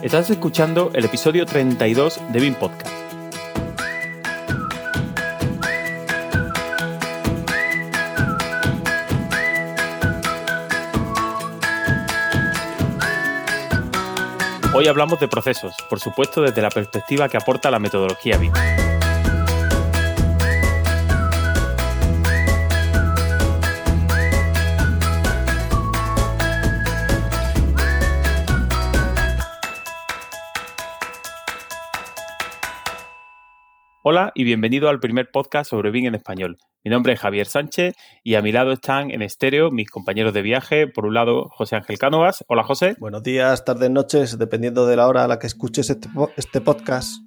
Estás escuchando el episodio 32 de BIM Podcast. Hoy hablamos de procesos, por supuesto desde la perspectiva que aporta la metodología BIM. Hola y bienvenido al primer podcast sobre BIM en español. Mi nombre es Javier Sánchez y a mi lado están en estéreo mis compañeros de viaje. Por un lado, José Ángel Cánovas. Hola, José. Buenos días, tardes, noches, dependiendo de la hora a la que escuches este podcast.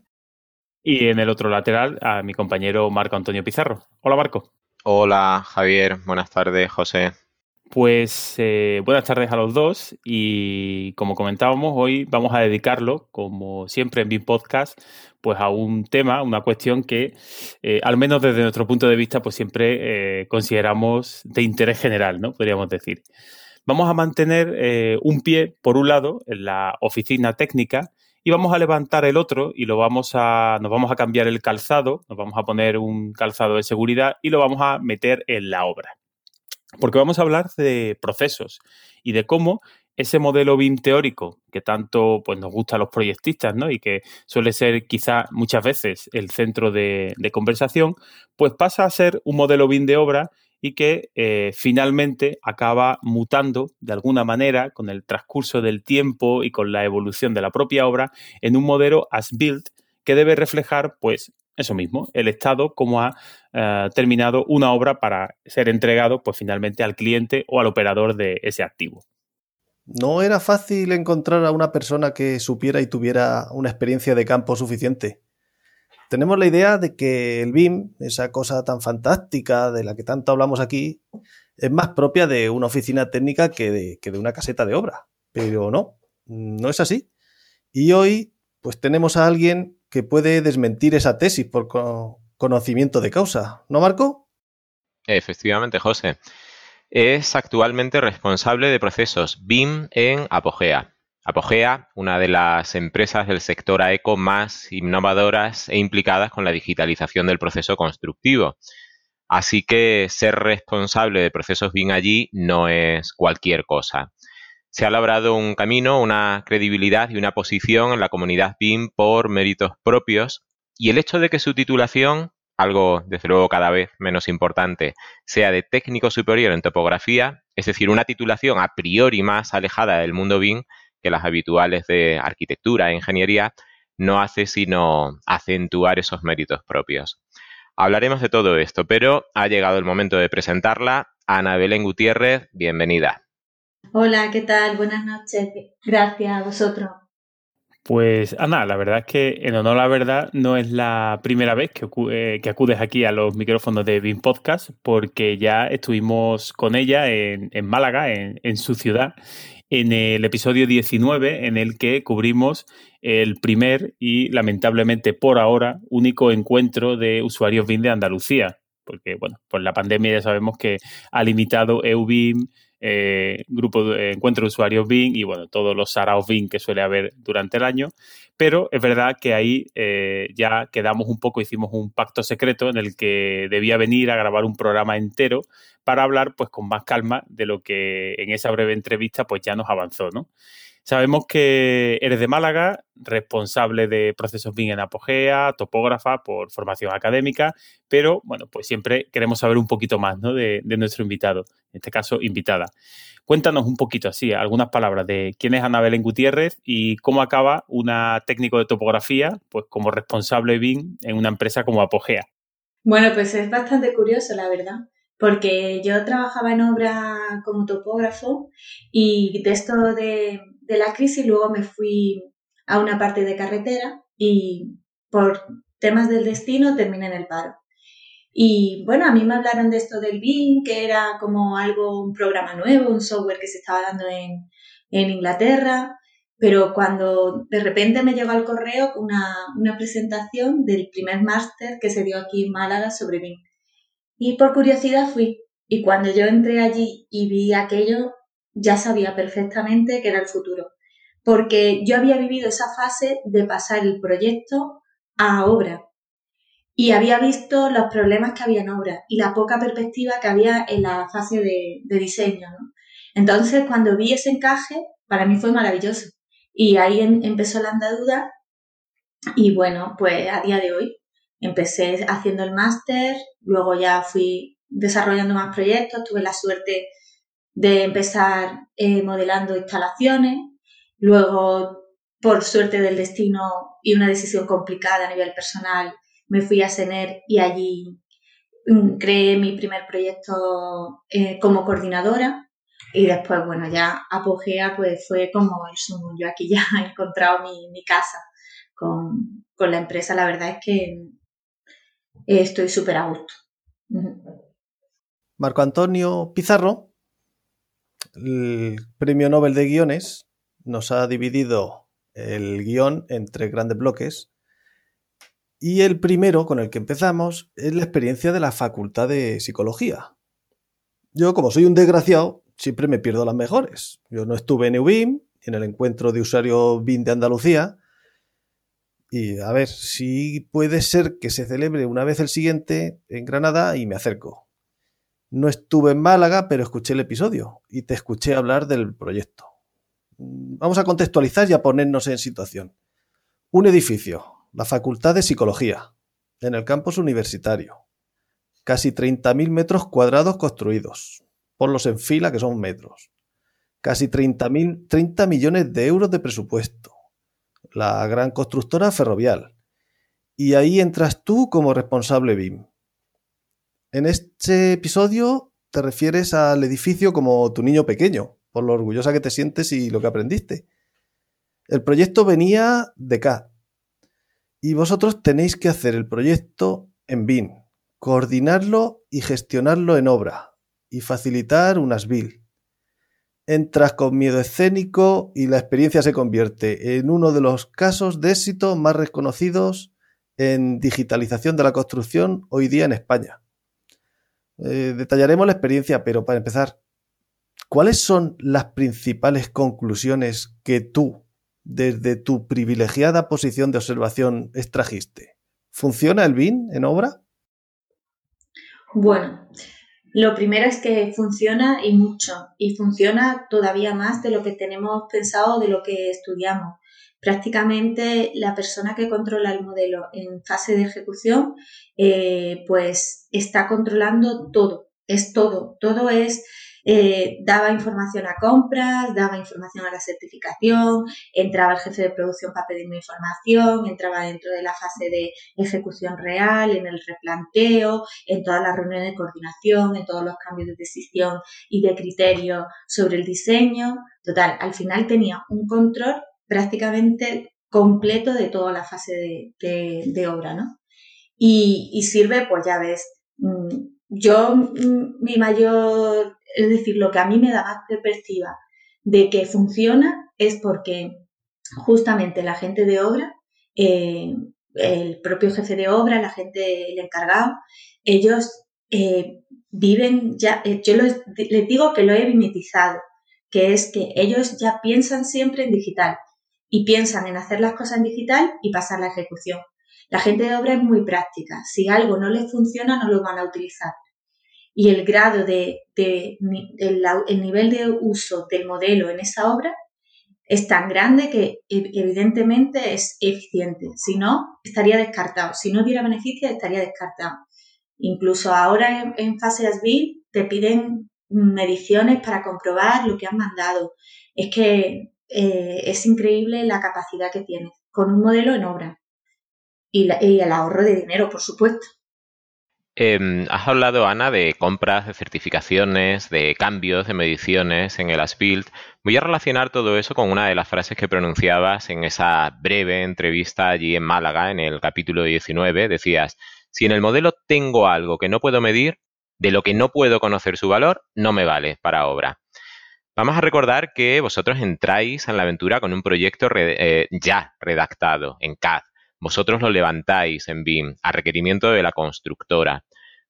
Y en el otro lateral, a mi compañero Marco Antonio Pizarro. Hola, Marco. Hola, Javier. Buenas tardes, José. Pues buenas tardes a los dos y como comentábamos, hoy vamos a dedicarlo, como siempre en BIM Podcast, pues a un tema, una cuestión que, al menos desde nuestro punto de vista, pues siempre consideramos de interés general, ¿no? Podríamos decir. Vamos a mantener un pie, por un lado, en la oficina técnica y vamos a levantar el otro y nos vamos a cambiar el calzado, nos vamos a poner un calzado de seguridad y lo vamos a meter en la obra. Porque vamos a hablar de procesos y de cómo ese modelo BIM teórico que tanto pues, nos gusta a los proyectistas, ¿no? Y que suele ser quizá muchas veces el centro de conversación, pues pasa a ser un modelo BIM de obra y que finalmente acaba mutando de alguna manera con el transcurso del tiempo y con la evolución de la propia obra en un modelo as-built que debe reflejar pues eso mismo, el estado como ha terminado una obra para ser entregado pues finalmente al cliente o al operador de ese activo. No era fácil encontrar a una persona que supiera y tuviera una experiencia de campo suficiente. Tenemos la idea de que el BIM, esa cosa tan fantástica de la que tanto hablamos aquí, es más propia de una oficina técnica que de una caseta de obra. Pero no es así. Y hoy pues tenemos a alguien que puede desmentir esa tesis por conocimiento de causa. ¿No, Marco? Efectivamente, José. Es actualmente responsable de procesos BIM en Apogea. Apogea, una de las empresas del sector AECO más innovadoras e implicadas con la digitalización del proceso constructivo. Así que ser responsable de procesos BIM allí no es cualquier cosa. Se ha labrado un camino, una credibilidad y una posición en la comunidad BIM por méritos propios, y el hecho de que su titulación, algo desde luego cada vez menos importante, sea de técnico superior en topografía, es decir, una titulación a priori más alejada del mundo BIM que las habituales de arquitectura e ingeniería, no hace sino acentuar esos méritos propios. Hablaremos de todo esto, pero ha llegado el momento de presentarla. Ana Belén Gutiérrez, bienvenida. Hola, ¿qué tal? Buenas noches. Gracias a vosotros. Pues Ana, la verdad es que en honor a la verdad no es la primera vez que acudes aquí a los micrófonos de BIM Podcast, porque ya estuvimos con ella en Málaga, en su ciudad, en el episodio 19, en el que cubrimos el primer y lamentablemente por ahora único encuentro de usuarios BIM de Andalucía, porque bueno, pues la pandemia ya sabemos que ha limitado EUBIM, grupo de encuentro de usuarios BIM y bueno, todos los saraos BIM que suele haber durante el año, pero es verdad que ahí ya quedamos un poco, hicimos un pacto secreto en el que debía venir a grabar un programa entero para hablar pues con más calma de lo que en esa breve entrevista pues ya nos avanzó, ¿no? Sabemos que eres de Málaga, responsable de procesos BIM en Apogea, topógrafa por formación académica, pero bueno, pues siempre queremos saber un poquito más, ¿no? de nuestro invitado, en este caso invitada. Cuéntanos un poquito así, algunas palabras de quién es Ana Belén Gutiérrez y cómo acaba una técnico de topografía pues como responsable BIM en una empresa como Apogea. Bueno, pues es bastante curioso, la verdad, porque yo trabajaba en obra como topógrafo y de esto de la crisis luego me fui a una parte de carretera y por temas del destino terminé en el paro. Y bueno, a mí me hablaron de esto del BIM, que era como un programa nuevo, un software que se estaba dando en Inglaterra, pero cuando de repente me llegó al correo una presentación del primer máster que se dio aquí en Málaga sobre BIM. Y por curiosidad fui. Y cuando yo entré allí y vi aquello, ya sabía perfectamente que era el futuro. porque yo había vivido esa fase de pasar el proyecto a obra y había visto los problemas que había en obra y la poca perspectiva que había en la fase de diseño, ¿no? Entonces, cuando vi ese encaje, para mí fue maravilloso. Y ahí empezó la andadura y bueno, pues a día de hoy empecé haciendo el máster, luego ya fui desarrollando más proyectos, tuve la suerte de empezar modelando instalaciones, luego por suerte del destino y una decisión complicada a nivel personal me fui a CENER y allí creé mi primer proyecto como coordinadora y después, bueno, ya Apogea pues fue como el sumo. Yo aquí ya he encontrado mi casa con la empresa. La verdad es que estoy súper a gusto. Marco Antonio Pizarro, el Premio Nobel de Guiones, nos ha dividido el guión en 3 grandes bloques. Y el primero con el que empezamos es la experiencia de la Facultad de Psicología. Yo, como soy un desgraciado, siempre me pierdo las mejores. Yo no estuve en EUBIM, en el encuentro de usuarios BIM de Andalucía. Y a ver, si puede ser que se celebre una vez el siguiente en Granada y me acerco. No estuve en Málaga, pero escuché el episodio y te escuché hablar del proyecto. Vamos a contextualizar y a ponernos en situación. Un edificio, la Facultad de Psicología, en el campus universitario. Casi 30.000 metros cuadrados construidos. Ponlos en fila, que son metros. Casi 30 millones de euros de presupuesto. La gran constructora Ferrovial. Y ahí entras tú como responsable BIM. En este episodio te refieres al edificio como tu niño pequeño, por lo orgullosa que te sientes y lo que aprendiste. El proyecto venía de CAD. Y vosotros tenéis que hacer el proyecto en BIM, coordinarlo y gestionarlo en obra y facilitar unas build. Entras con miedo escénico y la experiencia se convierte en uno de los casos de éxito más reconocidos en digitalización de la construcción hoy día en España. Detallaremos la experiencia, pero para empezar, ¿cuáles son las principales conclusiones que tú, desde tu privilegiada posición de observación, extrajiste? ¿Funciona el BIM en obra? Bueno, lo primero es que funciona y mucho, y funciona todavía más de lo que tenemos pensado, de lo que estudiamos. Prácticamente la persona que controla el modelo en fase de ejecución, pues está controlando todo, es todo, todo es... daba información a compras, daba información a la certificación, entraba el jefe de producción para pedirme información, entraba dentro de la fase de ejecución real, en el replanteo, en todas las reuniones de coordinación, en todos los cambios de decisión y de criterio sobre el diseño. Total, al final tenía un control prácticamente completo de toda la fase de obra, ¿no? Y sirve, pues ya ves, mi mayor, es decir, lo que a mí me da más perspectiva de que funciona es porque justamente la gente de obra, el propio jefe de obra, la gente, el encargado, ellos viven ya, yo les digo que lo he mimetizado, que es que ellos ya piensan siempre en digital y piensan en hacer las cosas en digital y pasar la ejecución. La gente de obra es muy práctica. Si algo no les funciona, no lo van a utilizar. Y el grado el nivel de uso del modelo en esa obra es tan grande que evidentemente es eficiente. Si no, estaría descartado. Si no diera beneficio, estaría descartado. Incluso ahora en fase ASBIL te piden mediciones para comprobar lo que han mandado. Es que es increíble la capacidad que tienes con un modelo en obra. Y el ahorro de dinero, por supuesto. Has hablado, Ana, de compras, de certificaciones, de cambios, de mediciones en el as-built. Voy a relacionar todo eso con una de las frases que pronunciabas en esa breve entrevista allí en Málaga, en el capítulo 19. Decías, si en el modelo tengo algo que no puedo medir, de lo que no puedo conocer su valor, no me vale para obra. Vamos a recordar que vosotros entráis en la aventura con un proyecto ya redactado en CAD. Vosotros lo levantáis en BIM a requerimiento de la constructora.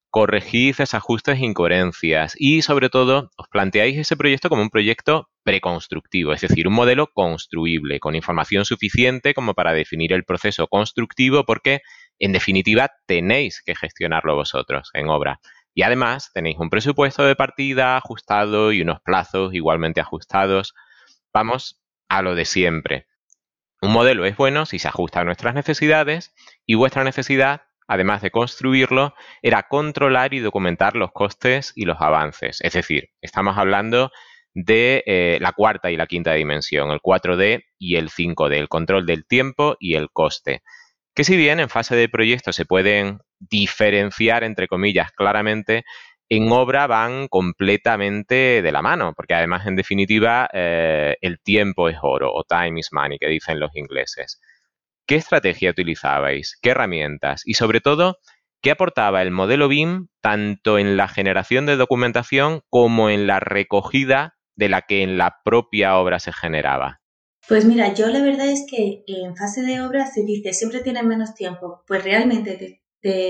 corregís desajustes e incoherencias y, sobre todo, os planteáis ese proyecto como un proyecto preconstructivo, es decir, un modelo construible, con información suficiente como para definir el proceso constructivo, porque, en definitiva, tenéis que gestionarlo vosotros en obra. Y además tenéis un presupuesto de partida ajustado y unos plazos igualmente ajustados. Vamos a lo de siempre. Un modelo es bueno si se ajusta a nuestras necesidades y vuestra necesidad, además de construirlo, era controlar y documentar los costes y los avances. Es decir, estamos hablando de la cuarta y la quinta dimensión, el 4D y el 5D, el control del tiempo y el coste. Que si bien en fase de proyecto se pueden diferenciar, entre comillas, claramente, en obra van completamente de la mano, porque además, en definitiva, el tiempo es oro, o time is money, que dicen los ingleses. ¿Qué estrategia utilizabais? ¿Qué herramientas? Y sobre todo, ¿qué aportaba el modelo BIM tanto en la generación de documentación como en la recogida de la que en la propia obra se generaba? Pues mira, yo la verdad es que en fase de obra se dice siempre tienen menos tiempo. Pues realmente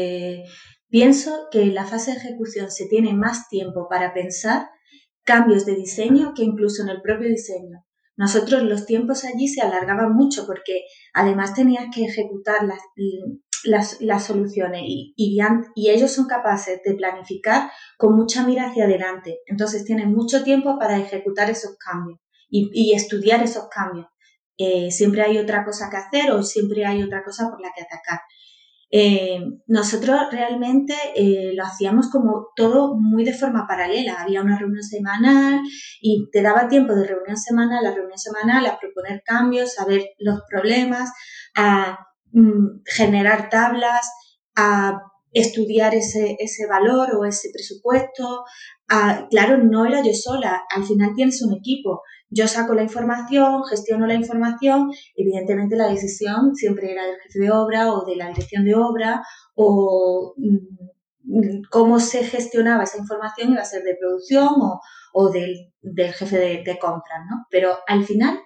pienso que en la fase de ejecución se tiene más tiempo para pensar cambios de diseño que incluso en el propio diseño. Nosotros los tiempos allí se alargaban mucho porque además tenías que ejecutar las soluciones y ellos son capaces de planificar con mucha mira hacia adelante. Entonces tienen mucho tiempo para ejecutar esos cambios y estudiar esos cambios. Siempre hay otra cosa que hacer o siempre hay otra cosa por la que atacar. Nosotros realmente lo hacíamos como todo muy de forma paralela. Había una reunión semanal y te daba tiempo de reunión semanal a proponer cambios, a ver los problemas, a generar tablas, a estudiar ese valor o ese presupuesto. Claro, no era yo sola, al final tienes un equipo. Yo saco la información, gestiono la información, evidentemente la decisión siempre era del jefe de obra o de la dirección de obra o cómo se gestionaba esa información iba a ser de producción o del jefe de compras, ¿no? Pero al final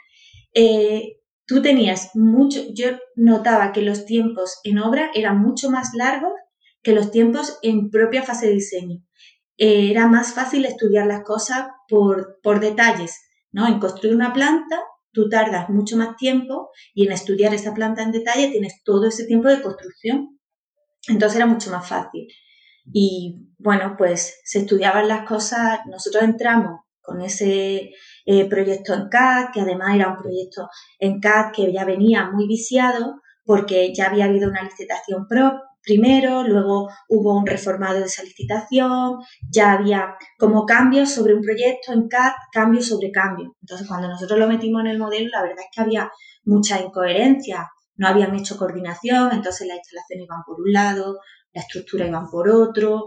tú tenías yo notaba que los tiempos en obra eran mucho más largos que los tiempos en propia fase de diseño. Era más fácil estudiar las cosas por detalles, ¿no? En construir una planta tú tardas mucho más tiempo y en estudiar esa planta en detalle tienes todo ese tiempo de construcción. Entonces era mucho más fácil. Y bueno, pues se estudiaban las cosas, nosotros entramos con ese proyecto en CAD, que además era un proyecto en CAD que ya venía muy viciado porque ya había habido una licitación primero, luego hubo un reformado de esa licitación, ya había como cambios sobre un proyecto en CAD, cambio sobre cambio. Entonces, cuando nosotros lo metimos en el modelo, la verdad es que había mucha incoherencia, no habían hecho coordinación, entonces las instalaciones iban por un lado, la estructura iban por otro,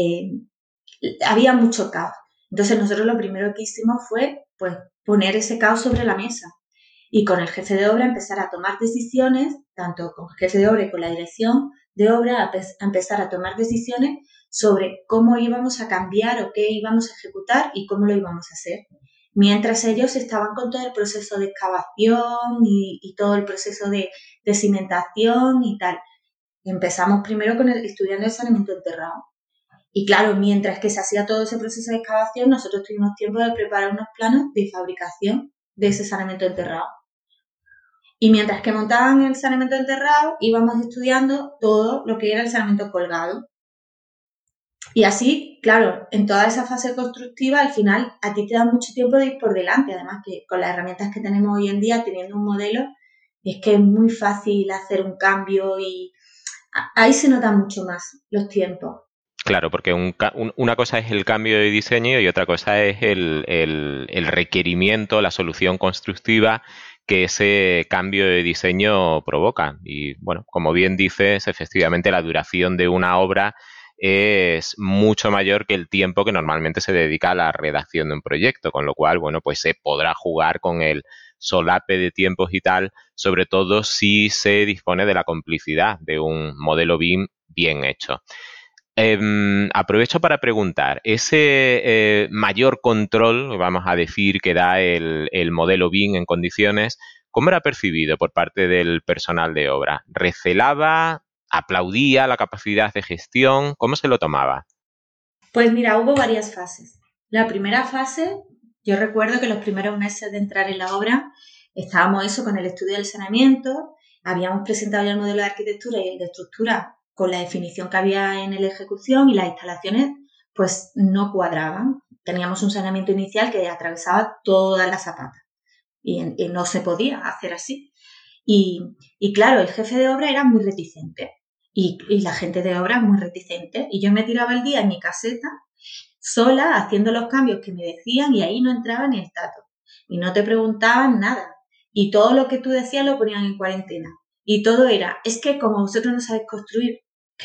había mucho caos. Entonces, nosotros lo primero que hicimos fue pues, poner ese caos sobre la mesa y con el jefe de obra empezar a tomar decisiones, tanto con el jefe de obra y con la dirección de obra, a empezar a tomar decisiones sobre cómo íbamos a cambiar o qué íbamos a ejecutar y cómo lo íbamos a hacer. Mientras ellos estaban con todo el proceso de excavación y todo el proceso de cimentación y tal. Empezamos primero con estudiando el saneamiento enterrado. Y claro, mientras que se hacía todo ese proceso de excavación, nosotros tuvimos tiempo de preparar unos planos de fabricación de ese saneamiento enterrado. Y mientras que montaban el saneamiento enterrado, íbamos estudiando todo lo que era el saneamiento colgado. Y así, claro, en toda esa fase constructiva, al final, a ti te da mucho tiempo de ir por delante. Además, que con las herramientas que tenemos hoy en día, teniendo un modelo, es que es muy fácil hacer un cambio y ahí se notan mucho más los tiempos. Claro, porque una cosa es el cambio de diseño y otra cosa es el requerimiento, la solución constructiva que ese cambio de diseño provoca. Y bueno, como bien dices, efectivamente la duración de una obra es mucho mayor que el tiempo que normalmente se dedica a la redacción de un proyecto, con lo cual, bueno, pues se podrá jugar con el solape de tiempos y tal, sobre todo si se dispone de la complicidad de un modelo BIM bien hecho. Aprovecho para preguntar, ese mayor control, vamos a decir, que da el modelo BIM en condiciones, ¿cómo era percibido por parte del personal de obra? ¿Recelaba? ¿Aplaudía la capacidad de gestión? ¿Cómo se lo tomaba? Pues mira, hubo varias fases. La primera fase, yo recuerdo que los primeros meses de entrar en la obra estábamos eso con el estudio del saneamiento, habíamos presentado ya el modelo de arquitectura y el de estructura con la definición que había en la ejecución y las instalaciones pues no cuadraban. Teníamos un saneamiento inicial que atravesaba todas las zapatas y no se podía hacer así. Y claro, el jefe de obra era muy reticente y la gente de obra muy reticente. Y yo me tiraba el día en mi caseta sola haciendo los cambios que me decían y ahí no entraba ni el tato. Y no te preguntaban nada. Y todo lo que tú decías lo ponían en cuarentena. Y todo era, es que como vosotros no sabéis construir,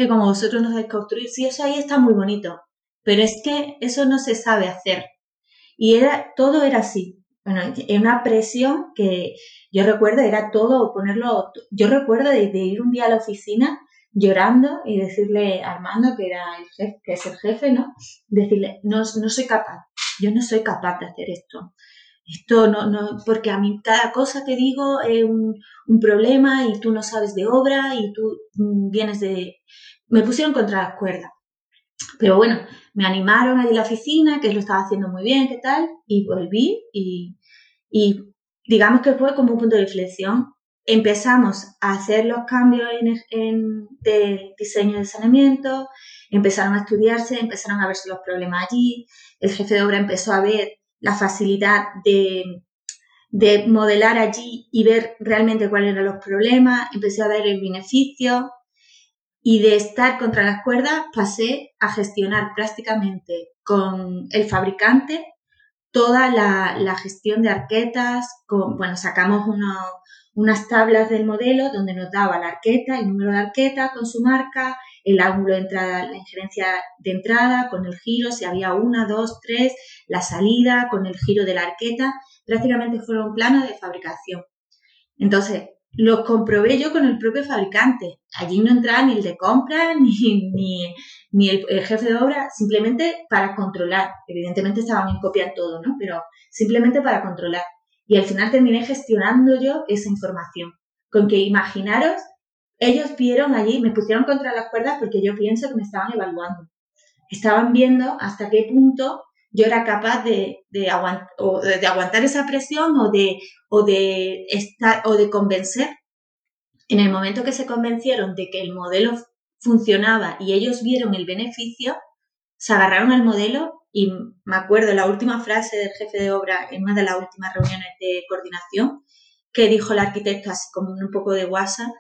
sí, eso ahí está muy bonito, pero es que eso no se sabe hacer. Y todo era así. Bueno, una presión que yo recuerdo, era todo ponerlo, yo recuerdo de ir un día a la oficina llorando y decirle a Armando, que era el jefe, que es el jefe, ¿no? Decirle, no soy capaz, yo no soy capaz de hacer esto. Esto no, porque a mí cada cosa que digo es un problema y tú no sabes de obra y tú vienes de... Me pusieron contra las cuerdas. Pero bueno, me animaron allí en la oficina, que lo estaba haciendo muy bien, ¿qué tal? Y volví y digamos que fue como un punto de inflexión. Empezamos a hacer los cambios del diseño de saneamiento, empezaron a estudiarse, empezaron a verse los problemas allí, el jefe de obra empezó a ver la facilidad de modelar allí y ver realmente cuáles eran los problemas, empecé a ver el beneficio. Y de estar contra las cuerdas pasé a gestionar prácticamente con el fabricante toda la gestión de arquetas. Sacamos unas tablas del modelo donde nos daba la arqueta, el número de arqueta con su marca, el ángulo de entrada, la injerencia de entrada con el giro, si había 1, 2, 3, la salida con el giro de la arqueta. Prácticamente fueron planos de fabricación. Entonces, los comprobé yo con el propio fabricante. Allí no entraba ni el de compra ni el jefe de obra, simplemente para controlar. Evidentemente estaban en copia en todo, ¿no? Pero simplemente para controlar. Y al final terminé gestionando yo esa información. Con que imaginaros, ellos vieron allí, me pusieron contra las cuerdas porque yo pienso que me estaban evaluando. Estaban viendo hasta qué punto yo era capaz de aguantar esa presión o de convencer. En el momento que se convencieron de que el modelo funcionaba y ellos vieron el beneficio, se agarraron al modelo y me acuerdo la última frase del jefe de obra en una de las últimas reuniones de coordinación que dijo el arquitecto así como un poco de guasa,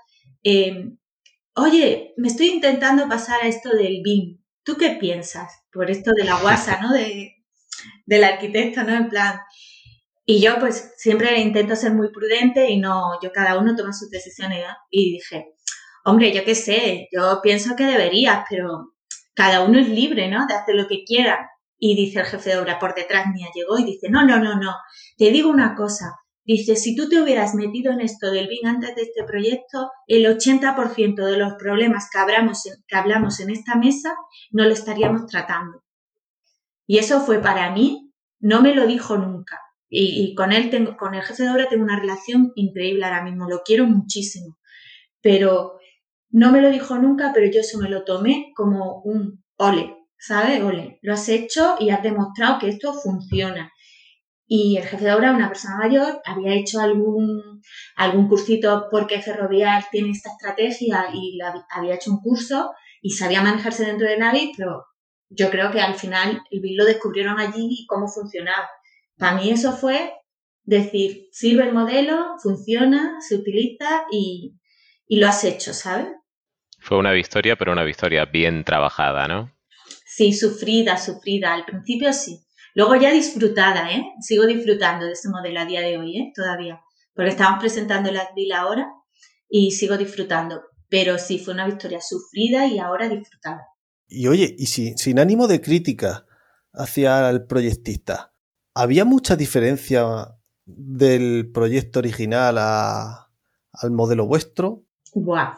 oye, me estoy intentando pasar a esto del BIM. ¿Tú qué piensas? Por esto de la guasa, ¿no? Del arquitecto, ¿no? En plan... Y yo pues siempre intento ser muy prudente y yo cada uno toma sus decisiones, ¿no? Y dije, hombre, yo qué sé, yo pienso que deberías, pero cada uno es libre, ¿no? De hacer lo que quiera. Y dice el jefe de obra por detrás mía, llegó y dice, no, te digo una cosa. Dice, si tú te hubieras metido en esto del BIM antes de este proyecto, el 80% de los problemas que hablamos en esta mesa no lo estaríamos tratando. Y eso fue para mí, no me lo dijo nunca. Y con él, con el jefe de obra tengo una relación increíble ahora mismo, lo quiero muchísimo. Pero no me lo dijo nunca, pero yo eso me lo tomé como un ole, ¿sabes? Ole, lo has hecho y has demostrado que esto funciona. Y el jefe de obra, una persona mayor, había hecho algún cursito porque Ferrovial tiene esta estrategia y había hecho un curso y sabía manejarse dentro de Navis, pero yo creo que al final el BIM lo descubrieron allí y cómo funcionaba. Para mí eso fue decir, sirve el modelo, funciona, se utiliza y lo has hecho, ¿sabes? Fue una victoria, pero una victoria bien trabajada, ¿no? Sí, sufrida. Al principio sí. Luego ya disfrutada, ¿eh? Sigo disfrutando de ese modelo a día de hoy, ¿eh? Todavía. Porque estamos presentando la ACBIL ahora y sigo disfrutando. Pero sí, fue una victoria sufrida y ahora disfrutada. Y oye, y sin ánimo de crítica hacia el proyectista, ¿había mucha diferencia del proyecto original al modelo vuestro? ¡Buah!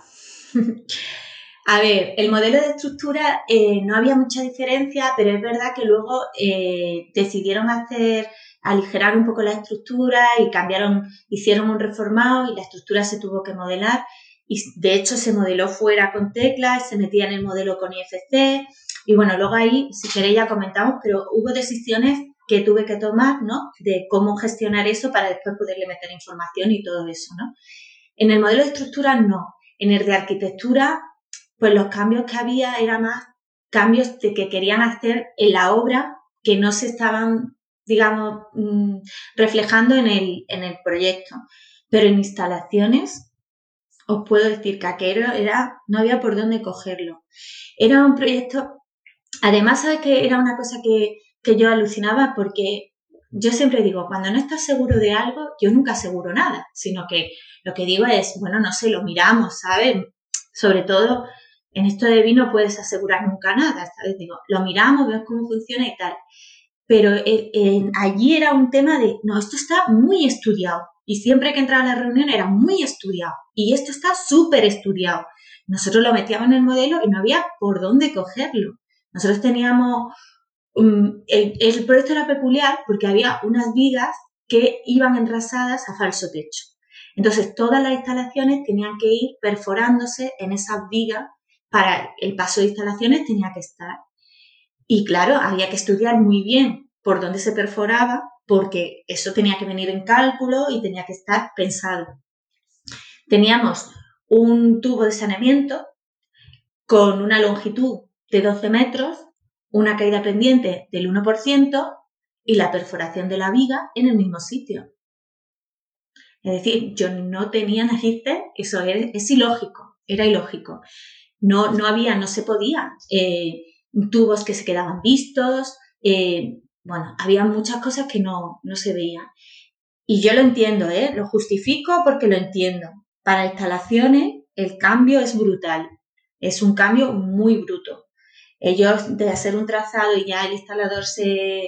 A ver, el modelo de estructura no había mucha diferencia, pero es verdad que luego decidieron aligerar un poco la estructura y hicieron un reformado y la estructura se tuvo que modelar y de hecho se modeló fuera con teclas, se metía en el modelo con IFC, Y bueno, luego ahí, si queréis ya comentamos, pero hubo decisiones que tuve que tomar, ¿no? De cómo gestionar eso para después poderle meter información y todo eso, ¿no? En el modelo de estructura no. En el de arquitectura, pues los cambios que había eran más cambios de que querían hacer en la obra que no se estaban, digamos, reflejando en el proyecto. Pero en instalaciones, os puedo decir que aquello no había por dónde cogerlo. Era un proyecto, además, ¿sabes qué? Era una cosa que yo alucinaba porque yo siempre digo, cuando no estás seguro de algo, yo nunca aseguro nada, sino que lo que digo es, bueno, no sé, lo miramos, ¿sabes? Sobre todo en esto de vino puedes asegurar nunca nada, ¿sabes? Digo, lo miramos, vemos cómo funciona y tal. Pero allí era un tema de, no, esto está muy estudiado. Y siempre que entraba a la reunión era muy estudiado. Y esto está súper estudiado. Nosotros lo metíamos en el modelo y no había por dónde cogerlo. Nosotros teníamos... el proyecto era peculiar porque había unas vigas que iban enrasadas a falso techo. Entonces, todas las instalaciones tenían que ir perforándose en esas vigas para el paso de instalaciones tenía que estar. Y claro, había que estudiar muy bien por dónde se perforaba porque eso tenía que venir en cálculo y tenía que estar pensado. Teníamos un tubo de saneamiento con una longitud de 12 metros, una caída pendiente del 1% y la perforación de la viga en el mismo sitio. Es decir, yo no tenía narices, eso es ilógico, era ilógico. No había, no se podía. Tubos que se quedaban vistos, bueno, había muchas cosas que no se veían. Y yo lo entiendo, lo justifico porque lo entiendo. Para instalaciones el cambio es brutal, es un cambio muy bruto. Ellos, de hacer un trazado y ya el instalador se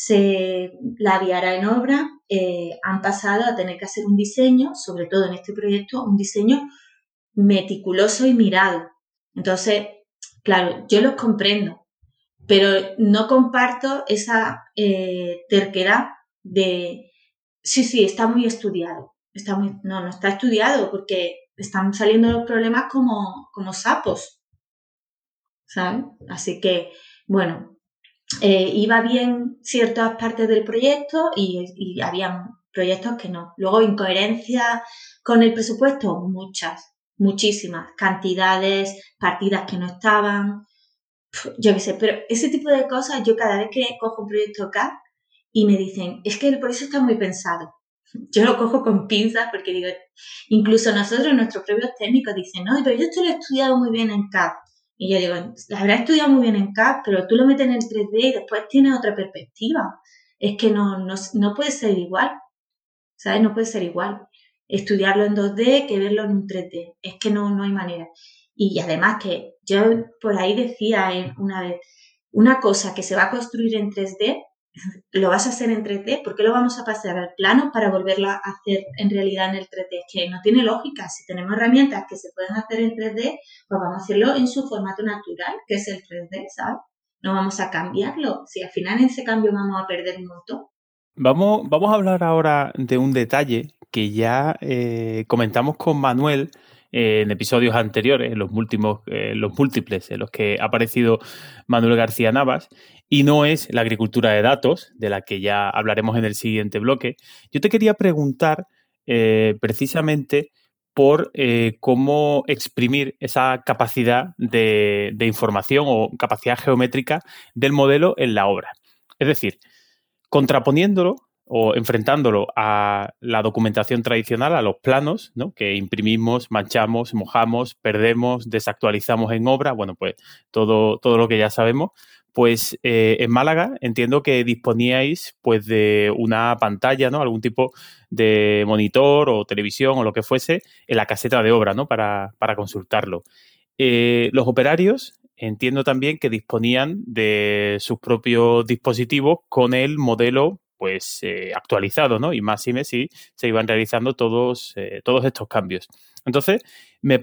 labiará en obra, han pasado a tener que hacer un diseño, sobre todo en este proyecto, un diseño meticuloso y mirado. Entonces, claro, yo los comprendo, pero no comparto esa terquedad de, sí, está muy estudiado. No está estudiado porque están saliendo los problemas como sapos, ¿sabes? Así que, bueno, iba bien ciertas partes del proyecto y había proyectos que no. Luego, incoherencias con el presupuesto, muchísimas. Cantidades, partidas que no estaban, yo qué sé. Pero ese tipo de cosas, yo cada vez que cojo un proyecto CAD y me dicen, es que el proyecto está muy pensado. Yo lo cojo con pinzas porque digo, incluso nosotros, nuestros propios técnicos dicen, no, pero yo esto lo he estudiado muy bien en CAD. Y yo digo, la verdad he estudiado muy bien en CAD, pero tú lo metes en el 3D y después tienes otra perspectiva. Es que no puede ser igual, ¿sabes? No puede ser igual. Estudiarlo en 2D que verlo en un 3D. Es que no hay manera. Y además que yo por ahí decía una vez, una cosa que se va a construir en 3D, lo vas a hacer en 3D, ¿por qué lo vamos a pasar al plano para volverla a hacer en realidad en el 3D? Es que no tiene lógica. Si tenemos herramientas que se pueden hacer en 3D, pues vamos a hacerlo en su formato natural, que es el 3D, ¿sabes? No vamos a cambiarlo. Si al final en ese cambio vamos a perder un montón. Vamos a hablar ahora de un detalle que ya comentamos con Manuel en episodios anteriores, en los múltiples en los que ha aparecido Manuel García Navas, y no es la agricultura de datos, de la que ya hablaremos en el siguiente bloque. Yo te quería preguntar precisamente por cómo exprimir esa capacidad de información o capacidad geométrica del modelo en la obra. Es decir, contraponiéndolo o enfrentándolo a la documentación tradicional, a los planos, ¿no? Que imprimimos, manchamos, mojamos, perdemos, desactualizamos en obra, bueno, pues todo lo que ya sabemos. Pues en Málaga entiendo que disponíais pues de una pantalla, ¿no? Algún tipo de monitor o televisión o lo que fuese en la caseta de obra, ¿no? Para consultarlo. Los operarios entiendo también que disponían de sus propios dispositivos con el modelo pues actualizado, ¿no? Y máxime si se iban realizando todos estos cambios. Entonces, me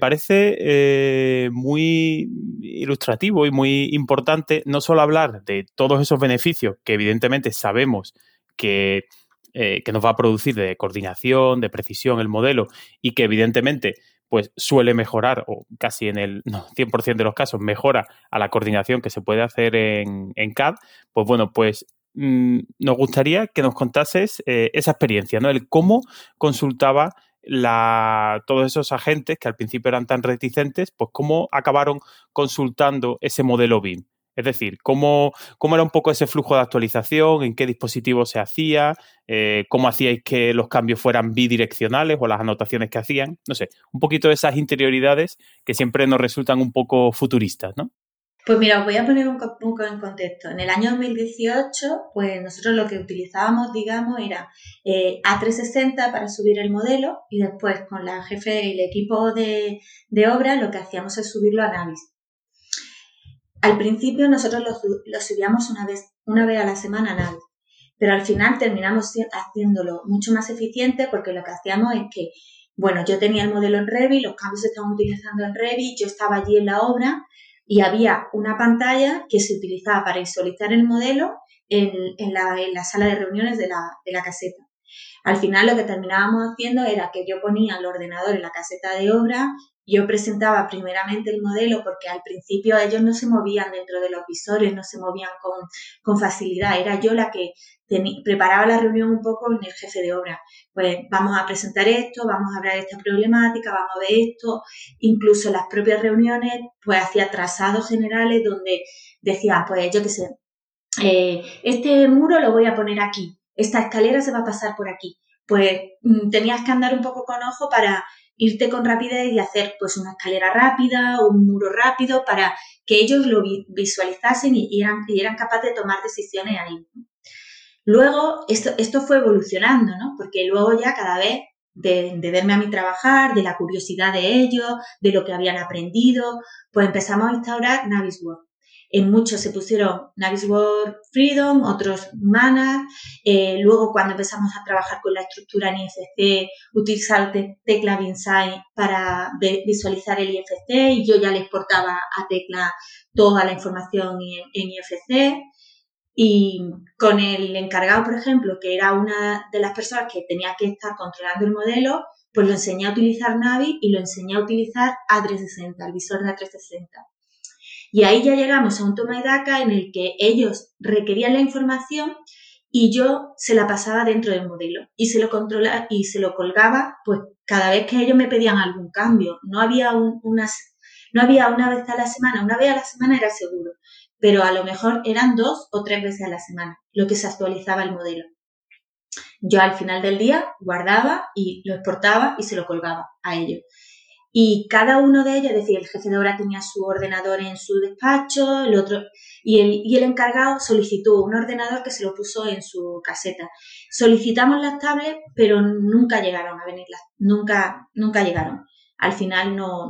parece muy ilustrativo y muy importante no solo hablar de todos esos beneficios que evidentemente sabemos que nos va a producir de coordinación, de precisión el modelo y que evidentemente pues suele mejorar, o casi en el 100% de los casos mejora a la coordinación que se puede hacer en CAD, pues bueno, pues nos gustaría que nos contases esa experiencia, ¿no? El cómo consultaba todos esos agentes que al principio eran tan reticentes, pues cómo acabaron consultando ese modelo BIM. Es decir, cómo era un poco ese flujo de actualización, en qué dispositivo se hacía, cómo hacíais que los cambios fueran bidireccionales o las anotaciones que hacían. No sé, un poquito de esas interioridades que siempre nos resultan un poco futuristas, ¿no? Pues mira, os voy a poner un poco en contexto. En el año 2018, pues nosotros lo que utilizábamos, digamos, era A360 para subir el modelo y después con la jefe, el equipo de obra, lo que hacíamos es subirlo a Navis. Al principio nosotros lo subíamos una vez a la semana a Navis, pero al final terminamos haciéndolo mucho más eficiente porque lo que hacíamos es que, bueno, yo tenía el modelo en Revit, los cambios se estaban utilizando en Revit, yo estaba allí en la obra y había una pantalla que se utilizaba para visualizar el modelo en la sala de reuniones de la caseta. Al final lo que terminábamos haciendo era que yo ponía el ordenador en la caseta de obra, yo presentaba primeramente el modelo porque al principio ellos no se movían dentro de los visores, no se movían con facilidad, era yo la que preparaba la reunión un poco con el jefe de obra. Pues vamos a presentar esto, vamos a hablar de esta problemática, vamos a ver esto, incluso en las propias reuniones pues hacía trazados generales donde decía, pues yo qué sé, este muro lo voy a poner aquí, esta escalera se va a pasar por aquí. Pues tenías que andar un poco con ojo para irte con rapidez y hacer pues una escalera rápida, un muro rápido para que ellos lo visualizasen y eran capaces de tomar decisiones ahí. Luego esto fue evolucionando, ¿no? Porque luego ya cada vez de verme a mí trabajar, de la curiosidad de ellos, de lo que habían aprendido, pues empezamos a instaurar Navisworks. En muchos se pusieron Navisworks Freedom, otros Mana. Luego, cuando empezamos a trabajar con la estructura en IFC, utilizar Tecla BIMSign para visualizar el IFC y yo ya le exportaba a Tecla toda la información en IFC. Y con el encargado, por ejemplo, que era una de las personas que tenía que estar controlando el modelo, pues lo enseñé a utilizar Navi y lo enseñé a utilizar A360, el visor de A360. Y ahí ya llegamos a un toma y daca en el que ellos requerían la información y yo se la pasaba dentro del modelo y se lo controlaba y se lo colgaba pues cada vez que ellos me pedían algún cambio. No había una vez a la semana, una vez a la semana era seguro, pero a lo mejor eran 2 o 3 veces a la semana lo que se actualizaba el modelo. Yo al final del día guardaba y lo exportaba y se lo colgaba a ellos. Y cada uno de ellos, es decir, el jefe de obra tenía su ordenador en su despacho, el otro, y el encargado solicitó un ordenador que se lo puso en su caseta. Solicitamos las tablets, pero nunca llegaron a venir, nunca llegaron. Al final no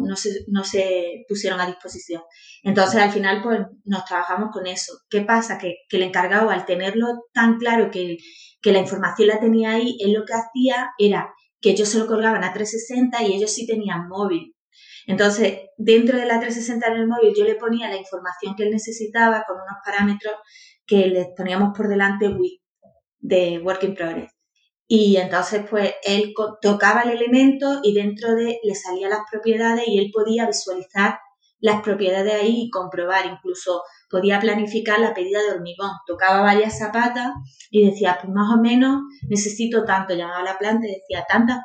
se pusieron a disposición. Entonces, al final, pues nos trabajamos con eso. ¿Qué pasa? Que el encargado, al tenerlo tan claro que la información la tenía ahí, él lo que hacía era que ellos se lo colgaban a 360 y ellos sí tenían móvil. Entonces, dentro de la 360 en el móvil yo le ponía la información que él necesitaba con unos parámetros que les poníamos por delante WIP, de Work in Progress. Y entonces, pues, él tocaba el elemento y dentro le salían las propiedades y él podía visualizar las propiedades ahí y comprobar, incluso podía planificar la pedida de hormigón. Tocaba varias zapatas y decía, pues más o menos necesito tanto, llamaba a la planta y decía, tantas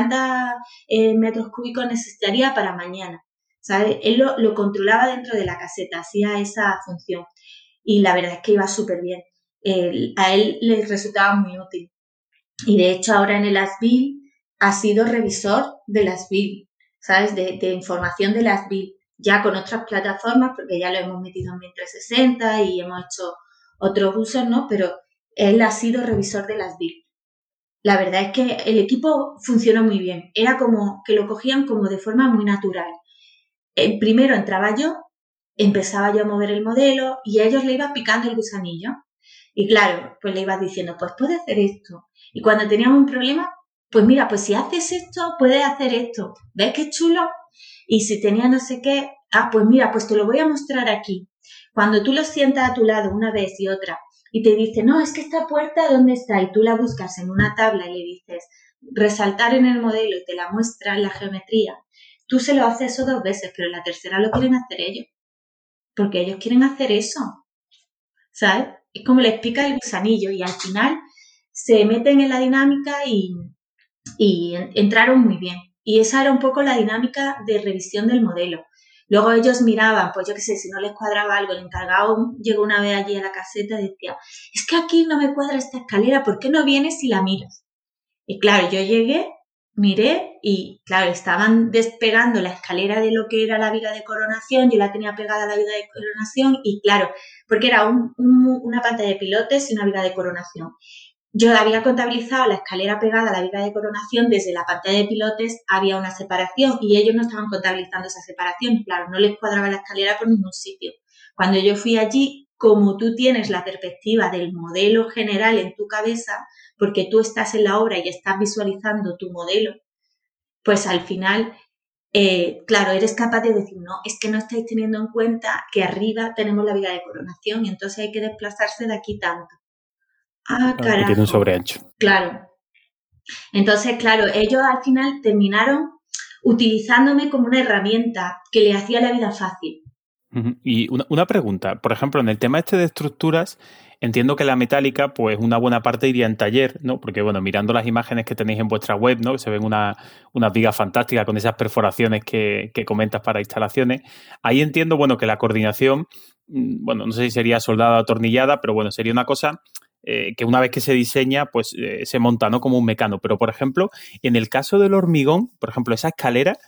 metros cúbicos necesitaría para mañana, ¿sabes? Él lo controlaba dentro de la caseta, hacía esa función y la verdad es que iba súper bien. A él le resultaba muy útil. Y de hecho ahora en el ASBIL ha sido revisor del ASBIL, ¿sabes? De información del ASBIL, ya con otras plataformas, porque ya lo hemos metido en 360 y hemos hecho otros usos, ¿no? Pero él ha sido revisor del ASBIL. La verdad es que el equipo funcionó muy bien. Era como que lo cogían como de forma muy natural. Primero entraba yo, empezaba yo a mover el modelo y a ellos le iba picando el gusanillo. Y claro, pues le ibas diciendo, pues puede hacer esto. Y cuando teníamos un problema, pues mira, pues si haces esto, puedes hacer esto. ¿Ves qué chulo? Y si tenía no sé qué, pues mira, pues te lo voy a mostrar aquí. Cuando tú lo sientas a tu lado una vez y otra y te dice, no, es que esta puerta, ¿dónde está? Y tú la buscas en una tabla y le dices, resaltar en el modelo y te la muestra en la geometría. tú se lo haces eso 2 veces, pero la tercera lo quieren hacer ellos. Porque ellos quieren hacer eso, ¿sabes? Es como les pica el gusanillo y al final se meten en la dinámica y entraron muy bien. Y esa era un poco la dinámica de revisión del modelo. Luego ellos miraban, pues yo qué sé, si no les cuadraba algo, el encargado llegó una vez allí a la caseta y decía, es que aquí no me cuadra esta escalera, ¿por qué no vienes y la miras? Y claro, yo llegué, miré y claro, estaban despegando la escalera de lo que era la viga de coronación, yo la tenía pegada a la viga de coronación y claro, porque era una pantalla de pilotes y una viga de coronación. Yo había contabilizado la escalera pegada a la viga de coronación, desde la pantalla de pilotes había una separación y ellos no estaban contabilizando esa separación. Claro, no les cuadraba la escalera por ningún sitio. Cuando yo fui allí, como tú tienes la perspectiva del modelo general en tu cabeza, porque tú estás en la obra y estás visualizando tu modelo, pues al final, claro, eres capaz de decir, no, es que no estáis teniendo en cuenta que arriba tenemos la viga de coronación y entonces hay que desplazarse de aquí tanto. Ah, Claro, que tiene un carajo. sobreancho. Claro. Entonces, claro, ellos al final terminaron utilizándome como una herramienta que le hacía la vida fácil. Y una pregunta, por ejemplo, en el tema este de estructuras, entiendo que la metálica, pues una buena parte iría en taller, ¿no? Porque, bueno, mirando las imágenes que tenéis en vuestra web, ¿no? Que se ven unas vigas fantásticas con esas perforaciones que comentas para instalaciones. Ahí entiendo, bueno, que la coordinación, bueno, no sé si sería soldada o atornillada, pero bueno, sería una cosa que una vez que se diseña, pues se monta, ¿no? Como un mecano. Pero, por ejemplo, en el caso del hormigón, por ejemplo, esa escalera,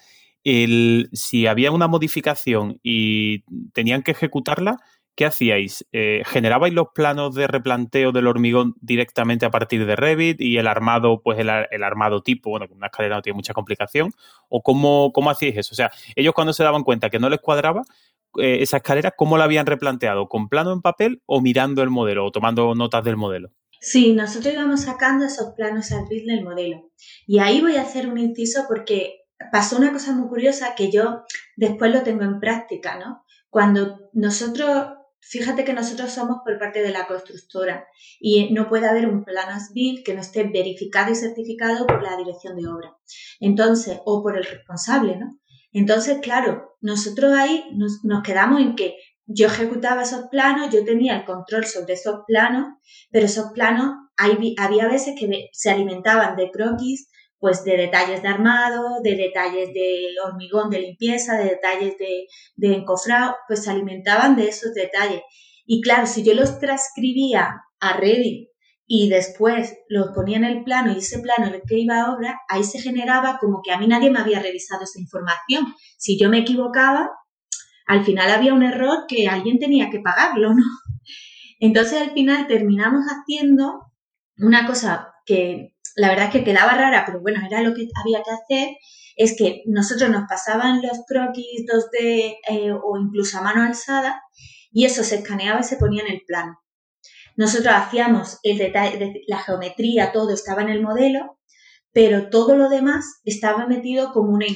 si había una modificación y tenían que ejecutarla, ¿qué hacíais? ¿Generabais los planos de replanteo del hormigón directamente a partir de Revit y el armado, pues el armado tipo, bueno, una escalera no tiene mucha complicación? ¿O cómo hacíais eso? O sea, ellos cuando se daban cuenta que no les cuadraba esa escalera, ¿cómo la habían replanteado? ¿Con plano en papel o mirando el modelo o tomando notas del modelo? Sí, nosotros íbamos sacando esos planos al grid del modelo. Y ahí voy a hacer un inciso porque pasó una cosa muy curiosa que yo después lo tengo en práctica, ¿no? Cuando nosotros, fíjate que nosotros somos por parte de la constructora y no puede haber un plano as-built que no esté verificado y certificado por la dirección de obra. Entonces, o por el responsable, ¿no? Entonces, claro, nosotros ahí nos quedamos en que yo ejecutaba esos planos, yo tenía el control sobre esos planos, pero esos planos, había veces que se alimentaban de croquis, pues de detalles de armado, de detalles de hormigón de limpieza, de detalles de encofrado, pues se alimentaban de esos detalles. Y claro, si yo los transcribía a Revit y después los ponía en el plano y ese plano en el que iba a obra, ahí se generaba como que a mí nadie me había revisado esa información. Si yo me equivocaba, al final había un error que alguien tenía que pagarlo, ¿no? Entonces al final terminamos haciendo una cosa que la verdad es que quedaba rara, pero bueno, era lo que había que hacer, es que nosotros nos pasaban los croquis 2D o incluso a mano alzada y eso se escaneaba y se ponía en el plano. Nosotros hacíamos el detalle, la geometría, todo estaba en el modelo, pero todo lo demás estaba metido como una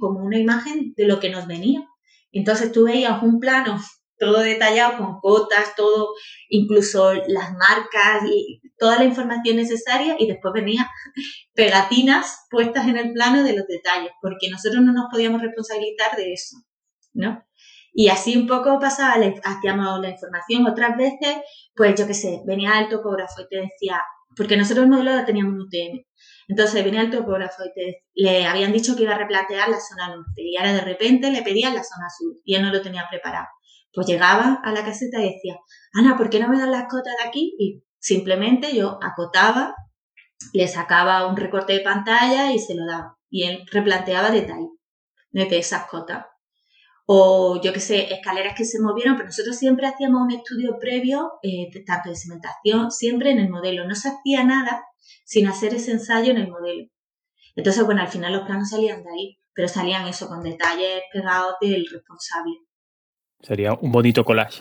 imagen de lo que nos venía. Entonces tú veías un plano todo detallado con cotas, todo, incluso las marcas y toda la información necesaria y después venía pegatinas puestas en el plano de los detalles, porque nosotros no nos podíamos responsabilizar de eso, ¿no? Y así un poco pasaba, hacíamos la información. Otras veces, pues yo qué sé, venía el topógrafo y te decía, porque nosotros el modelo lo teníamos en UTM, entonces venía el topógrafo y le habían dicho que iba a replantear la zona norte y ahora de repente le pedían la zona sur y él no lo tenía preparado. Pues llegaba a la caseta y decía, Ana, ¿por qué no me dan las cotas de aquí? Y simplemente yo acotaba, le sacaba un recorte de pantalla y se lo daba. Y él replanteaba detalle de esas cotas. O yo qué sé, escaleras que se movieron, pero nosotros siempre hacíamos un estudio previo, tanto de cimentación, siempre en el modelo. No se hacía nada sin hacer ese ensayo en el modelo. Entonces, bueno, al final los planos salían de ahí, pero salían eso con detalles pegados del responsable. Sería un bonito collage.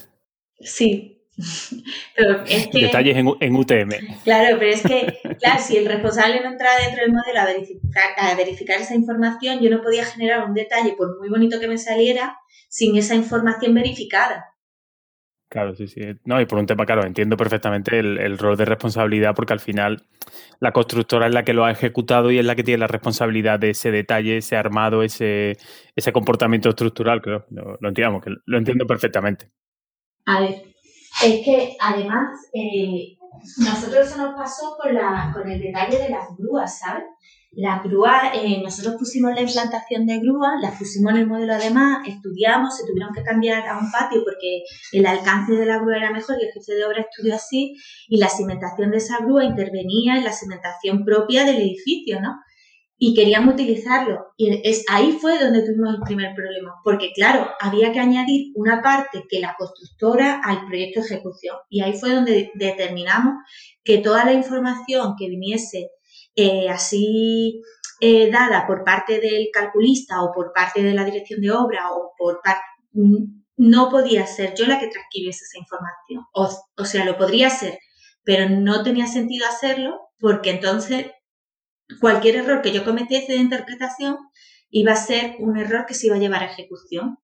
Sí. Pero es que, detalles en UTM. Claro, pero es que, claro, si el responsable no entraba dentro del modelo a verificar esa información, yo no podía generar un detalle, por muy bonito que me saliera, sin esa información verificada. Claro, sí, sí. No, y por un tema, claro, entiendo perfectamente el rol de responsabilidad, porque al final la constructora es la que lo ha ejecutado y es la que tiene la responsabilidad de ese detalle, ese armado, ese comportamiento estructural, creo. Lo entiendo, que lo entiendo perfectamente. A ver, es que además nosotros eso nos pasó con el detalle de las grúas, ¿sabes? Las grúas, nosotros pusimos la implantación de grúas, las pusimos en el modelo además, estudiamos, se tuvieron que cambiar a un patio porque el alcance de la grúa era mejor y el jefe de obra estudió así, y la cimentación de esa grúa intervenía en la cimentación propia del edificio, ¿no? Y queríamos utilizarlo. Y ahí fue donde tuvimos el primer problema, porque claro, había que añadir una parte que la constructora al proyecto de ejecución. Y ahí fue donde determinamos que toda la información que viniese así dada por parte del calculista o por parte de la dirección de obra o por parte... No podía ser yo la que transcribiese esa información. O sea, lo podría ser, pero no tenía sentido hacerlo porque entonces cualquier error que yo cometiese de interpretación iba a ser un error que se iba a llevar a ejecución.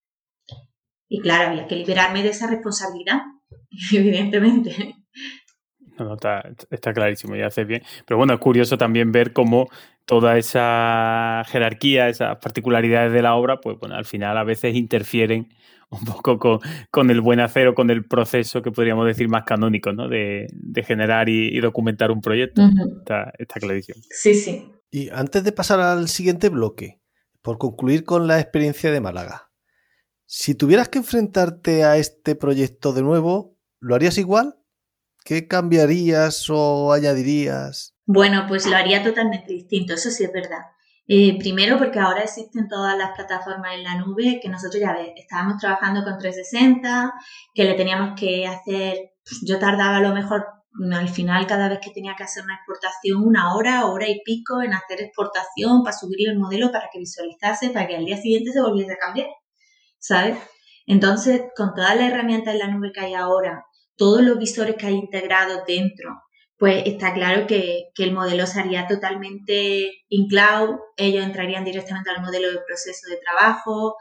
Y claro, había que liberarme de esa responsabilidad, evidentemente. No, está clarísimo, ya haces bien. Pero bueno, es curioso también ver cómo toda esa jerarquía, esas particularidades de la obra, pues bueno, al final a veces interfieren un poco con el buen hacer o con el proceso que podríamos decir más canónico, ¿no? De generar y documentar un proyecto. Uh-huh. Está clarísimo. Sí, sí. Y antes de pasar al siguiente bloque, por concluir con la experiencia de Málaga, si tuvieras que enfrentarte a este proyecto de nuevo, ¿lo harías igual? ¿Qué cambiarías o añadirías? Bueno, pues lo haría totalmente distinto, eso sí es verdad. Primero porque ahora existen todas las plataformas en la nube que nosotros ya estábamos trabajando con 360, que le teníamos que hacer, yo tardaba a lo mejor al final cada vez que tenía que hacer una exportación 1 hora, hora y pico en hacer exportación para subir el modelo para que visualizase, para que al día siguiente se volviese a cambiar, ¿sabes? Entonces, con todas las herramientas en la nube que hay ahora, todos los visores que hay integrados dentro, pues está claro que el modelo sería totalmente in cloud, ellos entrarían directamente al modelo de proceso de trabajo,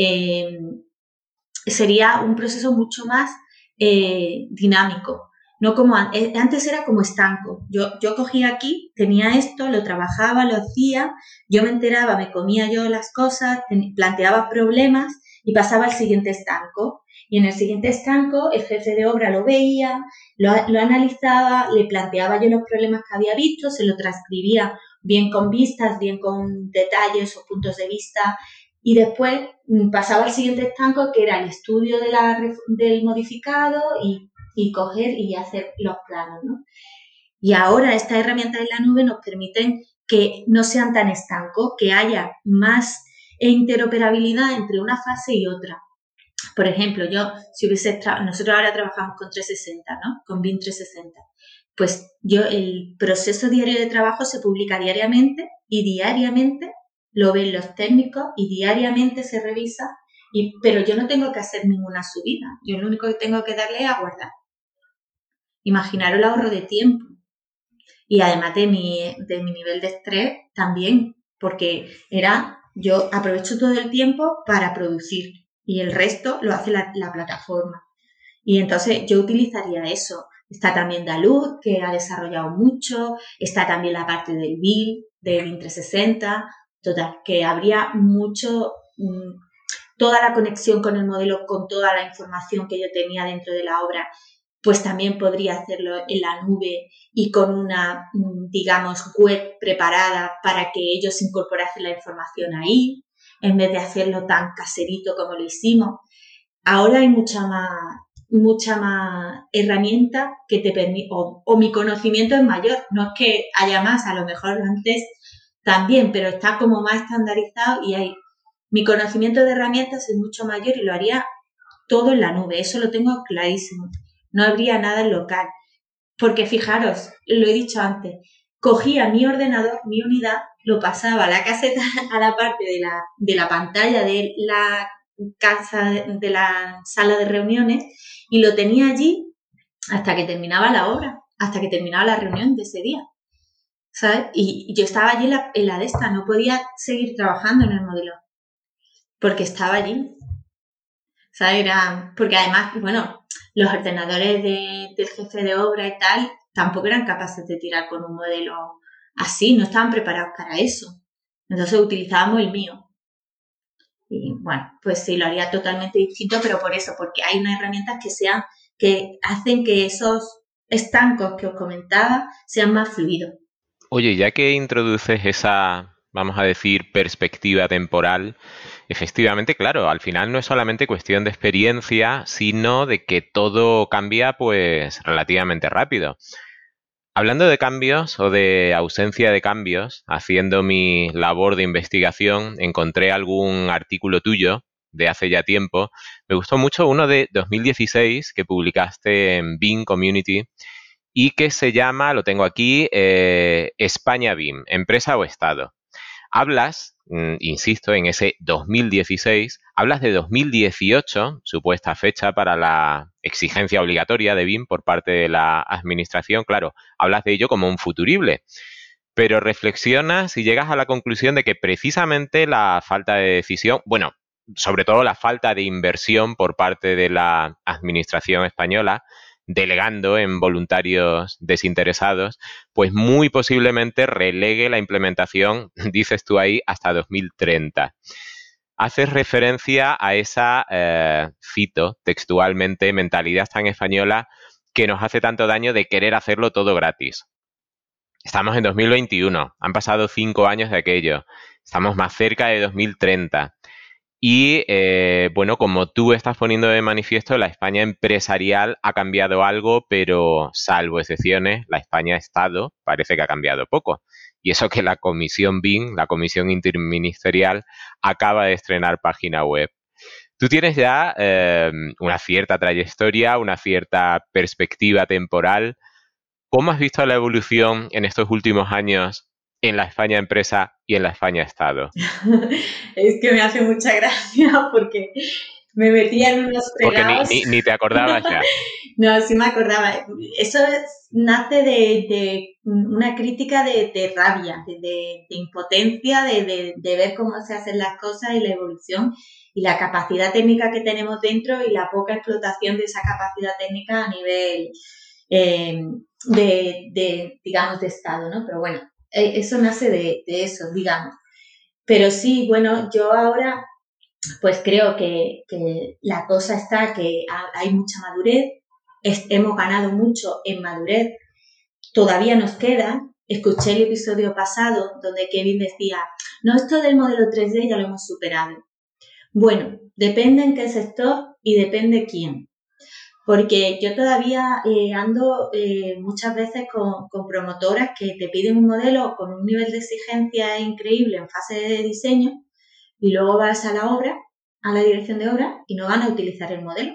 sería un proceso mucho más dinámico. No como antes era como estanco. Yo cogía aquí, tenía esto, lo trabajaba, lo hacía, yo me enteraba, me comía yo las cosas, planteaba problemas y pasaba al siguiente estanco. Y en el siguiente estanco el jefe de obra lo veía, lo analizaba, le planteaba yo los problemas que había visto, se lo transcribía bien con vistas, bien con detalles o puntos de vista, y después pasaba al siguiente estanco, que era el estudio del modificado y coger y hacer los planos, ¿no? Y ahora estas herramientas en la nube nos permiten que no sean tan estancos, que haya más interoperabilidad entre una fase y otra. Por ejemplo, nosotros ahora trabajamos con 360, ¿no? Con BIM 360. Pues el proceso diario de trabajo se publica diariamente y diariamente lo ven los técnicos y diariamente se revisa, pero yo no tengo que hacer ninguna subida. Yo lo único que tengo que darle es a guardar. Imaginaros el ahorro de tiempo. Y además de mi nivel de estrés también, porque yo aprovecho todo el tiempo para producir y el resto lo hace la plataforma. Y entonces yo utilizaría eso. Está también Daluz, que ha desarrollado mucho, está también la parte del BIM, de BIM 360, total, que habría mucho, toda la conexión con el modelo, con toda la información que yo tenía dentro de la obra, pues también podría hacerlo en la nube y con una, digamos, web preparada para que ellos incorporasen la información ahí, en vez de hacerlo tan caserito como lo hicimos. Ahora hay mucha más herramienta que te permite, o mi conocimiento es mayor, no es que haya más, a lo mejor antes también, pero está como más estandarizado y mi conocimiento de herramientas es mucho mayor y lo haría todo en la nube, eso lo tengo clarísimo. No habría nada en local, porque fijaros, lo he dicho antes, cogía mi ordenador, mi unidad, lo pasaba a la caseta, a la parte de la pantalla de la casa, de la sala de reuniones, y lo tenía allí hasta que terminaba la obra, hasta que terminaba la reunión de ese día, ¿sabes? Y yo estaba allí en la de esta, no podía seguir trabajando en el modelo, porque estaba allí, sea, porque además, bueno, los ordenadores del jefe de obra y tal tampoco eran capaces de tirar con un modelo así, no estaban preparados para eso. Entonces utilizábamos el mío. Y bueno, pues sí, lo haría totalmente distinto, pero por eso, porque hay unas herramientas que hacen que esos estancos que os comentaba sean más fluidos. Oye, ya que introduces esa, vamos a decir, perspectiva temporal, efectivamente, claro, al final no es solamente cuestión de experiencia, sino de que todo cambia pues relativamente rápido. Hablando de cambios o de ausencia de cambios, haciendo mi labor de investigación, encontré algún artículo tuyo de hace ya tiempo. Me gustó mucho uno de 2016 que publicaste en Bing Community y que se llama, lo tengo aquí, España BIM, empresa o Estado. Hablas, insisto, en ese 2016, hablas de 2018, supuesta fecha para la exigencia obligatoria de BIM por parte de la administración. Claro, hablas de ello como un futurible, pero reflexionas y llegas a la conclusión de que precisamente la falta de decisión, bueno, sobre todo la falta de inversión por parte de la administración española, delegando en voluntarios desinteresados, pues muy posiblemente relegue la implementación, dices tú ahí, hasta 2030. Haces referencia a esa, cito textualmente, mentalidad tan española que nos hace tanto daño de querer hacerlo todo gratis. Estamos en 2021, han pasado 5 años de aquello, estamos más cerca de 2030. Y bueno, como tú estás poniendo de manifiesto, la España empresarial ha cambiado algo, pero salvo excepciones, la España Estado parece que ha cambiado poco. Y eso que la Comisión BIM, la Comisión Interministerial, acaba de estrenar página web. Tú tienes ya una cierta trayectoria, una cierta perspectiva temporal. ¿Cómo has visto la evolución en estos últimos años en la España empresa y en la España Estado? Es que me hace mucha gracia porque me metía en unos fregados. Porque ni te acordabas ya. No, sí me acordaba. Eso nace de una crítica de rabia, de impotencia, de ver cómo se hacen las cosas y la evolución y la capacidad técnica que tenemos dentro y la poca explotación de esa capacidad técnica a nivel digamos, de Estado, ¿no? Pero bueno, eso nace de eso, digamos. Pero sí, bueno, yo ahora pues creo que la cosa está que hay mucha madurez, hemos ganado mucho en madurez, todavía nos queda. Escuché el episodio pasado donde Kevin decía, no, esto del modelo 3D ya lo hemos superado. Bueno, depende en qué sector y depende quién. Porque yo todavía ando muchas veces con promotoras que te piden un modelo con un nivel de exigencia increíble en fase de diseño y luego vas a la obra, a la dirección de obra y no van a utilizar el modelo.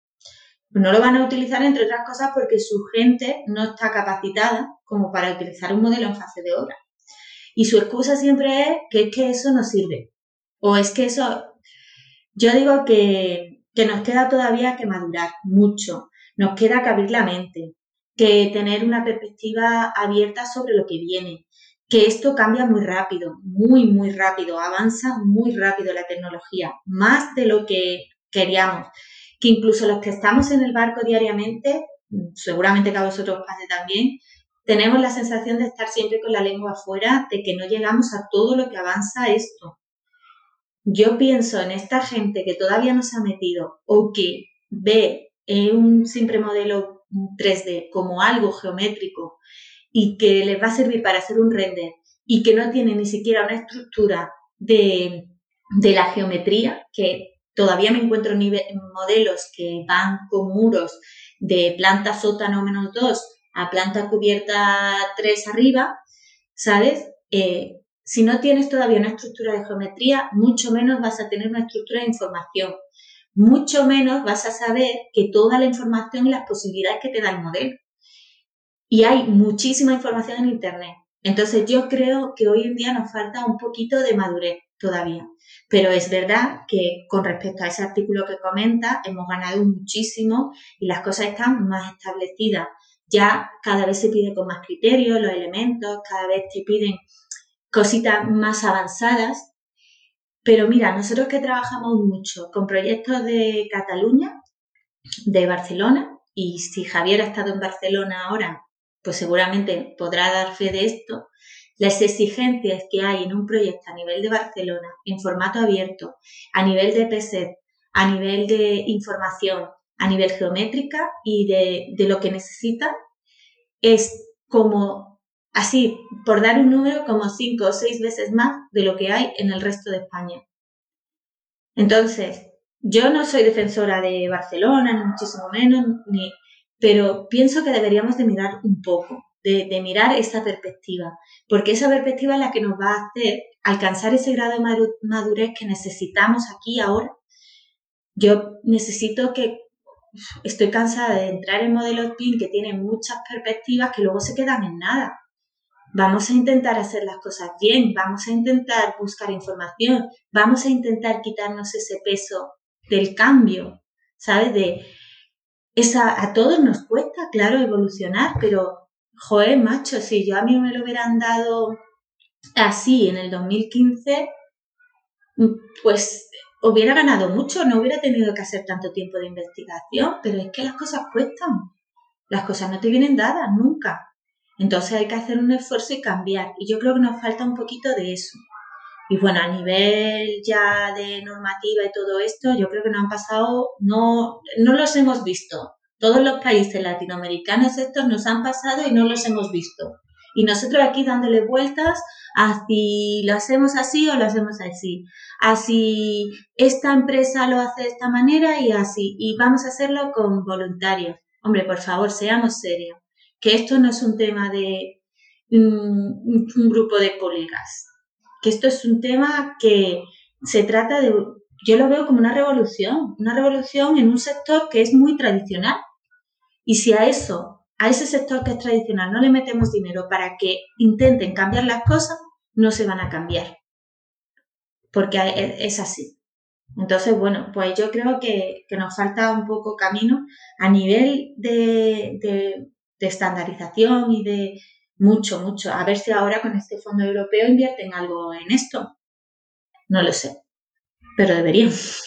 No lo van a utilizar, entre otras cosas, porque su gente no está capacitada como para utilizar un modelo en fase de obra. Y su excusa siempre es que eso no sirve. O es que eso... Yo digo que nos queda todavía que madurar mucho, nos queda que abrir la mente, que tener una perspectiva abierta sobre lo que viene, que esto cambia muy rápido, muy, muy rápido, avanza muy rápido la tecnología, más de lo que queríamos, que incluso los que estamos en el barco diariamente, seguramente que a vosotros pase también, tenemos la sensación de estar siempre con la lengua afuera, de que no llegamos a todo lo que avanza esto. Yo pienso en esta gente que todavía no se ha metido o que ve un simple modelo 3D como algo geométrico y que les va a servir para hacer un render y que no tiene ni siquiera una estructura de la geometría, que todavía me encuentro modelos que van con muros de planta sótano -2 a planta cubierta 3 arriba, ¿sabes? Si no tienes todavía una estructura de geometría, mucho menos vas a tener una estructura de información. Mucho menos vas a saber que toda la información y las posibilidades que te da el modelo. Y hay muchísima información en Internet. Entonces yo creo que hoy en día nos falta un poquito de madurez todavía. Pero es verdad que con respecto a ese artículo que comenta, hemos ganado muchísimo y las cosas están más establecidas. Ya cada vez se pide con más criterio los elementos, cada vez te piden cositas más avanzadas Pero mira, nosotros que trabajamos mucho con proyectos de Cataluña, de Barcelona, y si Javier ha estado en Barcelona ahora, pues seguramente podrá dar fe de esto, las exigencias que hay en un proyecto a nivel de Barcelona, en formato abierto, a nivel de PSET, a nivel de información, a nivel geométrica y de lo que necesitan, es como, así, por dar un número, como 5 o 6 veces más de lo que hay en el resto de España. Entonces, yo no soy defensora de Barcelona, ni muchísimo menos, pero pienso que deberíamos de mirar un poco, de mirar esa perspectiva, porque esa perspectiva es la que nos va a hacer alcanzar ese grado de madurez que necesitamos aquí ahora. Yo necesito estoy cansada de entrar en modelos BIM que tienen muchas perspectivas que luego se quedan en nada. Vamos a intentar hacer las cosas bien, vamos a intentar buscar información, vamos a intentar quitarnos ese peso del cambio, ¿sabes? A todos nos cuesta, claro, evolucionar, pero, joder, macho, si a mí me lo hubieran dado así en el 2015, pues hubiera ganado mucho, no hubiera tenido que hacer tanto tiempo de investigación, pero es que las cosas cuestan, las cosas no te vienen dadas nunca. Entonces hay que hacer un esfuerzo y cambiar. Y yo creo que nos falta un poquito de eso. Y bueno, a nivel ya de normativa y todo esto, yo creo que nos han pasado, no los hemos visto. Todos los países latinoamericanos estos nos han pasado y no los hemos visto. Y nosotros aquí dándole vueltas a si lo hacemos así o lo hacemos así. Así esta empresa lo hace de esta manera y así. Y vamos a hacerlo con voluntarios. Hombre, por favor, seamos serios. Que esto no es un tema de un grupo de colegas, que esto es un tema que se trata de, yo lo veo como una revolución en un sector que es muy tradicional. Y si a ese sector que es tradicional no le metemos dinero para que intenten cambiar las cosas, no se van a cambiar, porque es así. Entonces, bueno, pues yo creo que nos falta un poco camino a nivel de estandarización y de mucho. A ver si ahora con este fondo europeo invierten algo en esto. No lo sé, pero deberían.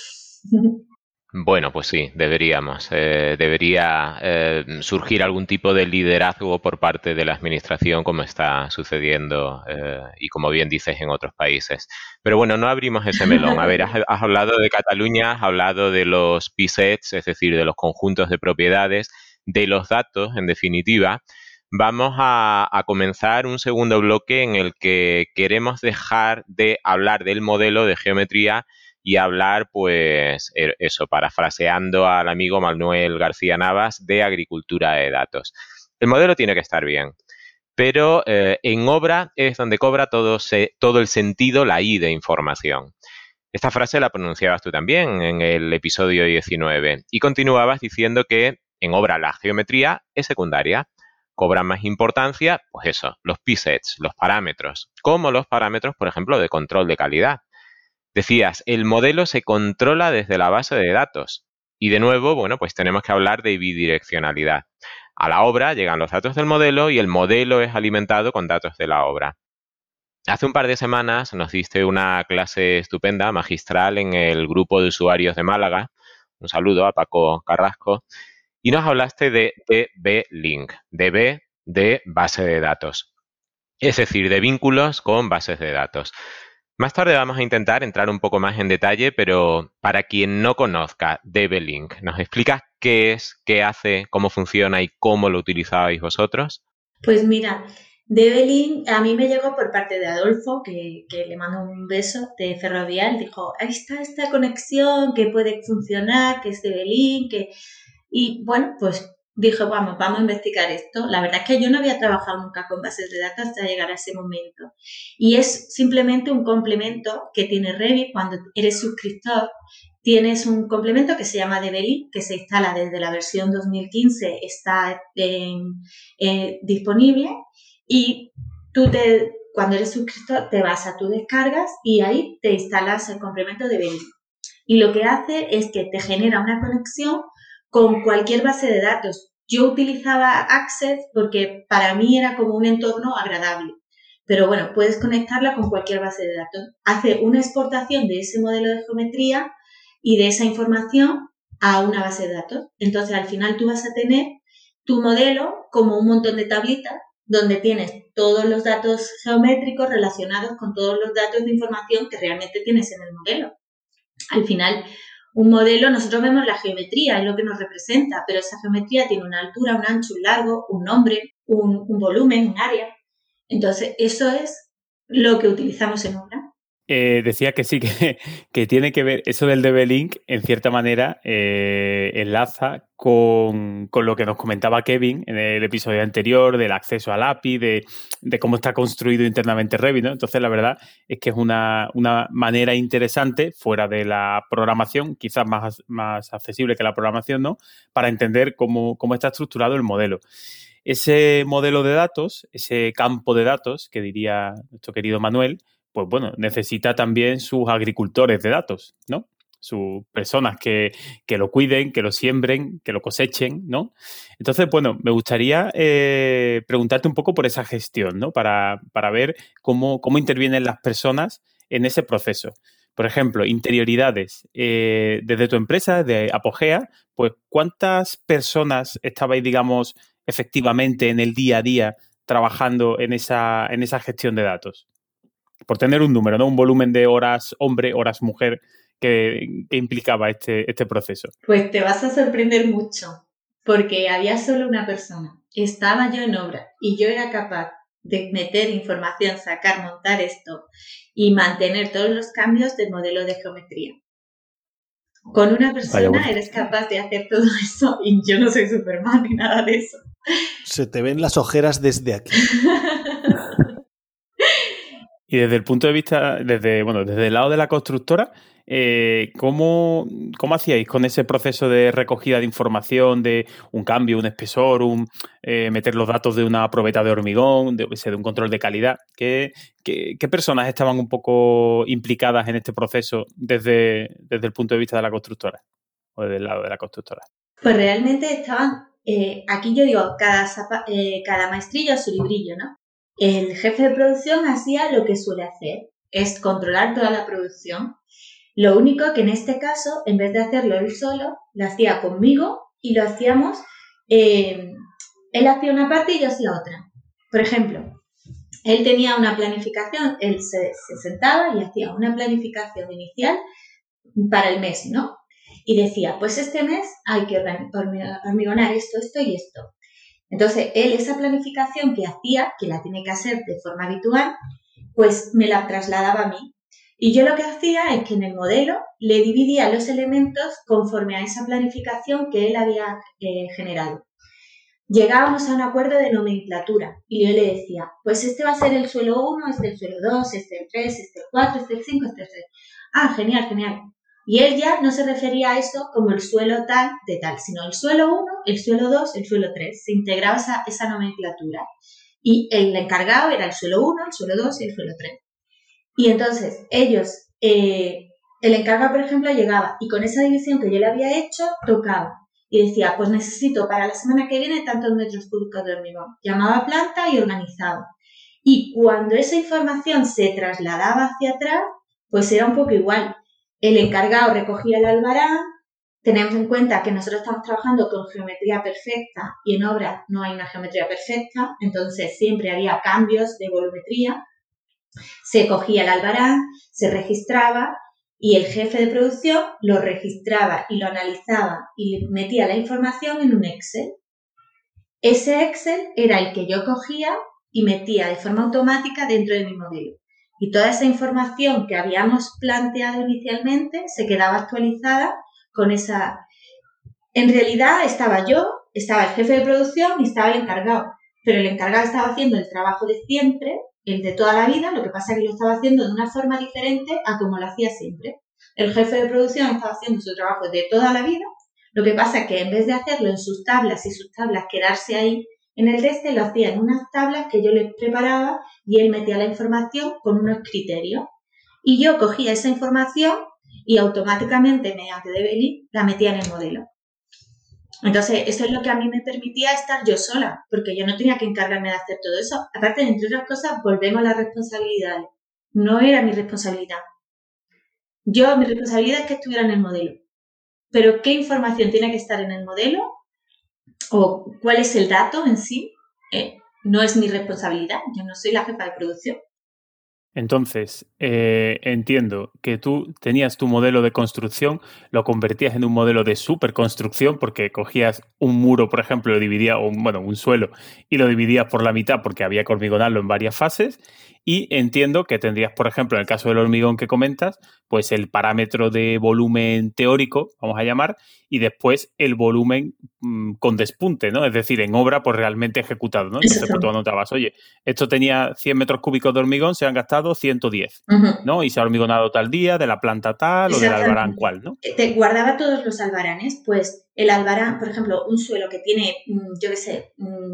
Bueno, pues sí, deberíamos. Debería surgir algún tipo de liderazgo por parte de la administración, como está sucediendo y como bien dices en otros países. Pero bueno, no abrimos ese melón. A ver, has hablado de Cataluña, has hablado de los PSETs, es decir, de los conjuntos de propiedades, de los datos, en definitiva. Vamos a comenzar un segundo bloque en el que queremos dejar de hablar del modelo de geometría y hablar, pues, eso, parafraseando al amigo Manuel García Navas, de agricultura de datos. El modelo tiene que estar bien, pero en obra es donde cobra todo el sentido la I de información. Esta frase la pronunciabas tú también en el episodio 19 y continuabas diciendo que en obra la geometría es secundaria. Cobran más importancia, pues eso, los PSETs, los parámetros, como los parámetros, por ejemplo, de control de calidad. Decías, el modelo se controla desde la base de datos. Y de nuevo, bueno, pues tenemos que hablar de bidireccionalidad. A la obra llegan los datos del modelo y el modelo es alimentado con datos de la obra. Hace un par de semanas nos diste una clase estupenda, magistral, en el grupo de usuarios de Málaga. Un saludo a Paco Carrasco. Y nos hablaste de DB-Link, DB de base de datos. Es decir, de vínculos con bases de datos. Más tarde vamos a intentar entrar un poco más en detalle, pero para quien no conozca DB-Link, ¿nos explicas qué es, qué hace, cómo funciona y cómo lo utilizabais vosotros? Pues mira, DB-Link a mí me llegó por parte de Adolfo, que le mando un beso, de Ferrovial. Dijo, ahí está esta conexión que puede funcionar, que es DB-Link, y bueno, pues dije, vamos a investigar esto. La verdad es que yo no había trabajado nunca con bases de datos hasta llegar a ese momento. Y es simplemente un complemento que tiene Revit. Cuando eres suscriptor, tienes un complemento que se llama DB-Link, que se instala desde la versión 2015, está disponible. Y cuando eres suscriptor, te vas a tus descargas y ahí te instalas el complemento de DB-Link. Y lo que hace es que te genera una conexión con cualquier base de datos. Yo utilizaba Access porque para mí era como un entorno agradable, pero bueno, puedes conectarla con cualquier base de datos. Hace una exportación de ese modelo de geometría y de esa información a una base de datos. Entonces, al final tú vas a tener tu modelo como un montón de tablitas donde tienes todos los datos geométricos relacionados con todos los datos de información que realmente tienes en el modelo. Al final, un modelo, nosotros vemos la geometría, es lo que nos representa, pero esa geometría tiene una altura, un ancho, un largo, un nombre, un volumen, un área. Entonces, eso es lo que utilizamos en Obra. Decía que sí, que tiene que ver, eso del DB-Link, en cierta manera, enlaza con lo que nos comentaba Kevin en el episodio anterior, del acceso al API, de cómo está construido internamente Revit, ¿no? Entonces, la verdad es que es una manera interesante, fuera de la programación, quizás más accesible que la programación, ¿no? Para entender cómo está estructurado el modelo. Ese modelo de datos, ese campo de datos, que diría nuestro querido Manuel, pues bueno, necesita también sus agricultores de datos, ¿no? Sus personas que lo cuiden, que lo siembren, que lo cosechen, ¿no? Entonces, bueno, me gustaría preguntarte un poco por esa gestión, ¿no? Para ver cómo intervienen las personas en ese proceso. Por ejemplo, interioridades. Desde tu empresa, de Apogea, pues, ¿cuántas personas estabais, digamos, efectivamente en el día a día trabajando en esa gestión de datos? Por tener un número, ¿no? Un volumen de horas hombre, horas mujer que implicaba este proceso. Pues te vas a sorprender mucho, porque había solo una persona. Estaba yo en Obra y yo era capaz de meter información, sacar, montar esto y mantener todos los cambios del modelo de geometría. Con una persona eres capaz de hacer todo eso y yo no soy Superman ni nada de eso. Se te ven las ojeras desde aquí. Y desde el punto de vista, desde el lado de la constructora, ¿cómo hacíais con ese proceso de recogida de información, de un cambio, un espesor, meter los datos de una probeta de hormigón, de un control de calidad? ¿Qué personas estaban un poco implicadas en este proceso desde el punto de vista de la constructora o desde el lado de la constructora? Pues realmente estaban, aquí yo digo, cada maestrillo a su librillo, ¿no? El jefe de producción hacía lo que suele hacer, es controlar toda la producción. Lo único que en este caso, en vez de hacerlo él solo, lo hacía conmigo y lo hacíamos, él hacía una parte y yo hacía otra. Por ejemplo, él tenía una planificación, él se sentaba y hacía una planificación inicial para el mes, ¿no? Y decía, pues este mes hay que hormigonar esto, esto y esto. Entonces, él esa planificación que hacía, que la tiene que hacer de forma habitual, pues me la trasladaba a mí. Y yo lo que hacía es que en el modelo le dividía los elementos conforme a esa planificación que él había generado. Llegábamos a un acuerdo de nomenclatura y yo le decía, pues este va a ser el suelo 1, este el suelo 2, este el 3, este el 4, este el 5, este el 6. Ah, genial, genial. Y él ya no se refería a eso como el suelo tal de tal, sino el suelo 1, el suelo 2, el suelo 3. Se integraba esa nomenclatura. Y el encargado era el suelo 1, el suelo 2 y el suelo 3. Y entonces ellos, el encargado, por ejemplo, llegaba y con esa división que yo le había hecho, tocaba. Y decía, pues necesito para la semana que viene tantos metros cúbicos de hormigón. Llamaba a planta y organizaba. Y cuando esa información se trasladaba hacia atrás, pues era un poco igual. El encargado recogía el albarán. Tenemos en cuenta que nosotros estamos trabajando con geometría perfecta y en Obra no hay una geometría perfecta, entonces siempre había cambios de volumetría. Se cogía el albarán, se registraba y el jefe de producción lo registraba y lo analizaba y metía la información en un Excel. Ese Excel era el que yo cogía y metía de forma automática dentro de mi modelo. Y toda esa información que habíamos planteado inicialmente se quedaba actualizada con esa... En realidad estaba yo, estaba el jefe de producción y estaba el encargado, pero el encargado estaba haciendo el trabajo de siempre, el de toda la vida, lo que pasa es que lo estaba haciendo de una forma diferente a como lo hacía siempre. El jefe de producción estaba haciendo su trabajo de toda la vida, lo que pasa es que en vez de hacerlo en sus tablas y sus tablas quedarse ahí en el de este, lo hacía en unas tablas que yo le preparaba y él metía la información con unos criterios. Y yo cogía esa información y automáticamente, mediante DB-Link, la metía en el modelo. Entonces, eso es lo que a mí me permitía estar yo sola, porque yo no tenía que encargarme de hacer todo eso. Aparte, entre otras cosas, volvemos a las responsabilidades. No era mi responsabilidad. Mi responsabilidad es que estuviera en el modelo. Pero qué información tiene que estar en el modelo o cuál es el dato en sí, no es mi responsabilidad. Yo no soy la jefa de producción. Entonces, entiendo que tú tenías tu modelo de construcción, lo convertías en un modelo de superconstrucción porque cogías un muro, por ejemplo, lo dividías, un suelo, y lo dividías por la mitad porque había que hormigonarlo en varias fases. Y entiendo que tendrías, por ejemplo, en el caso del hormigón que comentas, pues el parámetro de volumen teórico, vamos a llamar, y después el volumen con despunte, ¿no? Es decir, en obra, pues realmente ejecutado, ¿no? Entonces, pues tú anotabas, oye, esto tenía 100 metros cúbicos de hormigón, se han gastado 110, ¿no? Y se ha hormigonado tal día, de la planta tal o del albarán cual, ¿no? Te guardaba todos los albaranes, pues el albarán, por ejemplo, un suelo que tiene, yo qué sé,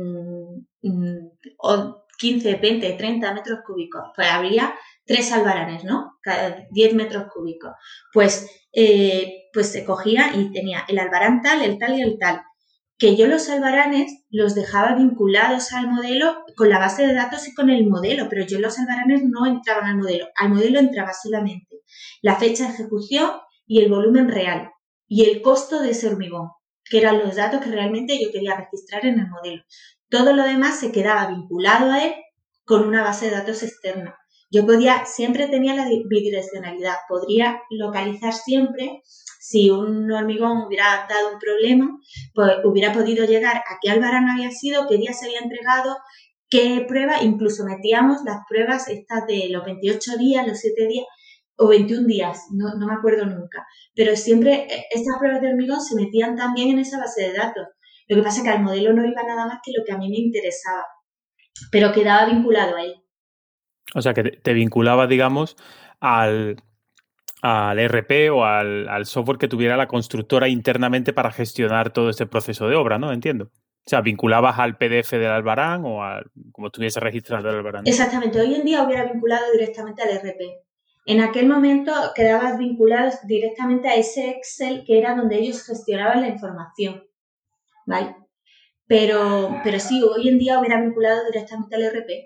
15, 20, 30 metros cúbicos, pues habría 3 albaranes, ¿no? Cada 10 metros cúbicos. Pues se cogía y tenía el albarán tal, el tal y el tal. Que yo los albaranes los dejaba vinculados al modelo con la base de datos y con el modelo, pero yo los albaranes no entraban al modelo entraba solamente la fecha de ejecución y el volumen real y el costo de ese hormigón, que eran los datos que realmente yo quería registrar en el modelo. Todo lo demás se quedaba vinculado a él con una base de datos externa. Yo siempre tenía la bidireccionalidad, podría localizar siempre si un hormigón hubiera dado un problema, pues hubiera podido llegar a qué albarán había sido, qué día se había entregado, qué prueba, incluso metíamos las pruebas estas de los 28 días, los 7 días o 21 días, no me acuerdo nunca. Pero siempre estas pruebas de hormigón se metían también en esa base de datos. Lo que pasa es que al modelo no iba nada más que lo que a mí me interesaba, pero quedaba vinculado a él. O sea, que te vinculaba, digamos, al RP o al software que tuviera la constructora internamente para gestionar todo este proceso de obra, ¿no? Entiendo. O sea, vinculabas al PDF del albarán o como estuviese registrado el albarán. Exactamente. Hoy en día hubiera vinculado directamente al RP. En aquel momento quedabas vinculado directamente a ese Excel que era donde ellos gestionaban la información, ¿vale? Pero sí, hoy en día hubiera vinculado directamente al RP.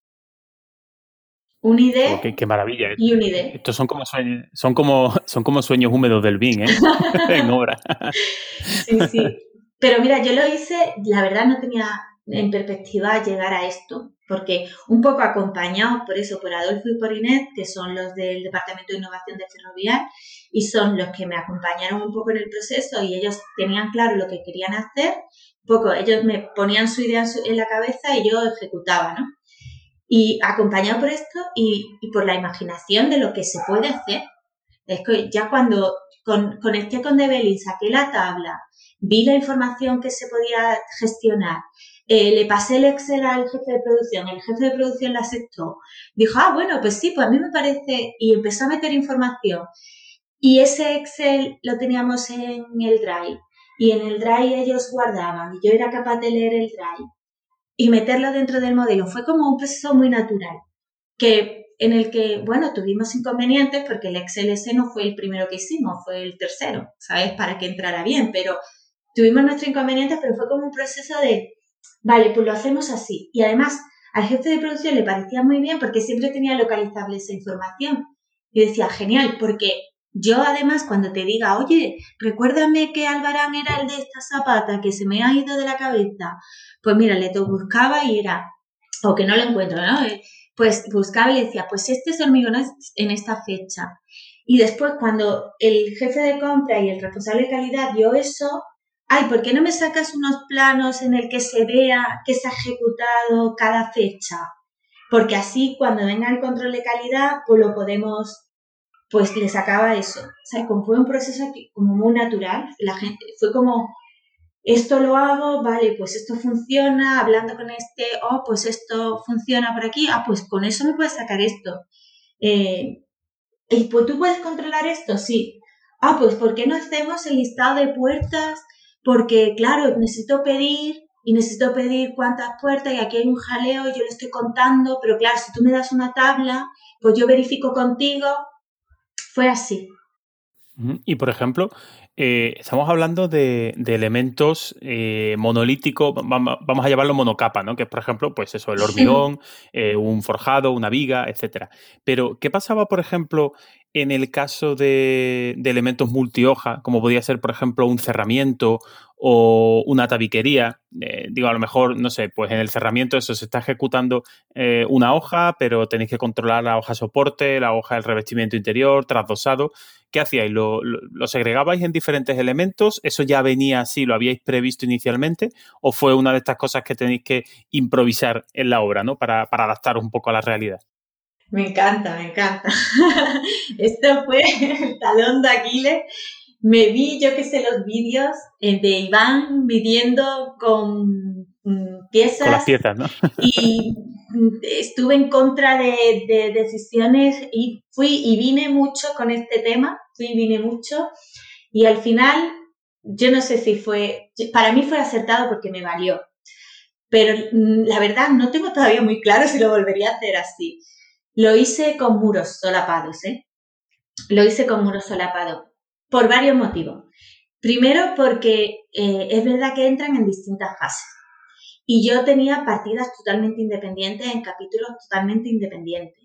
Un ID qué maravilla. y un ID. Estos son como sueños húmedos del BIM, ¿eh? En obra. Sí. Pero mira, yo lo hice, la verdad no tenía en perspectiva llegar a esto, porque un poco acompañados por Adolfo y por Inés, que son los del Departamento de Innovación de Ferrovial, y son los que me acompañaron un poco en el proceso y ellos tenían claro lo que querían hacer, ellos me ponían su idea en la cabeza y yo ejecutaba, ¿no? Y acompañado por esto y por la imaginación de lo que se puede hacer. Es que ya cuando conecté con Develin, saqué la tabla, vi la información que se podía gestionar, le pasé el Excel al jefe de producción, el jefe de producción la aceptó, dijo, bueno, pues sí, pues a mí me parece, y empezó a meter información. Y ese Excel lo teníamos en el Drive, y en el Drive ellos guardaban, y yo era capaz de leer el Drive y meterlo dentro del modelo. Fue como un proceso muy natural, en el que, bueno, tuvimos inconvenientes porque el Excel ese no fue el primero que hicimos, fue el tercero, ¿sabes? Para que entrara bien, pero tuvimos nuestros inconvenientes, pero fue como un proceso de, vale, pues lo hacemos así. Y además, al jefe de producción le parecía muy bien porque siempre tenía localizable esa información. Y decía, genial, porque yo además cuando te diga, oye, recuérdame que Albarán era el de esta zapata que se me ha ido de la cabeza, pues mira, le buscaba y era, o que no lo encuentro, ¿no? Pues buscaba y le decía, pues este es hormigón en esta fecha. Y después cuando el jefe de compra y el responsable de calidad vio eso, ¿por qué no me sacas unos planos en el que se vea que se ha ejecutado cada fecha? Porque así cuando venga el control de calidad, pues lo podemos, pues le sacaba eso. O sea, como fue un proceso como muy natural, la gente fue como, esto lo hago, vale, pues esto funciona, hablando con pues esto funciona por aquí, pues con eso me puedes sacar esto. Y pues tú puedes controlar esto, sí. Pues ¿por qué no hacemos el listado de puertas? Porque, claro, necesito pedir cuántas puertas y aquí hay un jaleo, yo lo estoy contando, pero claro, si tú me das una tabla, pues yo verifico contigo. Fue así. Y, por ejemplo, estamos hablando de elementos monolíticos, vamos a llamarlo monocapa, ¿no? Que es, por ejemplo, pues eso, el hormigón, un forjado, una viga, etcétera. Pero, ¿qué pasaba, por ejemplo, en el caso de elementos multihoja, como podía ser, por ejemplo, un cerramiento o una tabiquería? Digo, a lo mejor, no sé, pues en el cerramiento eso se está ejecutando una hoja, pero tenéis que controlar la hoja soporte, la hoja del revestimiento interior, trasdosado. ¿Qué hacíais? ¿Lo segregabais en diferentes elementos? ¿Eso ya venía así, lo habíais previsto inicialmente? ¿O fue una de estas cosas que tenéis que improvisar en la obra, ¿no? Para adaptar un poco a la realidad. Me encanta, me encanta. Esto fue el talón de Aquiles. Me vi, yo que sé, los vídeos de Iván midiendo con piezas. Con las piezas, ¿no? Y estuve en contra de decisiones y fui y vine mucho con este tema, y al final, yo no sé si fue, para mí fue acertado porque me valió, pero la verdad no tengo todavía muy claro si lo volvería a hacer así. Lo hice con muros solapados, Lo hice con muros solapados, por varios motivos. Primero porque es verdad que entran en distintas fases. Y yo tenía partidas totalmente independientes en capítulos totalmente independientes.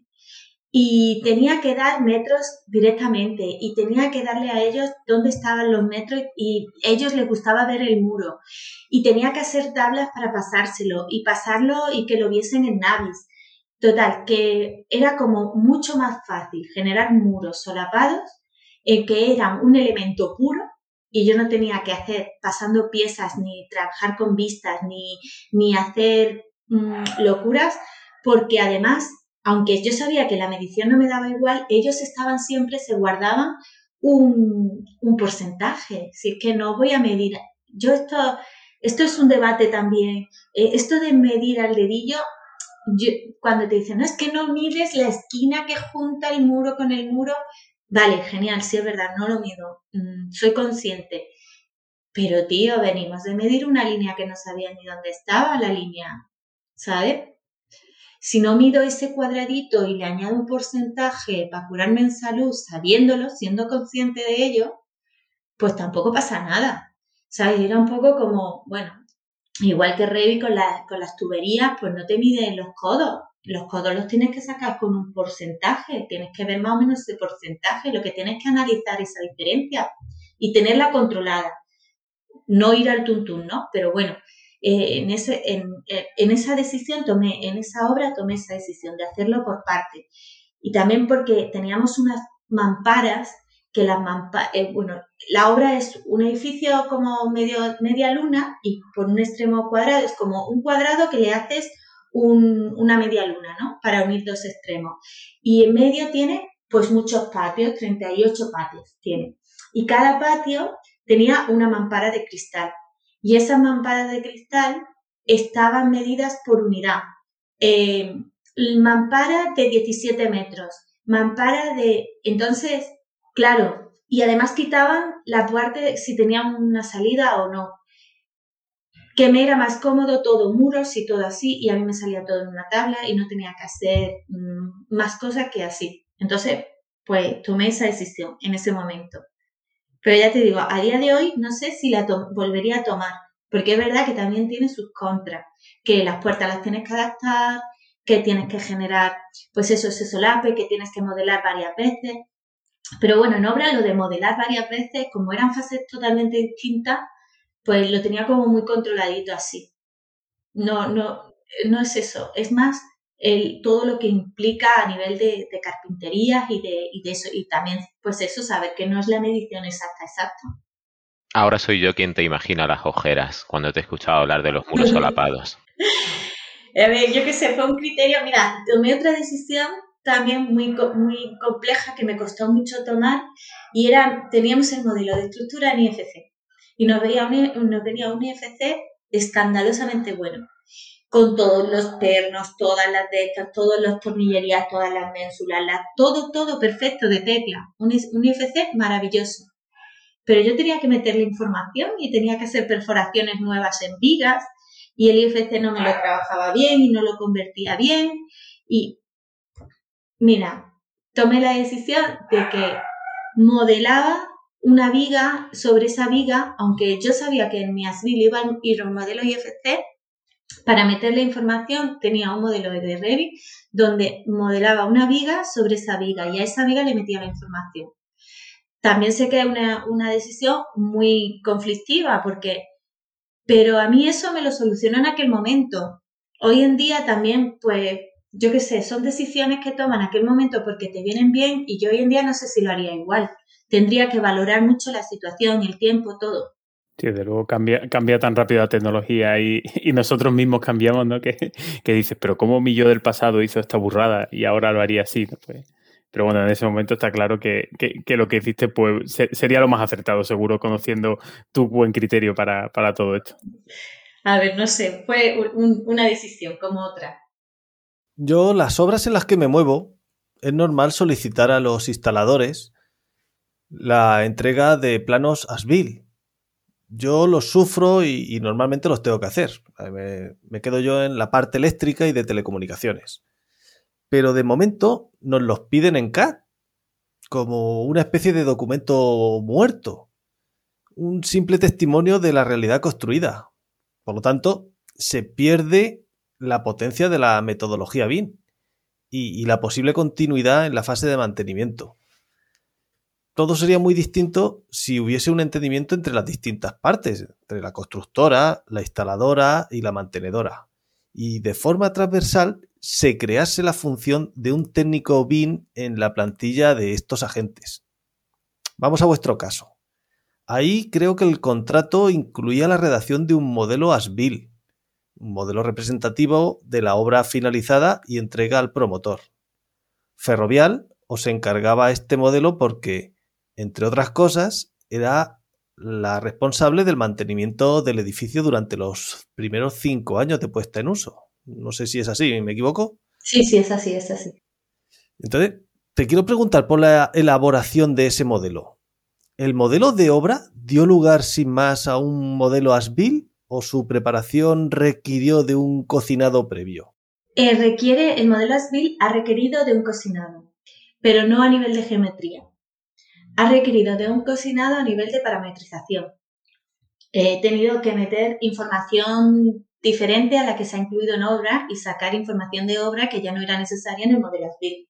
Y tenía que dar metros directamente y tenía que darle a ellos dónde estaban los metros y a ellos les gustaba ver el muro. Y tenía que hacer tablas para pasárselo y pasarlo y que lo viesen en Navis. Total, que era como mucho más fácil generar muros solapados que eran un elemento puro y yo no tenía que hacer pasando piezas ni trabajar con vistas ni hacer locuras, porque además, aunque yo sabía que la medición no me daba igual, ellos estaban siempre, se guardaban un porcentaje. Si es que no voy a medir. Yo esto es un debate también. Esto de medir al dedillo, cuando te dicen, no, es que no mides la esquina que junta el muro con el muro, vale, genial, sí es verdad, no lo mido, soy consciente. Pero, tío, venimos de medir una línea que no sabía ni dónde estaba la línea, ¿sabes? Si no mido ese cuadradito y le añado un porcentaje para curarme en salud, sabiéndolo, siendo consciente de ello, pues tampoco pasa nada, ¿sabes? Era un poco como, bueno, igual que Revit con las tuberías, pues no te miden los codos. Los codos los tienes que sacar con un porcentaje, tienes que ver más o menos ese porcentaje, lo que tienes que analizar esa diferencia y tenerla controlada. No ir al tuntún, ¿no? Pero bueno, en esa decisión en esa obra tomé esa decisión de hacerlo por parte. Y también porque teníamos unas mamparas que la obra es un edificio como media luna y por un extremo cuadrado es como un cuadrado que le haces una media luna, ¿no? Para unir dos extremos. Y en medio tiene pues muchos patios, 38 patios tiene. Y cada patio tenía una mampara de cristal. Y esas mamparas de cristal estaban medidas por unidad. Mampara de 17 metros. Entonces, claro, y además quitaban la parte si tenían una salida o no. Que me era más cómodo todo muros y todo así, y a mí me salía todo en una tabla y no tenía que hacer más cosas que así. Entonces, pues tomé esa decisión en ese momento. Pero ya te digo, a día de hoy no sé si la volvería a tomar, porque es verdad que también tiene sus contras, que las puertas las tienes que adaptar, que tienes que generar, pues eso, ese solape, que tienes que modelar varias veces. Pero bueno, en obra lo de modelar varias veces, como eran fases totalmente distintas, pues lo tenía como muy controladito así. No es eso, es más todo lo que implica a nivel de carpinterías y de eso, y también pues eso, saber que no es la medición exacta. Ahora soy yo quien te imagina las ojeras cuando te he escuchado hablar de los muros solapados. A ver, yo qué sé, fue un criterio, mira, tomé otra decisión también muy compleja que me costó mucho tomar y teníamos el modelo de estructura en IFC y nos venía un IFC escandalosamente bueno, con todos los pernos, todas las de estas, todas las tornillerías, todas las ménsulas, todo perfecto de tecla, un IFC maravilloso. Pero yo tenía que meterle información y tenía que hacer perforaciones nuevas en vigas y el IFC no me lo trabajaba bien y no lo convertía bien y mira, tomé la decisión de que modelaba una viga, sobre esa viga, aunque yo sabía que en mi ASBIL iba a ir un modelo IFC, para meterle información tenía un modelo de Revit donde modelaba una viga sobre esa viga y a esa viga le metía la información. También sé que es una decisión muy conflictiva pero a mí eso me lo solucionó en aquel momento. Hoy en día también, pues, yo qué sé, son decisiones que toman en aquel momento porque te vienen bien y yo hoy en día no sé si lo haría igual. Tendría que valorar mucho la situación, el tiempo, todo. Sí, desde luego cambia tan rápido la tecnología y nosotros mismos cambiamos, ¿no? Que dices, pero ¿cómo mi yo del pasado hizo esta burrada y ahora lo haría así? ¿No? Pues, pero bueno, en ese momento está claro que lo que hiciste pues sería lo más acertado, seguro, conociendo tu buen criterio para todo esto. A ver, no sé, fue una decisión como otra. Yo, las obras en las que me muevo, es normal solicitar a los instaladores la entrega de planos ASBIL. Yo los sufro y normalmente los tengo que hacer. Me quedo yo en la parte eléctrica y de telecomunicaciones. Pero de momento nos los piden en CAD, como una especie de documento muerto, un simple testimonio de la realidad construida. Por lo tanto, se pierde la potencia de la metodología BIM y la posible continuidad en la fase de mantenimiento. Todo sería muy distinto si hubiese un entendimiento entre las distintas partes, entre la constructora, la instaladora y la mantenedora. Y de forma transversal se crease la función de un técnico BIM en la plantilla de estos agentes. Vamos a vuestro caso. Ahí creo que el contrato incluía la redacción de un modelo ASBIL, un modelo representativo de la obra finalizada y entrega al promotor. Ferrovial os encargaba este modelo porque, entre otras cosas, era la responsable del mantenimiento del edificio durante los primeros 5 años de puesta en uso. No sé si es así, ¿me equivoco? Sí, es así, es así. Entonces, te quiero preguntar por la elaboración de ese modelo. ¿El modelo de obra dio lugar sin más a un modelo ASBIL o su preparación requirió de un cocinado previo? El modelo ASBIL ha requerido de un cocinado, pero no a nivel de geometría. Ha requerido de un cocinado a nivel de parametrización. He tenido que meter información diferente a la que se ha incluido en obra y sacar información de obra que ya no era necesaria en el modelo ASBIL.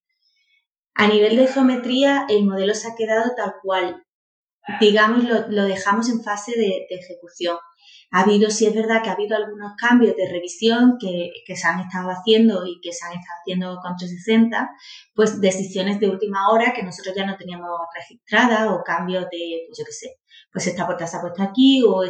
A nivel de geometría, el modelo se ha quedado tal cual. Digamos, lo dejamos en fase de ejecución. Sí es verdad que ha habido algunos cambios de revisión que se han estado haciendo y que se han estado haciendo con 360, pues decisiones de última hora que nosotros ya no teníamos registradas o cambios de, pues yo qué sé, pues esta puerta se ha puesto aquí o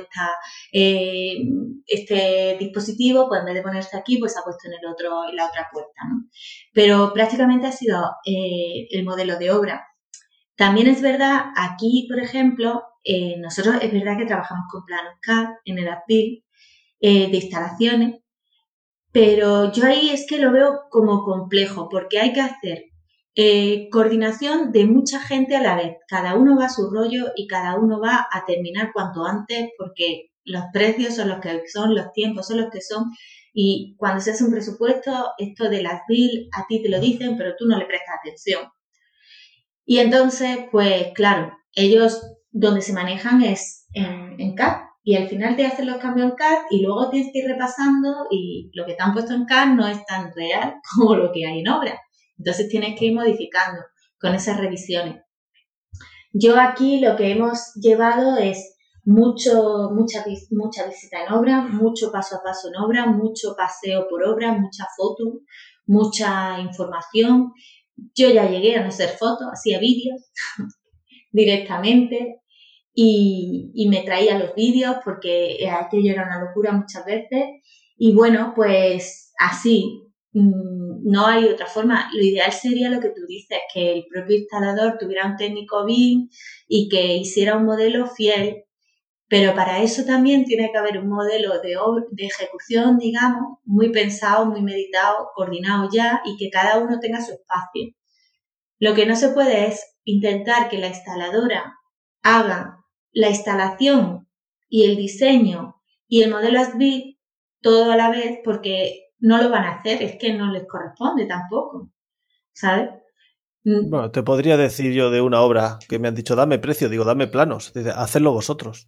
este dispositivo, pues en vez de ponerse aquí, pues se ha puesto en la otra puerta, ¿no? Pero prácticamente ha sido el modelo de obra. También es verdad, aquí, por ejemplo, nosotros es verdad que trabajamos con planos CAD en el ASBIL de instalaciones, pero yo ahí es que lo veo como complejo porque hay que hacer coordinación de mucha gente a la vez. Cada uno va a su rollo y cada uno va a terminar cuanto antes porque los precios son los que son, los tiempos son los que son y cuando se hace un presupuesto, esto del ASBIL a ti te lo dicen, pero tú no le prestas atención. Y entonces, pues claro, ellos donde se manejan es en CAD y al final te hacen los cambios en CAD y luego tienes que ir repasando y lo que te han puesto en CAD no es tan real como lo que hay en obra. Entonces tienes que ir modificando con esas revisiones. Yo aquí lo que hemos llevado es mucha visita en obra, mucho paso a paso en obra, mucho paseo por obra, mucha foto, mucha información. Yo ya llegué a no hacer fotos, hacía vídeos directamente y me traía los vídeos porque aquello era una locura muchas veces. Y bueno, pues así, no hay otra forma. Lo ideal sería lo que tú dices, que el propio instalador tuviera un técnico BIM y que hiciera un modelo fiel. Pero para eso también tiene que haber un modelo de ejecución, digamos, muy pensado, muy meditado, coordinado ya y que cada uno tenga su espacio. Lo que no se puede es intentar que la instaladora haga la instalación y el diseño y el modelo ASBIL todo a la vez porque no lo van a hacer, es que no les corresponde tampoco, ¿sabes? Bueno, te podría decir yo de una obra que me han dicho, dame precio, digo, dame planos, dice, hacedlo vosotros.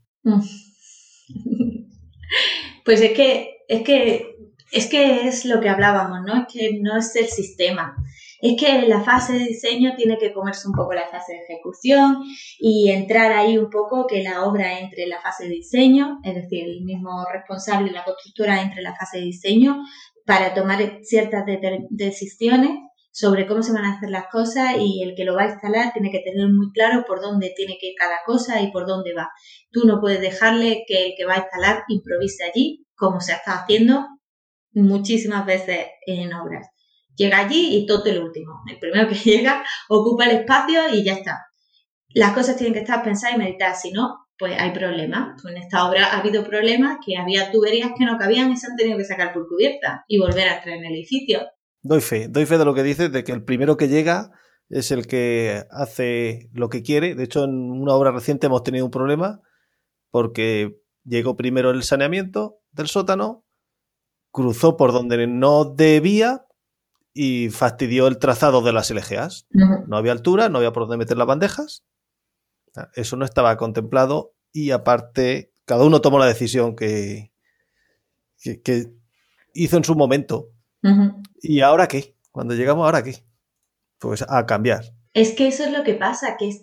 Pues es lo que hablábamos, ¿no? Es que no es el sistema. Es que la fase de diseño tiene que comerse un poco la fase de ejecución y entrar ahí un poco que la obra entre en la fase de diseño, es decir, el mismo responsable, la constructora entre en la fase de diseño para tomar ciertas decisiones sobre cómo se van a hacer las cosas, y el que lo va a instalar tiene que tener muy claro por dónde tiene que ir cada cosa y por dónde va. Tú no puedes dejarle que el que va a instalar improvise allí, como se está haciendo muchísimas veces en obras. Llega allí y todo el último. El primero que llega ocupa el espacio y ya está. Las cosas tienen que estar pensadas y meditadas, si no, pues hay problemas. Pues en esta obra ha habido problemas, que había tuberías que no cabían y se han tenido que sacar por cubierta y volver a entrar en el edificio. Doy fe de lo que dices, de que el primero que llega es el que hace lo que quiere. De hecho, en una obra reciente hemos tenido un problema porque llegó primero el saneamiento del sótano, cruzó por donde no debía y fastidió el trazado de las LGAs. No había altura, no había por dónde meter las bandejas. Eso no estaba contemplado y aparte cada uno tomó la decisión que hizo en su momento. ¿Y ahora qué? Cuando llegamos, ¿ahora qué? Pues a cambiar. Es que eso es lo que pasa, que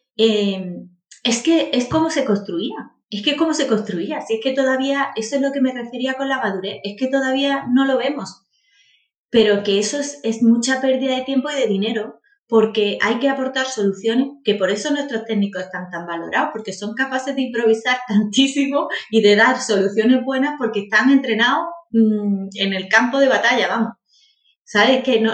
es como se construía. Es que cómo se construía. Si es que todavía, eso es lo que me refería con la madurez, es que todavía no lo vemos. Pero que eso es mucha pérdida de tiempo y de dinero, porque hay que aportar soluciones, que por eso nuestros técnicos están tan valorados, porque son capaces de improvisar tantísimo y de dar soluciones buenas porque están entrenados en el campo de batalla, vamos. ¿Sabes? Que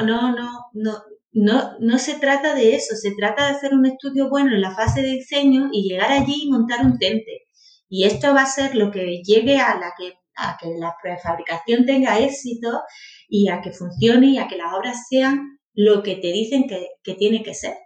no se trata de eso, se trata de hacer un estudio bueno en la fase de diseño y llegar allí y montar un tente. Y esto va a ser lo que llegue a que la prefabricación tenga éxito y a que funcione y a que las obras sean lo que te dicen que tiene que ser.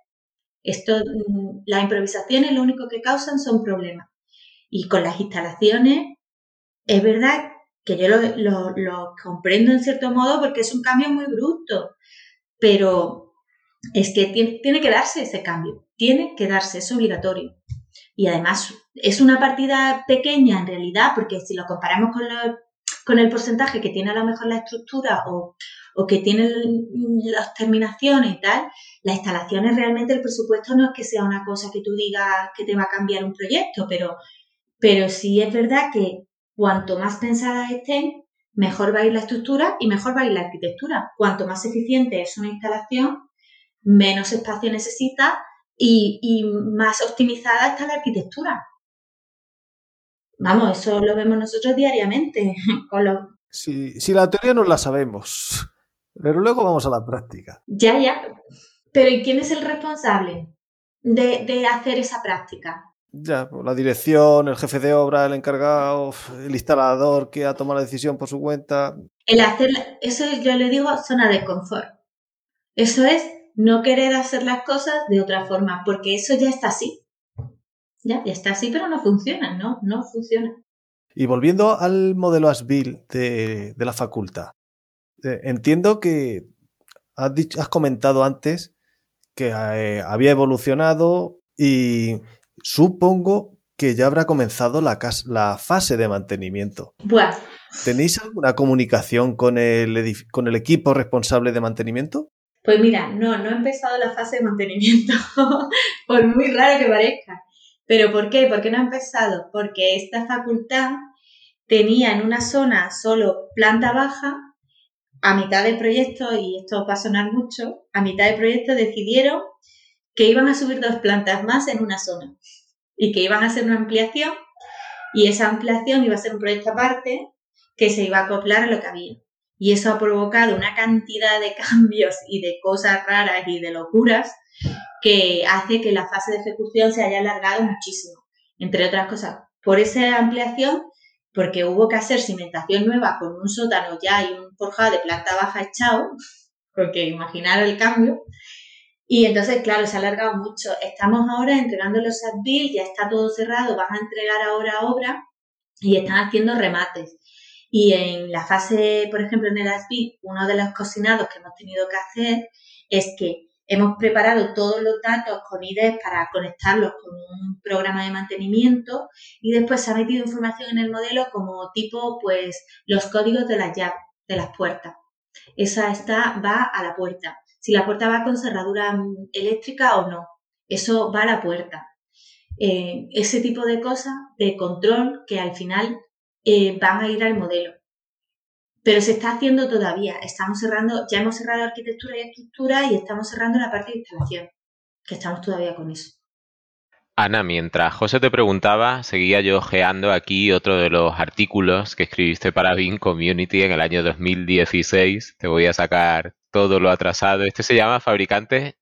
Las improvisaciones lo único que causan son problemas. Y con las instalaciones, es verdad que yo lo comprendo en cierto modo porque es un cambio muy bruto, pero es que tiene que darse ese cambio, tiene que darse, es obligatorio. Y además es una partida pequeña en realidad, porque si lo comparamos con el porcentaje que tiene a lo mejor la estructura o que tiene las terminaciones y tal, las instalaciones realmente el presupuesto no es que sea una cosa que tú digas que te va a cambiar un proyecto, pero sí es verdad que cuanto más pensadas estén, mejor va a ir la estructura y mejor va a ir la arquitectura. Cuanto más eficiente es una instalación, menos espacio necesita y más optimizada está la arquitectura. Vamos, eso lo vemos nosotros diariamente. Si la teoría no la sabemos, pero luego vamos a la práctica. Ya. Pero ¿y quién es el responsable de hacer esa práctica? Ya, pues la dirección, el jefe de obra, el encargado, el instalador que ha tomado la decisión por su cuenta. Eso yo le digo zona de confort. Eso es no querer hacer las cosas de otra forma, porque eso ya está así. Ya está así, pero no funciona, no funciona. Y volviendo al modelo As-Built de la facultad, entiendo que has comentado antes que había evolucionado y supongo que ya habrá comenzado la fase de mantenimiento. Buah. ¿Tenéis alguna comunicación con el equipo responsable de mantenimiento? Pues mira, no he empezado la fase de mantenimiento, por muy raro que parezca. ¿Pero por qué? ¿Por qué no he empezado? Porque esta facultad tenía en una zona solo planta baja. A mitad del proyecto, y esto va a sonar mucho, a mitad del proyecto decidieron que iban a subir 2 plantas más en una zona y que iban a hacer una ampliación, y esa ampliación iba a ser un proyecto aparte que se iba a acoplar a lo que había. Y eso ha provocado una cantidad de cambios y de cosas raras y de locuras que hace que la fase de ejecución se haya alargado muchísimo. Entre otras cosas, por esa ampliación, porque hubo que hacer cimentación nueva con un sótano ya y un forjado de planta baja echado, porque imaginaros el cambio. Y entonces, claro, se ha alargado mucho. Estamos ahora entregando los As-Built, ya está todo cerrado, van a entregar ahora obra y están haciendo remates. Y en la fase, por ejemplo, en el As-Built, uno de los cocinados que hemos tenido que hacer es que hemos preparado todos los datos con IDs para conectarlos con un programa de mantenimiento y después se ha metido información en el modelo como tipo, pues, los códigos de las llaves, de las puertas. Esa va a la puerta. Si la puerta va con cerradura eléctrica o no, eso va a la puerta. Ese tipo de cosas de control que al final van a ir al modelo. Pero se está haciendo todavía. Ya hemos cerrado arquitectura y estructura y estamos cerrando la parte de instalación, que estamos todavía con eso. Ana, mientras José te preguntaba, seguía yo ojeando aquí otro de los artículos que escribiste para Beam Community en el año 2016. Te voy a sacar todo lo atrasado. Este se llama Fabricantes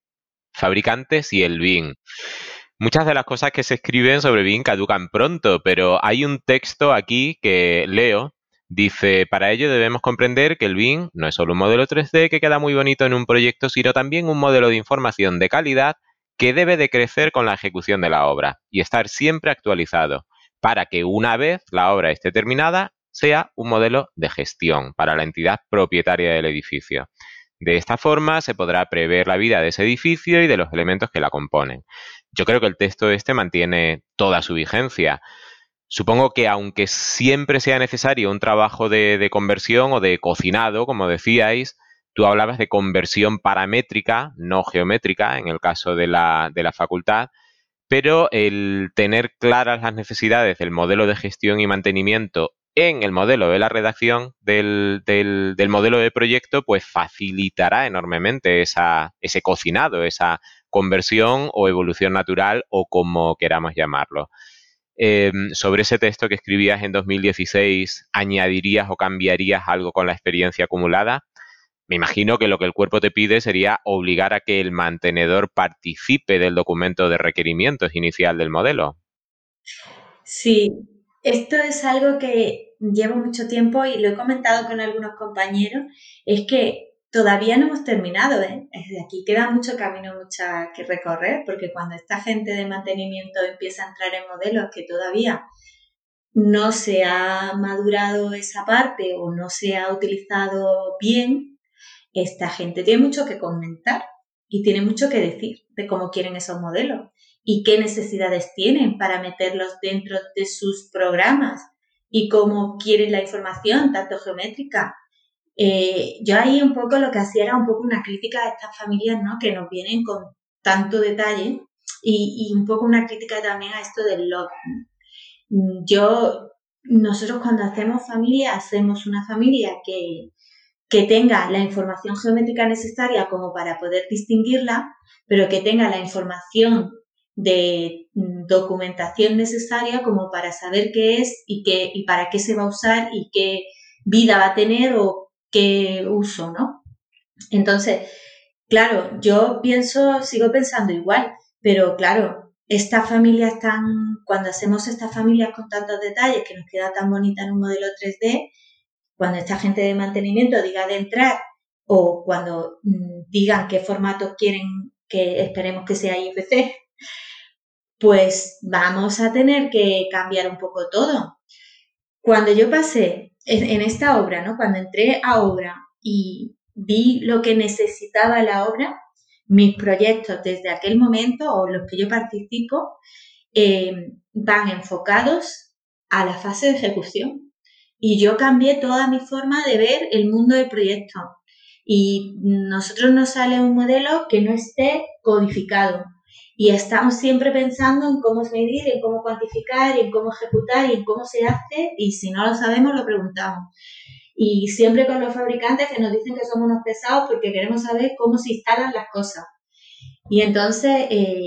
y el Beam. Muchas de las cosas que se escriben sobre Beam caducan pronto, pero hay un texto aquí que leo. Dice, para ello debemos comprender que el BIM no es solo un modelo 3D que queda muy bonito en un proyecto, sino también un modelo de información de calidad que debe de crecer con la ejecución de la obra y estar siempre actualizado para que una vez la obra esté terminada sea un modelo de gestión para la entidad propietaria del edificio. De esta forma se podrá prever la vida de ese edificio y de los elementos que la componen. Yo creo que el texto este mantiene toda su vigencia. Supongo que aunque siempre sea necesario un trabajo de conversión o de cocinado, como decíais, tú hablabas de conversión paramétrica, no geométrica, en el caso de la facultad, pero el tener claras las necesidades del modelo de gestión y mantenimiento en el modelo de la redacción del modelo de proyecto, pues facilitará enormemente ese cocinado, esa conversión o evolución natural o como queramos llamarlo. Sobre ese texto que escribías en 2016, ¿añadirías o cambiarías algo con la experiencia acumulada? Me imagino que lo que el cuerpo te pide sería obligar a que el mantenedor participe del documento de requerimientos inicial del modelo. Sí, esto es algo que llevo mucho tiempo y lo he comentado con algunos compañeros, es que todavía no hemos terminado, ¿eh? Desde aquí queda mucho camino, mucha que recorrer, porque cuando esta gente de mantenimiento empieza a entrar en modelos que todavía no se ha madurado esa parte o no se ha utilizado bien, esta gente tiene mucho que comentar y tiene mucho que decir de cómo quieren esos modelos y qué necesidades tienen para meterlos dentro de sus programas y cómo quieren la información, tanto geométrica. Yo ahí un poco lo que hacía era un poco una crítica a estas familias, ¿no?, que nos vienen con tanto detalle y un poco una crítica también a esto del log. Nosotros cuando hacemos una familia que tenga la información geométrica necesaria como para poder distinguirla, pero que tenga la información de documentación necesaria como para saber qué es y para qué se va a usar y qué vida va a tener o qué uso, ¿no? Entonces, claro, sigo pensando igual, pero claro, cuando hacemos estas familias con tantos detalles que nos queda tan bonita en un modelo 3D, cuando esta gente de mantenimiento diga de entrar o cuando digan qué formatos quieren que esperemos que sea IFC, pues vamos a tener que cambiar un poco todo. Cuando yo pasé en esta obra, ¿no?, cuando entré a obra y vi lo que necesitaba la obra, mis proyectos desde aquel momento o los que yo participo van enfocados a la fase de ejecución. Y yo cambié toda mi forma de ver el mundo del proyecto. Y nosotros nos sale un modelo que no esté codificado. Y estamos siempre pensando en cómo medir, en cómo cuantificar, en cómo ejecutar y en cómo se hace. Y si no lo sabemos, lo preguntamos. Y siempre con los fabricantes que nos dicen que somos unos pesados porque queremos saber cómo se instalan las cosas. Y entonces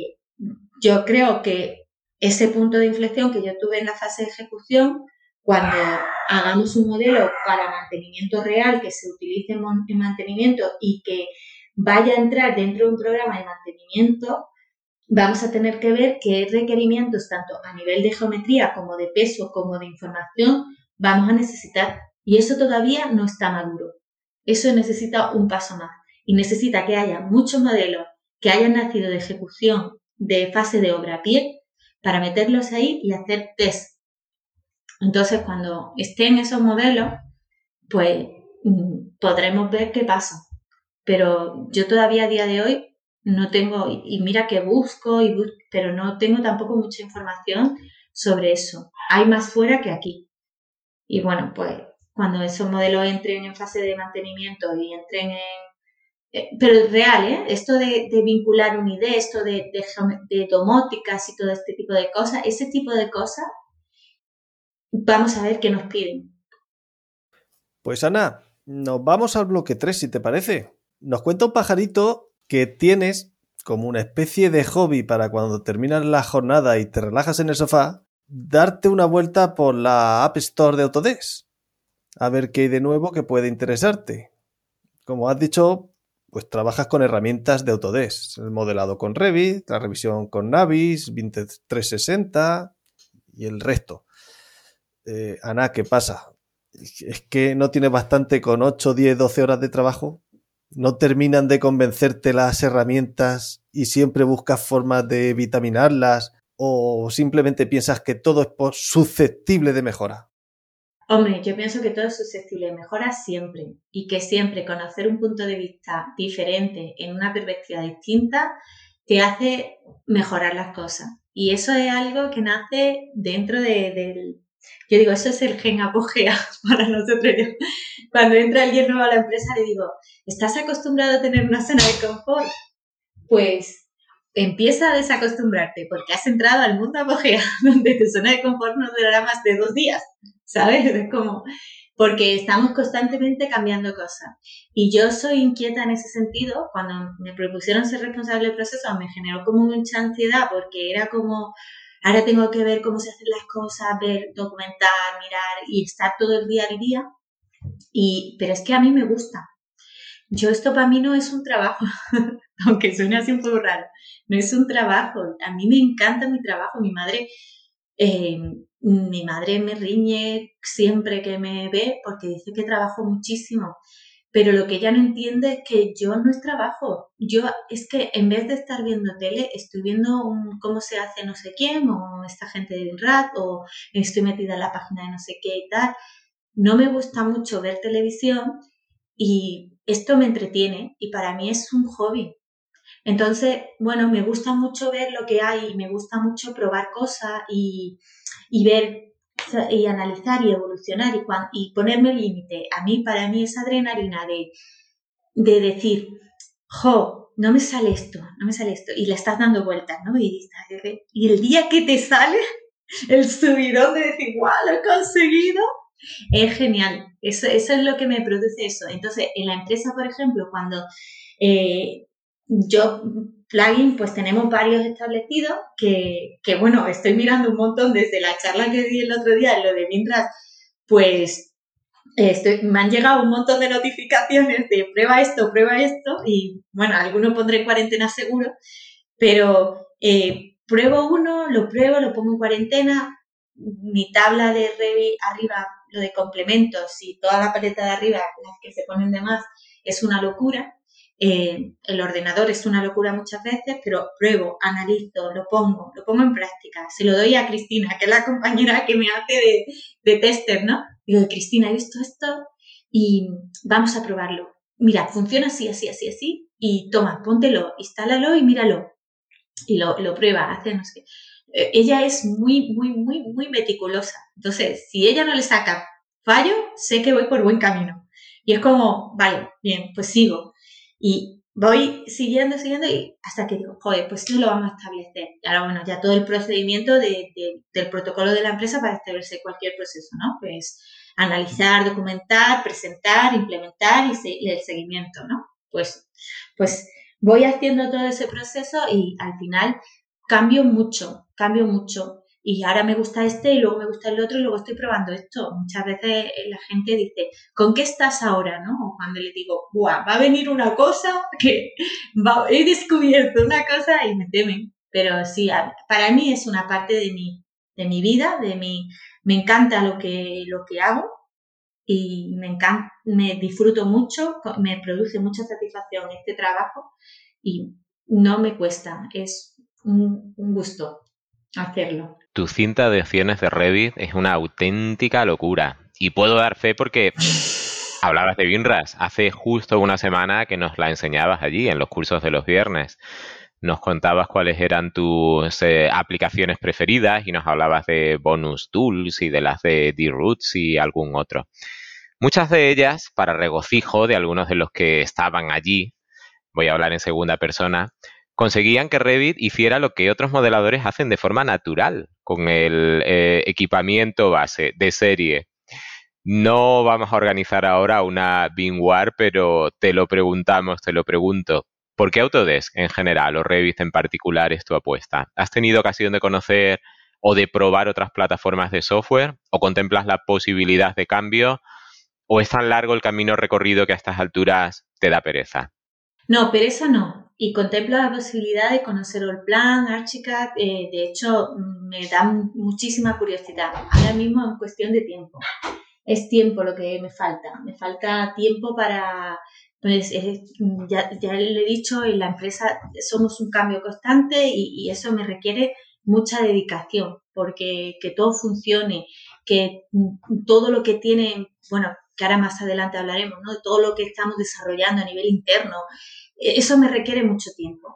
yo creo que ese punto de inflexión que yo tuve en la fase de ejecución, cuando hagamos un modelo para mantenimiento real que se utilice en mantenimiento y que vaya a entrar dentro de un programa de mantenimiento, vamos a tener que ver qué requerimientos, tanto a nivel de geometría como de peso como de información, vamos a necesitar. Y eso todavía no está maduro. Eso necesita un paso más. Y necesita que haya muchos modelos que hayan nacido de ejecución de fase de obra a pie para meterlos ahí y hacer test. Entonces, cuando estén esos modelos, pues podremos ver qué pasa. Pero yo todavía a día de hoy No tengo, y mira que busco, pero no tengo tampoco mucha información sobre eso. Hay más fuera que aquí. Y bueno, pues cuando esos modelos entren en fase de mantenimiento y entren pero es real, ¿eh? Esto de vincular un ID, esto de domóticas y todo este tipo de cosas, ese tipo de cosas, vamos a ver qué nos piden. Pues Ana, nos vamos al bloque 3, si te parece. Nos cuenta un pajarito que tienes como una especie de hobby para cuando terminas la jornada y te relajas en el sofá, darte una vuelta por la App Store de Autodesk. A ver qué hay de nuevo que puede interesarte. Como has dicho, pues trabajas con herramientas de Autodesk, el modelado con Revit, la revisión con Navis, Vintage 360 y el resto. Ana, ¿qué pasa? ¿Es que no tienes bastante con 8, 10, 12 horas de trabajo? ¿No terminan de convencerte las herramientas y siempre buscas formas de vitaminarlas o simplemente piensas que todo es susceptible de mejora? Hombre, yo pienso que todo es susceptible de mejora siempre y que siempre conocer un punto de vista diferente en una perspectiva distinta te hace mejorar las cosas. Y eso es algo que nace dentro del... Yo digo, eso es el gen apogea para nosotros. Cuando entra alguien nuevo a la empresa le digo, ¿estás acostumbrado a tener una zona de confort? Pues empieza a desacostumbrarte porque has entrado al mundo apogea donde tu zona de confort no durará más de 2 días. ¿Sabes? Es como, porque estamos constantemente cambiando cosas. Y yo soy inquieta en ese sentido. Cuando me propusieron ser responsable del proceso, me generó como mucha ansiedad porque era como, ahora tengo que ver cómo se hacen las cosas, ver, documentar, mirar y estar todo el día al día. Pero es que a mí me gusta. Esto para mí no es un trabajo, aunque suene así un poco raro. No es un trabajo. A mí me encanta mi trabajo. Mi madre me riñe siempre que me ve porque dice que trabajo muchísimo, pero lo que ella no entiende es que yo no es trabajo. Es que en vez de estar viendo tele, estoy viendo cómo se hace no sé quién, o esta gente de INRAD, o estoy metida en la página de no sé qué y tal. No me gusta mucho ver televisión y esto me entretiene y para mí es un hobby. Entonces, bueno, me gusta mucho ver lo que hay, me gusta mucho probar cosas y ver y analizar y evolucionar y ponerme el límite. Para mí esa adrenalina de decir, no me sale esto, y le estás dando vueltas, ¿no? Y el día que te sale el subidón de decir, ¡guau, lo he conseguido! Es genial. Eso es lo que me produce eso. Entonces, en la empresa, por ejemplo, cuando plugin, pues tenemos varios establecidos que, bueno, estoy mirando un montón desde la charla que di el otro día en lo de Mintras, pues me han llegado un montón de notificaciones de prueba esto y, bueno, algunos pondré en cuarentena seguro, pero pruebo uno, lo pongo en cuarentena, mi tabla de Revit arriba, lo de complementos y toda la paleta de arriba, las que se ponen de más, es una locura. El ordenador es una locura muchas veces, pero pruebo, analizo, lo pongo en práctica. Se lo doy a Cristina, que es la compañera que me hace de tester, ¿no? Digo, Cristina, he visto esto y vamos a probarlo. Mira, funciona así, y toma, póntelo, instálalo y míralo. Y lo prueba, hace no sé qué. Ella es muy, muy, muy, muy meticulosa. Entonces, si ella no le saca fallo, sé que voy por buen camino. Y es como, vale, bien, pues sigo. Y voy siguiendo y hasta que digo, joder, pues esto lo vamos a establecer. Y ahora, bueno, ya todo el procedimiento del protocolo de la empresa para establecer cualquier proceso, ¿no? Pues analizar, documentar, presentar, implementar y el seguimiento, ¿no? Pues voy haciendo todo ese proceso y al final cambio mucho. Y ahora me gusta y luego me gusta el otro y luego estoy probando esto. Muchas veces la gente dice, ¿con qué estás ahora? ¿No? O cuando le digo, ¡buah! Va a venir una cosa he descubierto una cosa y me temen. Pero sí, para mí es una parte de mi vida, me encanta lo que hago y me disfruto mucho, me produce mucha satisfacción este trabajo y no me cuesta, es un gusto hacerlo. Tu cinta de opciones de Revit es una auténtica locura. Y puedo dar fe porque Hablabas de WinRAS. Hace justo una semana que nos la enseñabas allí en los cursos de los viernes. Nos contabas cuáles eran tus aplicaciones preferidas y nos hablabas de Bonus Tools y de las de D-Roots y algún otro. Muchas de ellas, para regocijo de algunos de los que estaban allí, voy a hablar en segunda persona, conseguían que Revit hiciera lo que otros modeladores hacen de forma natural, con el equipamiento base de serie. No vamos a organizar ahora una BIM-War, pero te lo pregunto. ¿Por qué Autodesk en general o Revit en particular es tu apuesta? ¿Has tenido ocasión de conocer o de probar otras plataformas de software? ¿O contemplas la posibilidad de cambio? ¿O es tan largo el camino recorrido que a estas alturas te da pereza? No, pereza no. Y contemplo la posibilidad de conocer Allplan, Archicad. De hecho, me da muchísima curiosidad. Ahora mismo en cuestión de tiempo. Es tiempo lo que me falta. Me falta tiempo para... Pues ya le he dicho, en la empresa somos un cambio constante y eso me requiere mucha dedicación, porque que todo funcione, que todo lo que tiene, bueno, que ahora más adelante hablaremos, ¿no? De todo lo que estamos desarrollando a nivel interno, eso me requiere mucho tiempo.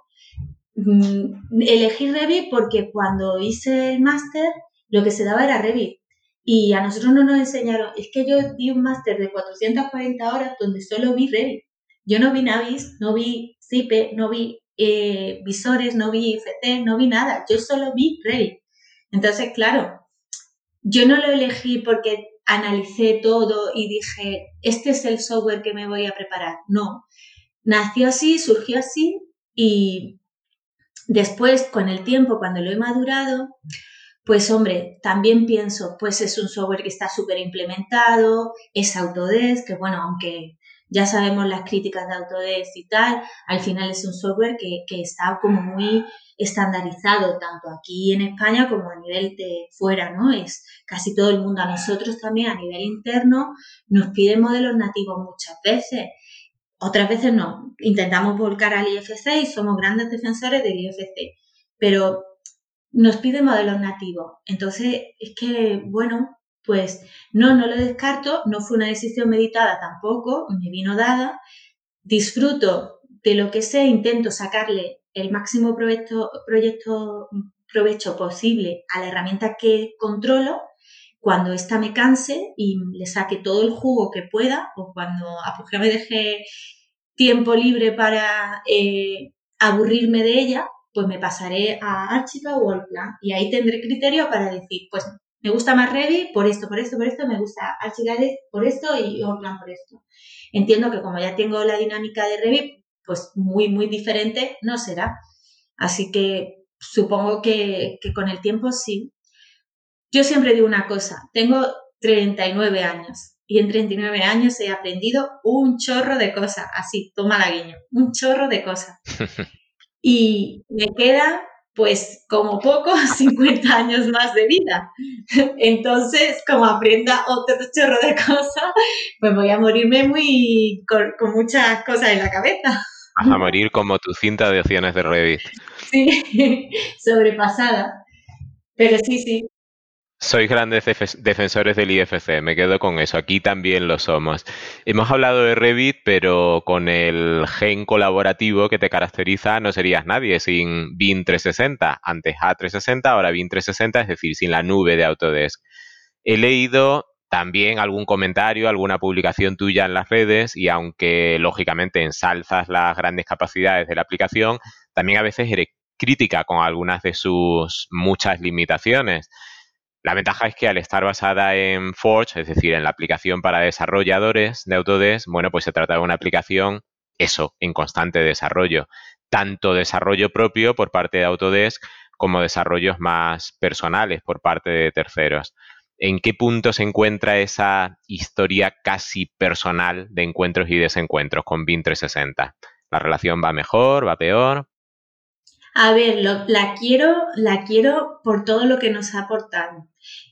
Elegí Revit porque cuando hice el máster lo que se daba era Revit y a nosotros no nos enseñaron, es que yo di un máster de 440 horas donde solo vi Revit. Yo no vi Navis, no vi Zipe, no vi visores, no vi IFC, no vi nada, yo solo vi Revit. Entonces, claro, yo no lo elegí porque analicé todo y dije, este es el software que me voy a preparar. No, nació así, surgió así y después, con el tiempo, cuando lo he madurado, pues hombre, también pienso, pues es un software que está súper implementado, es Autodesk, que bueno, aunque ya sabemos las críticas de Autodesk y tal, al final es un software que está como muy estandarizado, tanto aquí en España como a nivel de fuera, ¿no? Es casi todo el mundo, a nosotros también a nivel interno, nos piden modelos nativos muchas veces. Otras veces no, intentamos volcar al IFC y somos grandes defensores del IFC, pero nos piden modelos nativos. Entonces, es que, bueno, pues no lo descarto, no fue una decisión meditada tampoco, me vino dada, disfruto de lo que sé, intento sacarle el máximo provecho posible a la herramienta que controlo. Cuando ésta me canse y le saque todo el jugo que pueda, o cuando Apogea me deje tiempo libre para aburrirme de ella, pues me pasaré a Archicad o Allplan y ahí tendré criterio para decir, pues me gusta más Revit por esto, me gusta Archicad por esto y Allplan por esto. Entiendo que como ya tengo la dinámica de Revit, pues muy, muy diferente no será. Así que supongo que con el tiempo sí. Yo siempre digo una cosa, tengo 39 años y en 39 años he aprendido un chorro de cosas, así, toma la guiño, un chorro de cosas. Y me queda, pues, como poco, 50 años más de vida. Entonces, como aprenda otro chorro de cosas, pues voy a morirme con muchas cosas en la cabeza. Vas a morir como tu cinta de opciones de Revit. Sí, sobrepasada. Pero sí. Sois grandes defensores del IFC, me quedo con eso. Aquí también lo somos. Hemos hablado de Revit, pero con el gen colaborativo que te caracteriza no serías nadie sin BIM 360. Antes A360, ahora BIM 360, es decir, sin la nube de Autodesk. He leído también algún comentario, alguna publicación tuya en las redes y aunque lógicamente ensalzas las grandes capacidades de la aplicación, también a veces eres crítica con algunas de sus muchas limitaciones. La ventaja es que al estar basada en Forge, es decir, en la aplicación para desarrolladores de Autodesk, bueno, pues se trata de una aplicación, eso, en constante desarrollo. Tanto desarrollo propio por parte de Autodesk como desarrollos más personales por parte de terceros. ¿En qué punto se encuentra esa historia casi personal de encuentros y desencuentros con BIM 360? ¿La relación va mejor, va peor? A ver, la quiero por todo lo que nos ha aportado.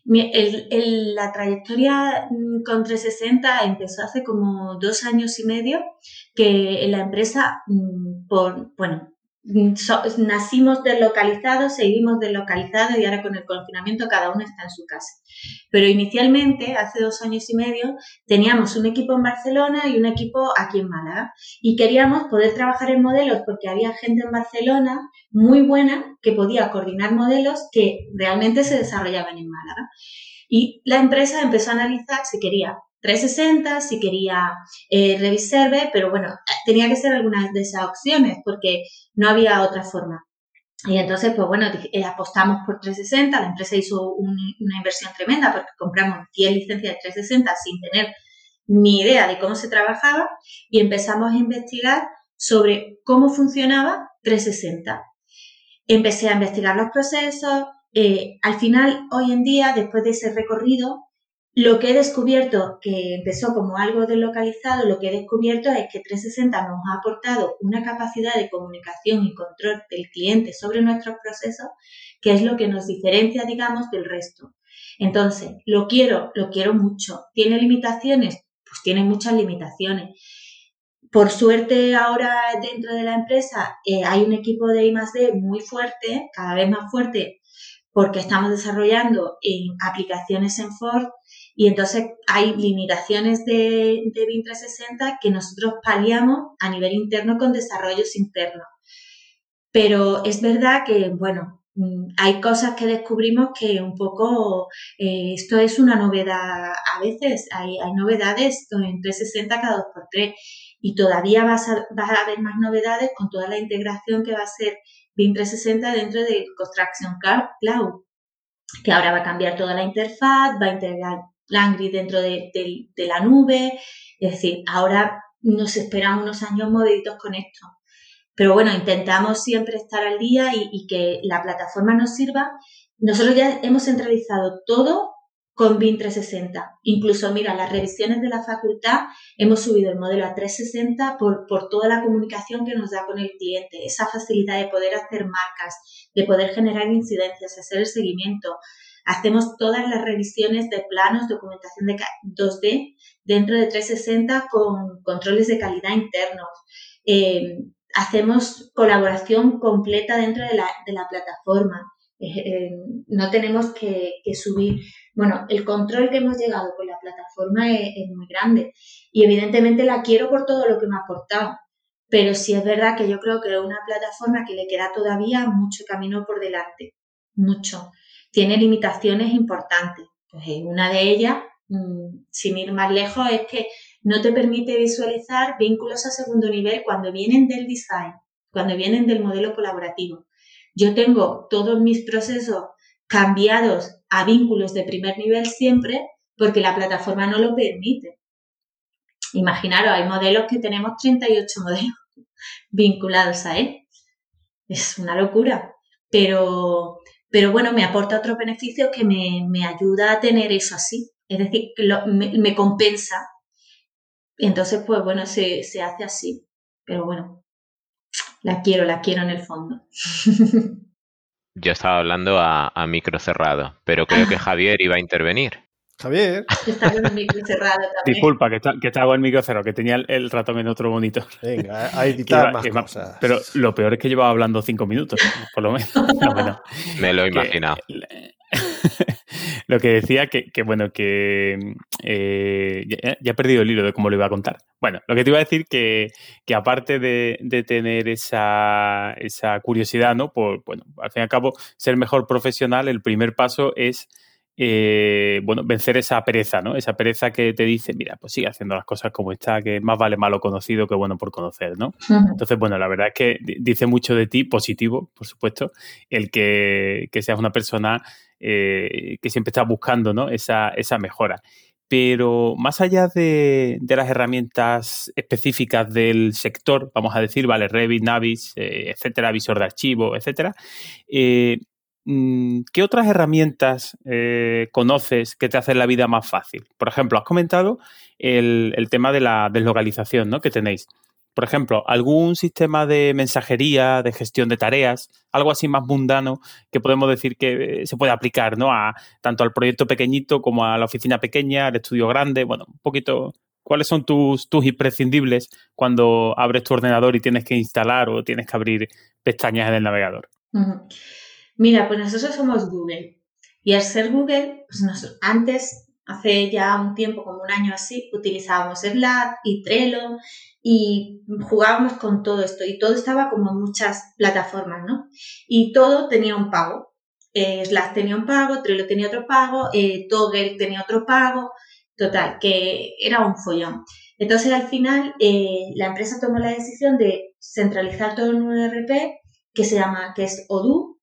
La trayectoria con 360 empezó hace como 2 años y medio, que en la empresa, nacimos deslocalizados, seguimos deslocalizados y ahora con el confinamiento cada uno está en su casa. Pero inicialmente, hace 2 años y medio, teníamos un equipo en Barcelona y un equipo aquí en Málaga. Y queríamos poder trabajar en modelos porque había gente en Barcelona muy buena que podía coordinar modelos que realmente se desarrollaban en Málaga. Y la empresa empezó a analizar si quería 360, si quería Reviserve, pero bueno, tenía que ser alguna de esas opciones porque no había otra forma. Y entonces, pues bueno, apostamos por 360, la empresa hizo una inversión tremenda porque compramos 10 licencias de 360 sin tener ni idea de cómo se trabajaba y empezamos a investigar sobre cómo funcionaba 360. Empecé a investigar los procesos. Al final, hoy en día, después de ese recorrido, lo que he descubierto, que empezó como algo deslocalizado, lo que he descubierto es que 360 nos ha aportado una capacidad de comunicación y control del cliente sobre nuestros procesos, que es lo que nos diferencia, digamos, del resto. Entonces, lo quiero mucho. ¿Tiene limitaciones? Pues tiene muchas limitaciones. Por suerte, ahora dentro de la empresa hay un equipo de I+D muy fuerte, cada vez más fuerte, porque estamos desarrollando aplicaciones en Ford y entonces hay limitaciones de BIM 360 que nosotros paliamos a nivel interno con desarrollos internos. Pero es verdad que, bueno, hay cosas que descubrimos que un poco esto es una novedad a veces, hay novedades en 360 cada 2x3 y todavía vas a ver más novedades con toda la integración que va a ser BIM 360 dentro de Construction Cloud, que ahora va a cambiar toda la interfaz, va a integrar Langrid dentro de la nube, es decir, ahora nos esperan unos años moviditos con esto. Pero bueno, intentamos siempre estar al día y que la plataforma nos sirva. Nosotros ya hemos centralizado todo con BIM 360. Incluso, mira, las revisiones de la facultad hemos subido el modelo a 360 por toda la comunicación que nos da con el cliente, esa facilidad de poder hacer marcas, de poder generar incidencias, hacer el seguimiento. Hacemos todas las revisiones de planos, documentación de 2D dentro de 360 con controles de calidad internos. Hacemos colaboración completa dentro de la plataforma. No tenemos que subir. Bueno, el control que hemos llegado con la plataforma es muy grande y evidentemente la quiero por todo lo que me ha aportado. Pero sí es verdad que yo creo que es una plataforma que le queda todavía mucho camino por delante. Mucho. Tiene limitaciones importantes. Pues una de ellas, sin ir más lejos, es que no te permite visualizar vínculos a segundo nivel cuando vienen del design, cuando vienen del modelo colaborativo. Yo tengo todos mis procesos cambiados a vínculos de primer nivel siempre porque la plataforma no lo permite. Imaginaros, hay modelos que tenemos 38 modelos vinculados a él. Es una locura. Pero bueno, me aporta otros beneficios que me ayuda a tener eso así. Es decir, que me compensa. Entonces, pues bueno, se hace así. Pero bueno, la quiero en el fondo. Yo estaba hablando a micro cerrado, pero creo que Javier iba a intervenir. Javier. Está con el micro cerrado también. Disculpa, que estaba en micro cerrado, que tenía el ratón en otro monitor. Venga, a editar más cosas. Pero lo peor es que llevaba hablando 5 minutos, por lo menos. No, bueno, Me lo he imaginado. Lo que decía que bueno, que ya he perdido el hilo de cómo lo iba a contar. Bueno, lo que te iba a decir que aparte de tener esa curiosidad, ¿no? Por, bueno, al fin y al cabo, ser mejor profesional, el primer paso es bueno, vencer esa pereza, ¿no? Esa pereza que te dice, mira, pues sigue haciendo las cosas como está, que más vale malo conocido que bueno por conocer, ¿no? Uh-huh. Entonces, bueno, la verdad es que dice mucho de ti, positivo, por supuesto, el que seas una persona que siempre está buscando, ¿no? esa mejora. Pero más allá de las herramientas específicas del sector, vamos a decir, vale, Revit, Navis, etcétera, visor de archivo, etcétera, ¿qué otras herramientas conoces que te hacen la vida más fácil? Por ejemplo, has comentado el tema de la deslocalización, ¿no? que tenéis. Por ejemplo, algún sistema de mensajería, de gestión de tareas, algo así más mundano que podemos decir que se puede aplicar, ¿no? Tanto al proyecto pequeñito como a la oficina pequeña, al estudio grande. Bueno, un poquito, ¿cuáles son tus imprescindibles cuando abres tu ordenador y tienes que instalar o tienes que abrir pestañas en el navegador. Uh-huh. Mira, pues nosotros somos Google. Y al ser Google, pues nosotros antes, hace ya un tiempo, como un año así, utilizábamos Slack y Trello y jugábamos con todo esto. Y todo estaba como en muchas plataformas, ¿no? Y todo tenía un pago. Slack tenía un pago, Trello tenía otro pago, Toggle tenía otro pago. Total, que era un follón. Entonces, al final, la empresa tomó la decisión de centralizar todo en un ERP que es Odoo,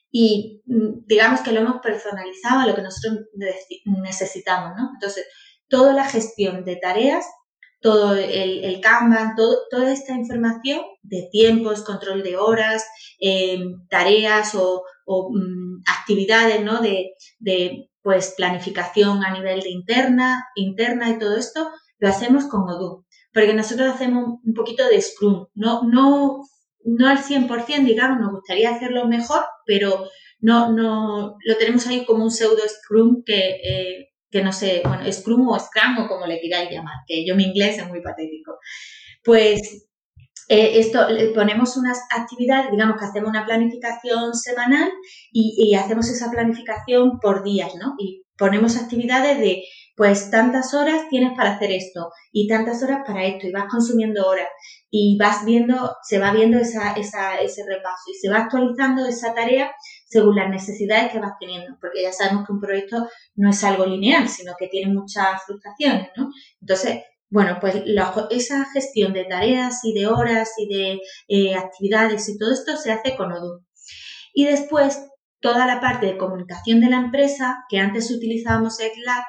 y digamos que lo hemos personalizado a lo que nosotros necesitamos, ¿no? Entonces, toda la gestión de tareas, todo el Kanban, toda esta información de tiempos, control de horas, tareas o actividades, ¿no? De pues planificación a nivel de interna y todo esto, lo hacemos con Odoo, porque nosotros hacemos un poquito de Scrum, no al 100%, digamos, nos gustaría hacerlo mejor, pero no lo tenemos ahí como un pseudo Scrum que no sé, bueno, Scrum o Scrum o como le queráis llamar, que yo mi inglés es muy patético. Pues esto, le ponemos unas actividades, digamos que hacemos una planificación semanal y hacemos esa planificación por días, ¿no? Y ponemos actividades de, pues, tantas horas tienes para hacer esto y tantas horas para esto y vas consumiendo horas y vas viendo, se va viendo ese repaso y se va actualizando esa tarea según las necesidades que vas teniendo, porque ya sabemos que un proyecto no es algo lineal, sino que tiene muchas fluctuaciones, ¿no? Entonces, bueno, pues esa gestión de tareas y de horas y de actividades y todo esto se hace con Odoo. Y después, toda la parte de comunicación de la empresa, que antes utilizábamos Slack,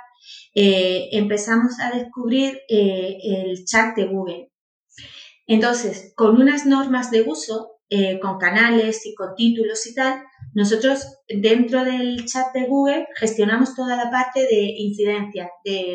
empezamos a descubrir el chat de Google. Entonces, con unas normas de uso, con canales y con títulos y tal, nosotros dentro del chat de Google gestionamos toda la parte de incidencias,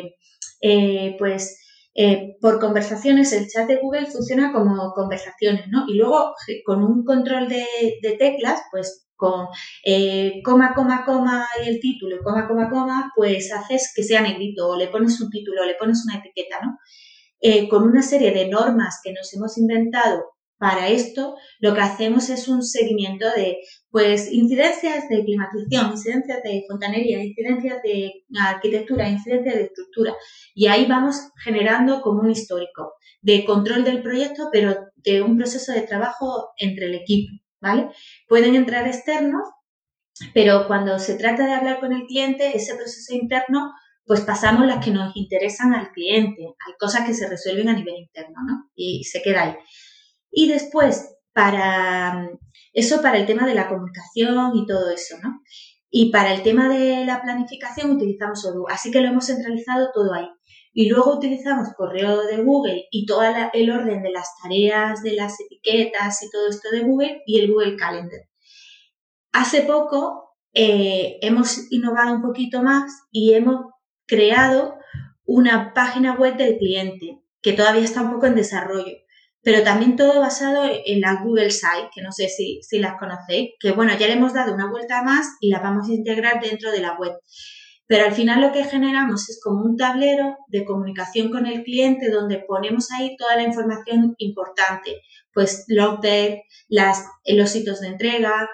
por conversaciones. El chat de Google funciona como conversaciones, ¿no? Y luego con un control de teclas, pues con coma, coma, coma y el título, coma, coma, coma, pues haces que sea negrito o le pones un título o le pones una etiqueta, ¿no? Con una serie de normas que nos hemos inventado para esto, lo que hacemos es un seguimiento de, pues, incidencias de climatización, incidencias de fontanería, incidencias de arquitectura, incidencias de estructura. Y ahí vamos generando como un histórico de control del proyecto, pero de un proceso de trabajo entre el equipo, ¿vale? Pueden entrar externos, pero cuando se trata de hablar con el cliente, ese proceso interno, pues pasamos las que nos interesan al cliente. Hay cosas que se resuelven a nivel interno, ¿no? Y se queda ahí. Y después, para el tema de la comunicación y todo eso, ¿no? Y para el tema de la planificación utilizamos Odoo, así que lo hemos centralizado todo ahí. Y luego utilizamos correo de Google y todo el orden de las tareas, de las etiquetas y todo esto de Google y el Google Calendar. Hace poco hemos innovado un poquito más y hemos creado una página web del cliente que todavía está un poco en desarrollo, pero también todo basado en la Google Site, que no sé si las conocéis, que bueno, ya le hemos dado una vuelta más y la vamos a integrar dentro de la web. Pero al final lo que generamos es como un tablero de comunicación con el cliente donde ponemos ahí toda la información importante, pues logback, los hitos de entrega,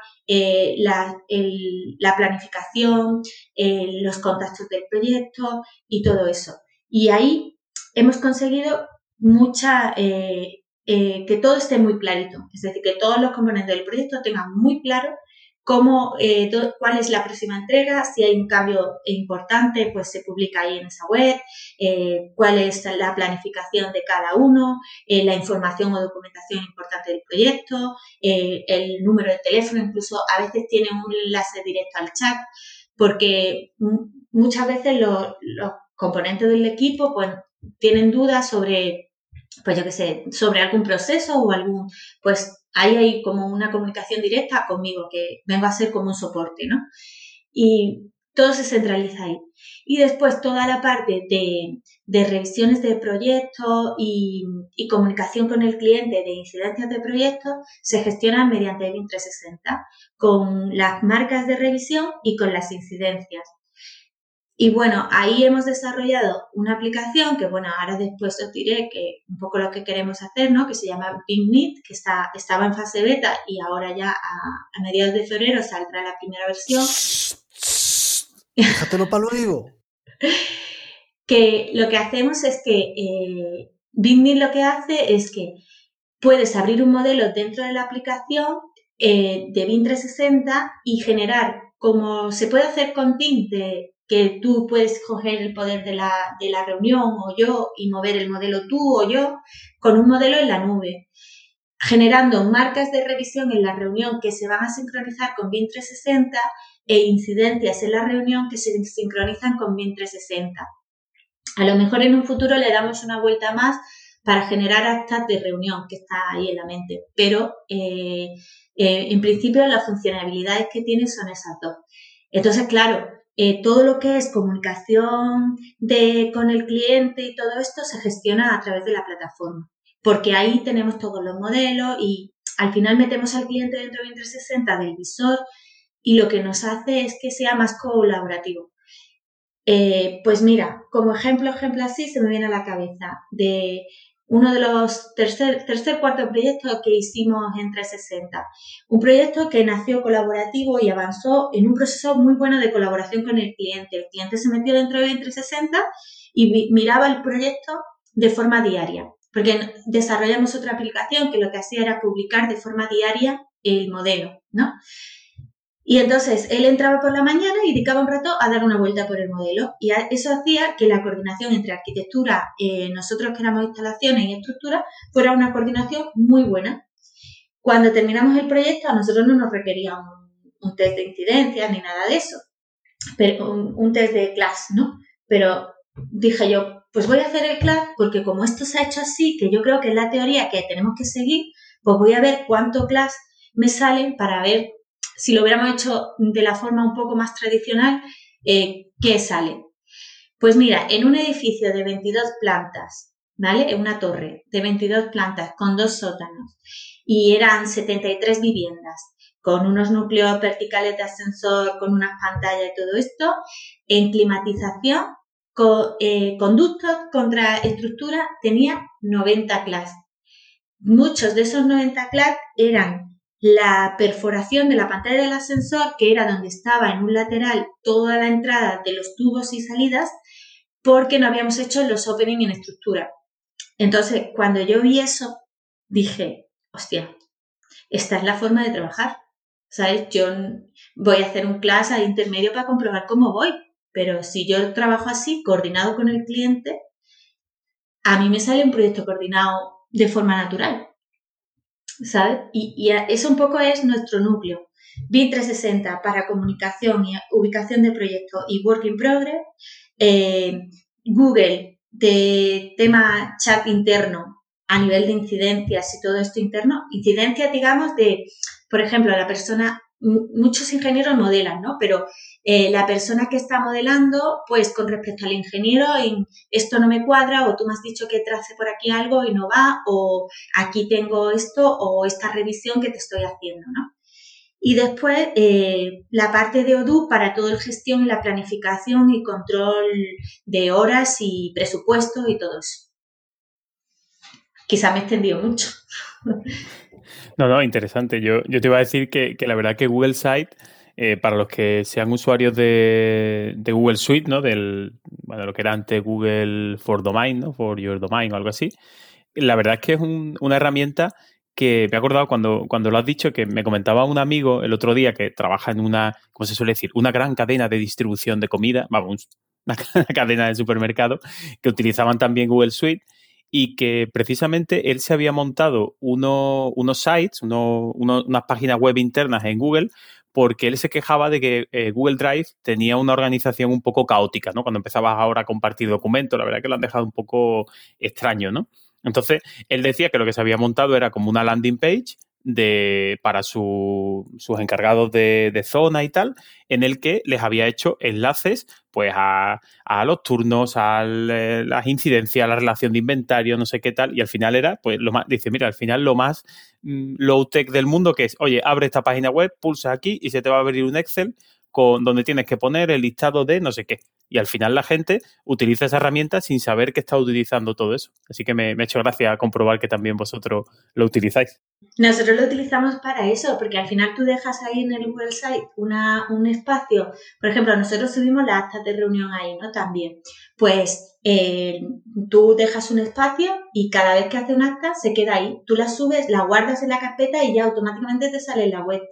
la planificación, los contactos del proyecto y todo eso. Y ahí hemos conseguido que todo esté muy clarito, es decir, que todos los componentes del proyecto tengan muy claro cuál es la próxima entrega, si hay un cambio importante, pues se publica ahí en esa web, cuál es la planificación de cada uno, la información o documentación importante del proyecto, el número de teléfono, incluso a veces tiene un enlace directo al chat, porque muchas veces los componentes del equipo pues tienen dudas sobre, pues yo qué sé, sobre algún proceso o pues ahí hay como una comunicación directa conmigo, que vengo a ser como un soporte, ¿no? Y todo se centraliza ahí. Y después toda la parte de revisiones de proyectos y comunicación con el cliente de incidencias de proyectos se gestionan mediante BIM 360, con las marcas de revisión y con las incidencias. Y bueno, ahí hemos desarrollado una aplicación que, bueno, ahora después os diré que un poco lo que queremos hacer, ¿no? Que se llama Bing Meet, que estaba en fase beta y ahora ya a mediados de febrero saldrá la primera versión. Déjatelo para luego. Que lo que hacemos es que Bing Meet lo que hace es que puedes abrir un modelo dentro de la aplicación de BIM 360 y generar, como se puede hacer con Teams, que tú puedes coger el poder de la reunión o yo y mover el modelo tú o yo, con un modelo en la nube, generando marcas de revisión en la reunión que se van a sincronizar con BIM 360 e incidencias en la reunión que se sincronizan con BIM 360. A lo mejor en un futuro le damos una vuelta más para generar actas de reunión, que está ahí en la mente, pero en principio las funcionalidades que tiene son esas dos. Entonces, claro, todo lo que es comunicación con el cliente y todo esto se gestiona a través de la plataforma, porque ahí tenemos todos los modelos y al final metemos al cliente dentro de 360 del visor y lo que nos hace es que sea más colaborativo. Pues mira, como ejemplo así se me viene a la cabeza de uno de los cuarto proyectos que hicimos en 360. Un proyecto que nació colaborativo y avanzó en un proceso muy bueno de colaboración con el cliente. El cliente se metió dentro de 360 y miraba el proyecto de forma diaria, porque desarrollamos otra aplicación que lo que hacía era publicar de forma diaria el modelo, ¿no? Y entonces él entraba por la mañana y dedicaba un rato a dar una vuelta por el modelo. Y eso hacía que la coordinación entre arquitectura, nosotros que éramos instalaciones y estructura, fuera una coordinación muy buena. Cuando terminamos el proyecto, a nosotros no nos requería un test de incidencia ni nada de eso, pero un test de class, ¿no? Pero dije yo, pues voy a hacer el class porque como esto se ha hecho así, que yo creo que es la teoría que tenemos que seguir, pues voy a ver cuánto class me salen para ver si lo hubiéramos hecho de la forma un poco más tradicional, ¿qué sale? Pues mira, en un edificio de 22 plantas, ¿vale? En una torre de 22 plantas con 2 sótanos y eran 73 viviendas con unos núcleos verticales de ascensor, con unas pantallas y todo esto, en climatización, conductos contra estructura tenía 90 class. Muchos de esos 90 class eran la perforación de la pantalla del ascensor, que era donde estaba en un lateral toda la entrada de los tubos y salidas, porque no habíamos hecho los opening en estructura. Entonces, cuando yo vi eso, dije, hostia, esta es la forma de trabajar, ¿sabes? Yo voy a hacer un class al intermedio para comprobar cómo voy, pero si yo trabajo así, coordinado con el cliente, a mí me sale un proyecto coordinado de forma natural, ¿sabes? Y eso un poco es nuestro núcleo. BIM 360 para comunicación y ubicación de proyectos y work in progress. Google de tema chat interno a nivel de incidencias y todo esto interno. Incidencias, digamos, de, por ejemplo, la persona, muchos ingenieros modelan, ¿no? Pero la persona que está modelando, pues con respecto al ingeniero, esto no me cuadra, o tú me has dicho que trace por aquí algo y no va, o aquí tengo esto, o esta revisión que te estoy haciendo, ¿no? Y después la parte de Odoo para toda la gestión y la planificación y control de horas y presupuestos y todo eso. Quizá me he extendido mucho. No, interesante. Yo te iba a decir que la verdad que Google Site, para los que sean usuarios de Google Suite, ¿no? Bueno, lo que era antes Google for Domain, ¿no? For Your Domain o algo así. La verdad es que es una herramienta que me he acordado cuando lo has dicho, que me comentaba un amigo el otro día que trabaja en una, ¿cómo se suele decir? Una gran cadena de distribución de comida, vamos, una cadena de supermercado, que utilizaban también Google Suite y que precisamente él se había montado unos sites, unas páginas web internas en Google, porque él se quejaba de que Google Drive tenía una organización un poco caótica, ¿no? Cuando empezabas ahora a compartir documentos, la verdad que lo han dejado un poco extraño, ¿no? Entonces, él decía que lo que se había montado era como una landing page para sus encargados de zona y tal, en el que les había hecho enlaces pues a los turnos, a las incidencias, a la relación de inventario, no sé qué tal, y al final era, pues lo más, dice, mira, al final lo más low-tech del mundo, que es, oye, abre esta página web, pulsa aquí y se te va a abrir un Excel donde tienes que poner el listado de no sé qué. y al final la gente utiliza esa herramienta sin saber que está utilizando todo eso. Así que me ha hecho gracia comprobar que también vosotros lo utilizáis. Nosotros lo utilizamos para eso, porque al final tú dejas ahí en el Google Site un espacio. Por ejemplo, nosotros subimos las actas de reunión ahí, ¿no? También. Pues tú dejas un espacio y cada vez que hace un acta se queda ahí. Tú la subes, la guardas en la carpeta y ya automáticamente te sale en la web.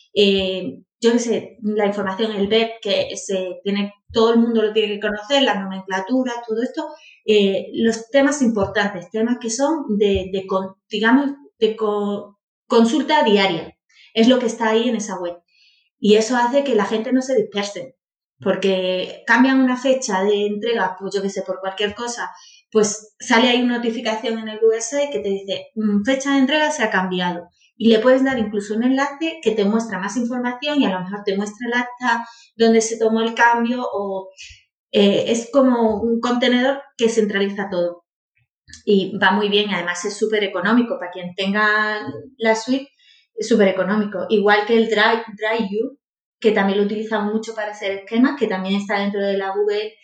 Yo qué sé, la información, el BEP, que todo el mundo lo tiene que conocer, la nomenclatura, todo esto, los temas importantes, temas que son de consulta diaria, es lo que está ahí en esa web. Y eso hace que la gente no se disperse, porque cambian una fecha de entrega, pues yo qué sé, por cualquier cosa, pues sale ahí una notificación en el Google Site que te dice, fecha de entrega se ha cambiado. Y le puedes dar incluso un enlace que te muestra más información y a lo mejor te muestra el acta donde se tomó el cambio o es como un contenedor que centraliza todo. Y va muy bien, además es súper económico para quien tenga la suite, es súper económico. Igual que el DriveU, que también lo utilizamos mucho para hacer esquemas, que también está dentro de la Google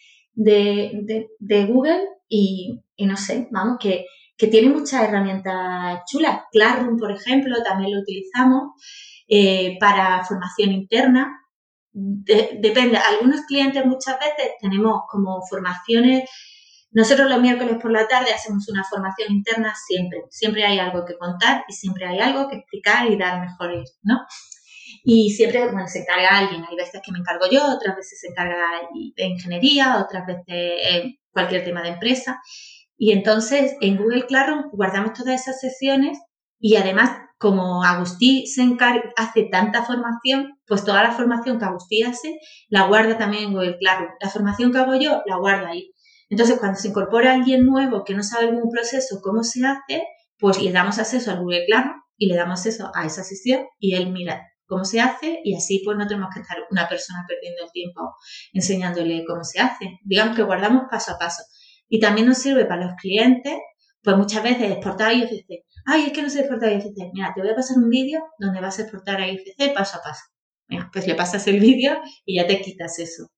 de Google y no sé, vamos, que tiene muchas herramientas chulas. Classroom, por ejemplo, también lo utilizamos para formación interna. Depende, algunos clientes muchas veces tenemos como formaciones. Nosotros los miércoles por la tarde hacemos una formación interna siempre. Siempre hay algo que contar y siempre hay algo que explicar y dar mejores, ¿no? Y siempre, bueno, se encarga alguien. Hay veces que me encargo yo, otras veces se encarga de ingeniería, otras veces cualquier tema de empresa. Y entonces en Google Classroom guardamos todas esas sesiones y además como Agustí hace tanta formación, pues toda la formación que Agustí hace la guarda también en Google Classroom. La formación que hago yo la guardo ahí. Entonces cuando se incorpora alguien nuevo que no sabe algún proceso, cómo se hace, pues le damos acceso al Google Classroom y le damos acceso a esa sesión y él mira cómo se hace y así pues no tenemos que estar una persona perdiendo el tiempo enseñándole cómo se hace. Digamos que guardamos paso a paso. Y también nos sirve para los clientes, pues muchas veces exportar a IFC. Ay, es que no sé exportar a IFC. Mira, te voy a pasar un vídeo donde vas a exportar a IFC paso a paso. Mira, pues le pasas el vídeo y ya te quitas eso.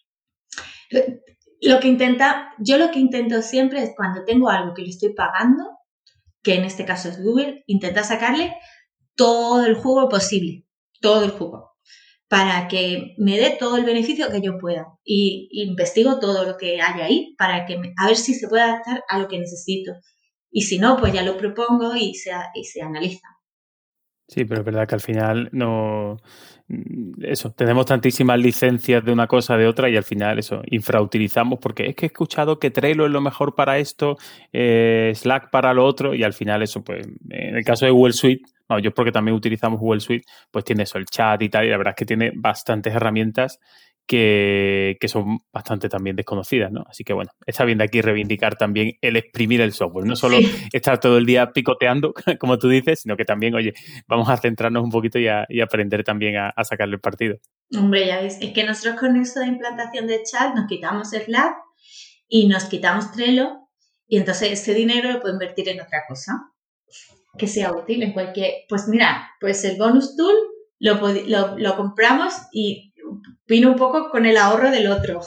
Yo lo que intento siempre es cuando tengo algo que le estoy pagando, que en este caso es Google, intentar sacarle todo el jugo posible, todo el jugo, para que me dé todo el beneficio que yo pueda y investigo todo lo que hay ahí para a ver si se puede adaptar a lo que necesito. Y si no, pues ya lo propongo y se analiza. Sí, pero es verdad que al final no... Eso, tenemos tantísimas licencias de una cosa, de otra, y al final eso, infrautilizamos, porque es que he escuchado que Trello es lo mejor para esto, Slack para lo otro, y al final eso, pues, en el caso de Google Suite, no, yo porque también utilizamos Google Suite, pues tiene eso, el chat y tal, y la verdad es que tiene bastantes herramientas que son bastante también desconocidas, ¿no? Así que bueno, está bien de aquí reivindicar también el exprimir el software, no solo estar todo el día picoteando, como tú dices, sino que también, oye, vamos a centrarnos un poquito y aprender también a sacarle el partido. Hombre, ya ves, es que nosotros con eso de implantación de chat nos quitamos Slack y nos quitamos Trello y entonces ese dinero lo puedo invertir en otra cosa que sea útil en cualquier... Pues mira, pues el bonus tool lo compramos y vino un poco con el ahorro del otro.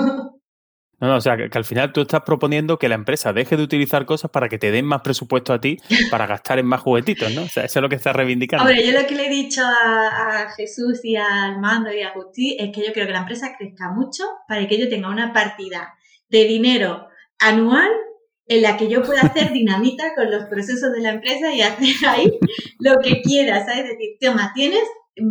No, o sea, que al final tú estás proponiendo que la empresa deje de utilizar cosas para que te den más presupuesto a ti para gastar en más juguetitos, ¿no? O sea, eso es lo que estás reivindicando. Hombre, yo lo que le he dicho a Jesús y a Armando y a Agustí es que yo quiero que la empresa crezca mucho para que yo tenga una partida de dinero anual en la que yo pueda hacer dinamita con los procesos de la empresa y hacer ahí lo que quiera, ¿sabes? Es decir, toma, tienes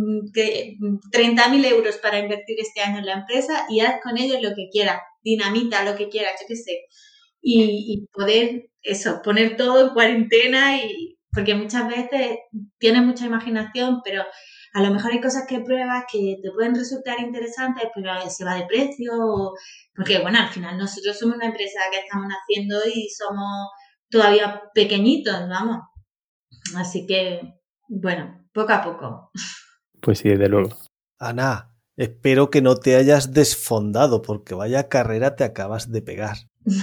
30.000 euros para invertir este año en la empresa y haz con ellos lo que quieras, dinamita lo que quieras, yo qué sé, y poder eso, poner todo en cuarentena porque muchas veces tienes mucha imaginación, pero a lo mejor hay cosas que pruebas que te pueden resultar interesantes, pero se va de precio, porque bueno, al final nosotros somos una empresa que estamos haciendo y somos todavía pequeñitos, vamos, así que bueno, poco a poco. Pues sí, desde luego. Ana, espero que no te hayas desfondado porque vaya carrera te acabas de pegar.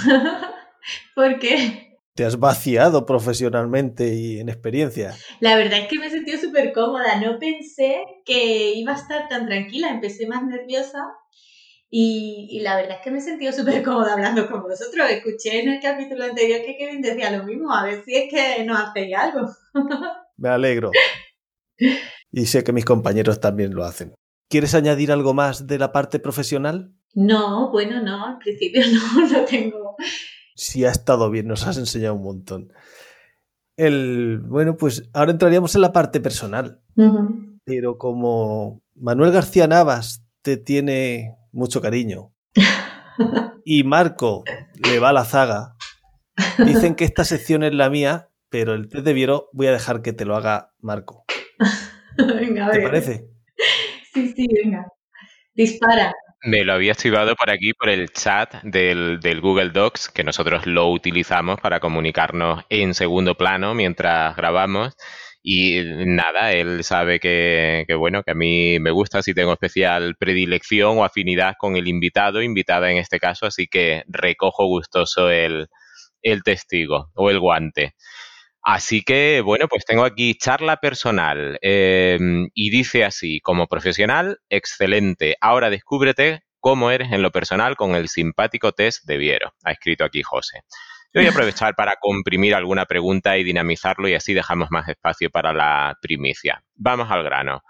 ¿Por qué? Te has vaciado profesionalmente y en experiencia. La verdad es que me he sentido súper cómoda. No pensé que iba a estar tan tranquila. Empecé más nerviosa Y la verdad es que me he sentido súper cómoda hablando con vosotros. Escuché en el capítulo anterior que Kevin decía lo mismo. A ver si es que nos hacéis algo. Me alegro. Y sé que mis compañeros también lo hacen. ¿Quieres añadir algo más de la parte profesional? No, bueno, no. Al principio no tengo. Sí, ha estado bien. Nos has enseñado un montón. Bueno, pues ahora entraríamos en la parte personal. Uh-huh. Pero como Manuel García Navas te tiene mucho cariño y Marco le va a la zaga, dicen que esta sección es la mía, pero el test de Viero voy a dejar que te lo haga Marco. Venga, a ver. ¿Te parece? Sí, venga. Dispara. Me lo había activado por aquí, por el chat del Google Docs, que nosotros lo utilizamos para comunicarnos en segundo plano mientras grabamos. Y nada, él sabe que a mí me gusta, si tengo especial predilección o afinidad con el invitado, invitada en este caso, así que recojo gustoso el testigo o el guante. Así que, bueno, pues tengo aquí charla personal y dice así: como profesional, excelente. Ahora descúbrete cómo eres en lo personal con el simpático test de Viero. Ha escrito aquí José. Yo voy a aprovechar para comprimir alguna pregunta y dinamizarlo, y así dejamos más espacio para la primicia. Vamos al grano.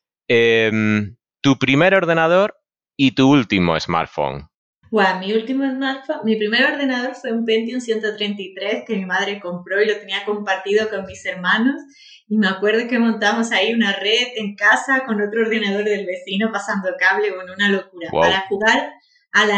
Tu primer ordenador y tu último smartphone. Bueno, mi primer ordenador fue un Pentium 133 que mi madre compró y lo tenía compartido con mis hermanos. Y me acuerdo que montamos ahí una red en casa con otro ordenador del vecino pasando cable, bueno, una locura. Wow. Para jugar al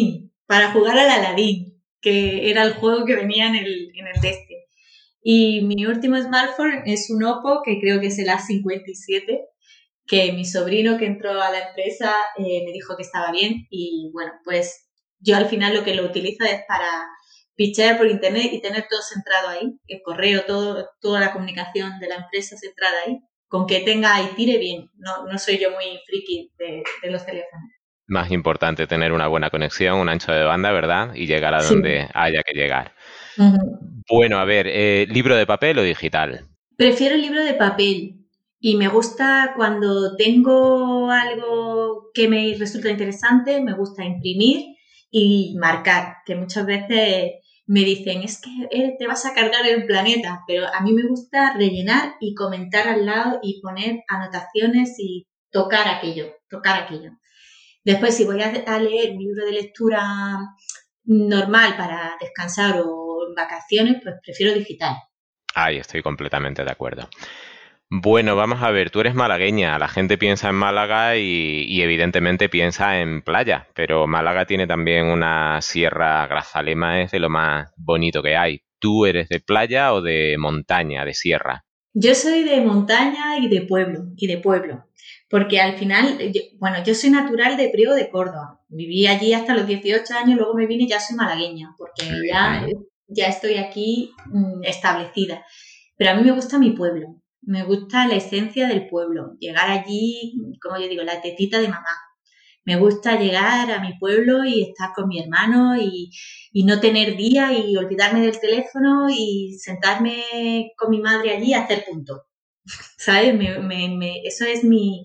Aladdin, que era el juego que venía en el Destiny. Y mi último smartphone es un Oppo, que creo que es el A57, que mi sobrino que entró a la empresa me dijo que estaba bien, y bueno, pues yo al final lo que lo utilizo es para pichear por internet y tener todo centrado ahí, el correo, toda la comunicación de la empresa centrada ahí, con que tenga y tire bien. No soy yo muy friki de los teléfonos. Más importante tener una buena conexión, un ancho de banda, ¿verdad? Y llegar a donde haya que llegar. Uh-huh. Bueno, a ver, ¿libro de papel o digital? Prefiero el libro de papel. Y me gusta cuando tengo algo que me resulta interesante, me gusta imprimir y marcar, que muchas veces me dicen, es que te vas a cargar el planeta, pero a mí me gusta rellenar y comentar al lado y poner anotaciones y tocar aquello. Después, si voy a leer un libro de lectura normal para descansar o en vacaciones, pues prefiero digital. Ahí estoy completamente de acuerdo. Bueno, vamos a ver, tú eres malagueña, la gente piensa en Málaga y evidentemente piensa en playa, pero Málaga tiene también una sierra. Grazalema es de lo más bonito que hay. ¿Tú eres de playa o de montaña, de sierra? Yo soy de montaña y de pueblo, porque al final, yo soy natural de Priego de Córdoba, viví allí hasta los 18 años, luego me vine y ya soy malagueña, porque ya estoy aquí establecida, pero a mí me gusta mi pueblo. Me gusta la esencia del pueblo, llegar allí, como yo digo, la tetita de mamá. Me gusta llegar a mi pueblo y estar con mi hermano y no tener día y olvidarme del teléfono y sentarme con mi madre allí a hacer punto. ¿Sabes? Eso es mi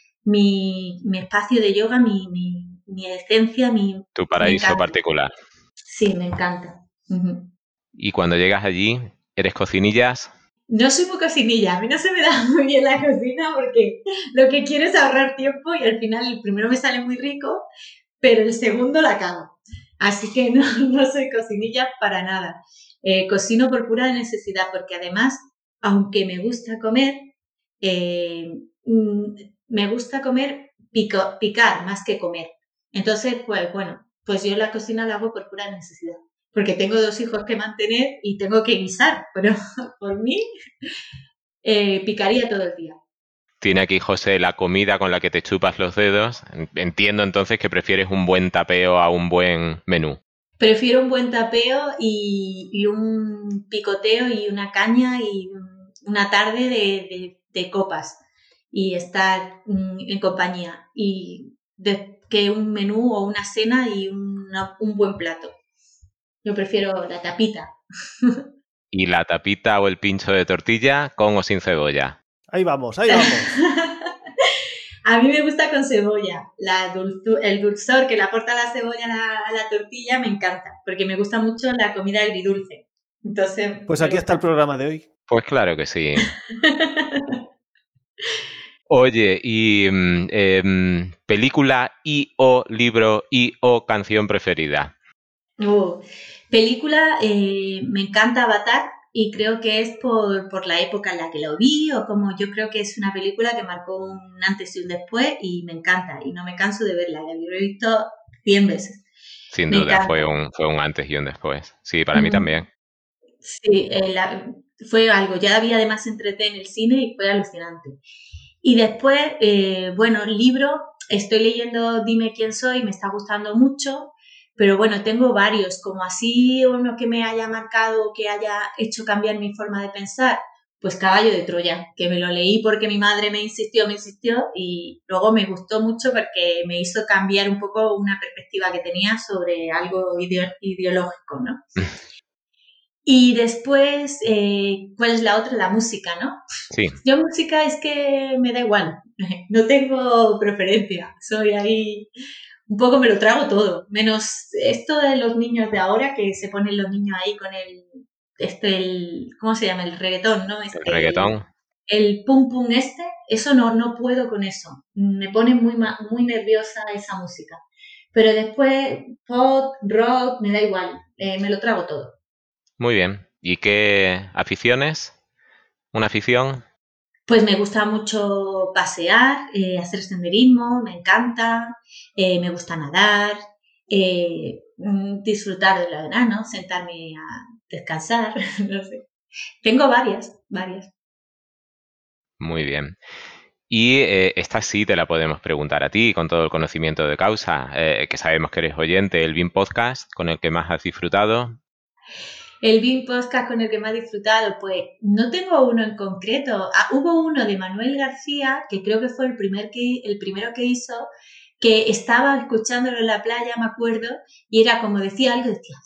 espacio de yoga, mi esencia, tu paraíso particular. Sí, me encanta. Uh-huh. Y cuando llegas allí, ¿eres cocinillas? No soy muy cocinilla, a mí no se me da muy bien la cocina porque lo que quiero es ahorrar tiempo y al final el primero me sale muy rico, pero el segundo la cago. Así que no soy cocinilla para nada. Cocino por pura necesidad porque además, aunque me gusta comer, me gusta comer picar más que comer. Entonces, pues yo la cocina la hago por pura necesidad. Porque tengo 2 hijos que mantener y tengo que guisar, pero por mí picaría todo el día. Tiene aquí José la comida con la que te chupas los dedos. Entiendo entonces que prefieres un buen tapeo a un buen menú. Prefiero un buen tapeo y un picoteo y una caña y una tarde de copas y estar en compañía y que un menú o una cena y un buen plato. Yo prefiero la tapita. ¿Y la tapita o el pincho de tortilla con o sin cebolla? Ahí vamos. A mí me gusta con cebolla. El dulzor que le aporta la cebolla a la tortilla me encanta, porque me gusta mucho la comida agridulce. Entonces, Pues aquí está el programa de hoy. Pues claro que sí. Oye, y película y o libro y o canción preferida. Película, me encanta Avatar y creo que es por la época en la que lo vi o como yo creo que es una película que marcó un antes y un después y me encanta y no me canso de verla, la he visto 100 veces. Sin Me duda, encanta. fue un antes y un después. Sí, para mí también. Sí, fue algo. Ya había además entreté en el cine y fue alucinante. Y después, bueno, libro, estoy leyendo Dime quién soy, me está gustando mucho, pero bueno, tengo varios, como así uno que me haya marcado, que haya hecho cambiar mi forma de pensar, pues Caballo de Troya, que me lo leí porque mi madre me insistió y luego me gustó mucho porque me hizo cambiar un poco una perspectiva que tenía sobre algo ideológico, ¿no? Y después, ¿cuál es la otra? La música, ¿no? Sí. Yo música es que me da igual, no tengo preferencia, soy ahí, un poco me lo trago todo, menos esto de los niños de ahora, que se ponen los niños ahí con ¿cómo se llama? El reggaetón, ¿no? El reggaetón. El pum pum eso no puedo con eso, me pone muy nerviosa esa música. Pero después, pop, rock, me da igual, me lo trago todo. Muy bien. ¿Y qué aficiones? ¿Una afición? Pues me gusta mucho pasear, hacer senderismo, me encanta, me gusta nadar, disfrutar del verano, sentarme a descansar, no sé. Tengo varias. Muy bien. Y esta sí te la podemos preguntar a ti, con todo el conocimiento de causa, que sabemos que eres oyente del BIM Podcast, con el que más has disfrutado. El BIM Podcast con el que más he disfrutado, pues no tengo uno en concreto. Hubo uno de Manuel García, que creo que fue el primero que hizo, que estaba escuchándolo en la playa, me acuerdo, y era como decía algo, decía,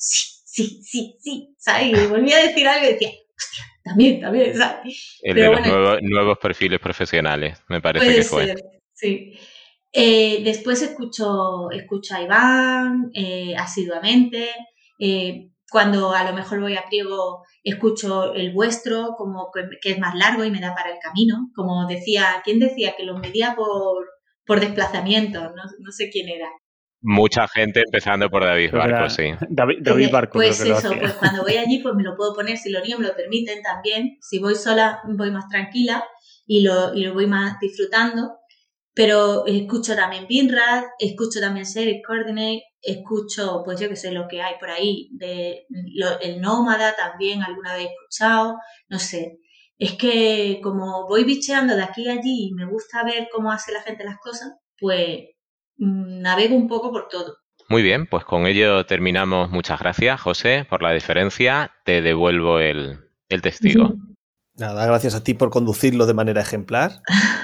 sí, ¿sabes? Y volvía a decir algo y decía, hostia, también, ¿sabes? El Pero de los bueno, nuevos perfiles profesionales, me parece puede que fue. ser, sí. Después escucho a Iván asiduamente. Cuando a lo mejor voy a Priego, escucho el vuestro, como que es más largo y me da para el camino. Como decía, ¿quién decía que lo medía por desplazamiento? No sé quién era. Mucha gente empezando por David Creo que Barco, era sí. David Barco, creo Pues que lo eso, hacía. pues cuando voy allí, pues me lo puedo poner, si los niños me lo permiten también. Si voy sola, voy más tranquila y lo voy más disfrutando. Pero escucho también Binrad, escucho también Series Coordinate, escucho, pues yo que sé, lo que hay por ahí, el Nómada también alguna vez he escuchado, no sé. Es que como voy bicheando de aquí a allí y me gusta ver cómo hace la gente las cosas, pues navego un poco por todo. Muy bien, pues con ello terminamos. Muchas gracias, José, por la diferencia. Te devuelvo el testigo. Nada, gracias a ti por conducirlo de manera ejemplar.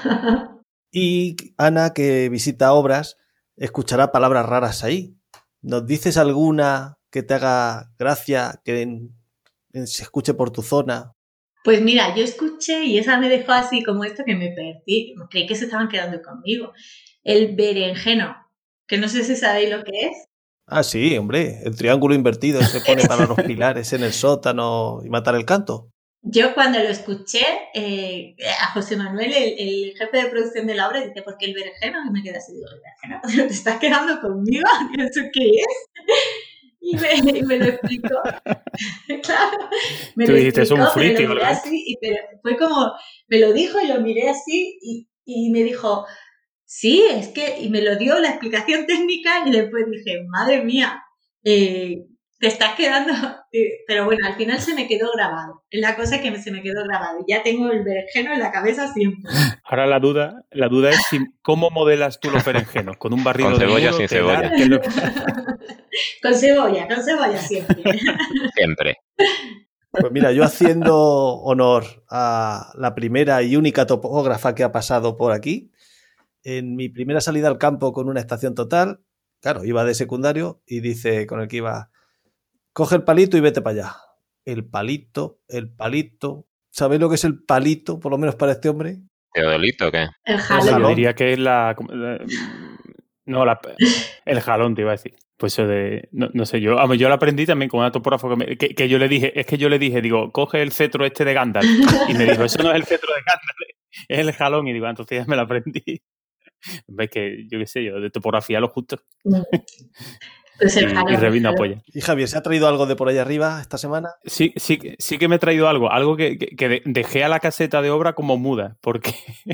Y Ana, que visita obras, escuchará palabras raras ahí. ¿Nos dices alguna que te haga gracia, que se escuche por tu zona? Pues mira, yo escuché y esa me dejó así como esto que me perdí. Creí que se estaban quedando conmigo. El berenjeno, que no sé si sabéis lo que es. Ah, sí, hombre, el triángulo invertido se pone para los pilares en el sótano y matar el canto. Yo cuando lo escuché, a José Manuel, el jefe de producción de la obra, dice, ¿por qué el berenjeno? Y me quedé así, digo, ¿el berenjeno? ¿Te estás quedando conmigo? ¿Eso qué es? Y me lo explicó. Claro, me Tú lo dijiste, es explicó, un pero friki, lo miré ¿verdad? así, pero fue como, me lo dijo y lo miré así y me dijo, sí, es que, y me lo dio la explicación técnica y después dije, madre mía, te estás quedando, pero bueno, al final se me quedó grabado, es la cosa que se me quedó grabado y ya tengo el berenjeno en la cabeza siempre. Ahora la duda es cómo modelas tú los berenjenos, con un barrido ¿Con de cebolla o muro, sin te da, cebolla? ¿qué es lo Con cebolla siempre. Siempre. Pues mira, yo haciendo honor a la primera y única topógrafa que ha pasado por aquí, en mi primera salida al campo con una estación total, claro, iba de secundario y dice con el que iba, coge el palito y vete para allá. El palito. ¿Sabéis lo que es el palito, por lo menos para este hombre? ¿Teodolito o qué? El El jalón. Yo jalón. diría que es el jalón, te iba a decir. Pues eso de... No sé, yo lo aprendí también con una topógrafa que yo le dije, digo, coge el cetro este de Gandalf. Y me dijo, eso no es el cetro de Gandalf, es el jalón. Y digo, entonces ya me lo aprendí. Ves que, yo qué sé yo, de topografía lo justo. Pues el Y jalón. Revit no apoya. Y Javier, ¿se ha traído algo de por ahí arriba esta semana? Sí que me he traído algo que dejé a la caseta de obra como muda, porque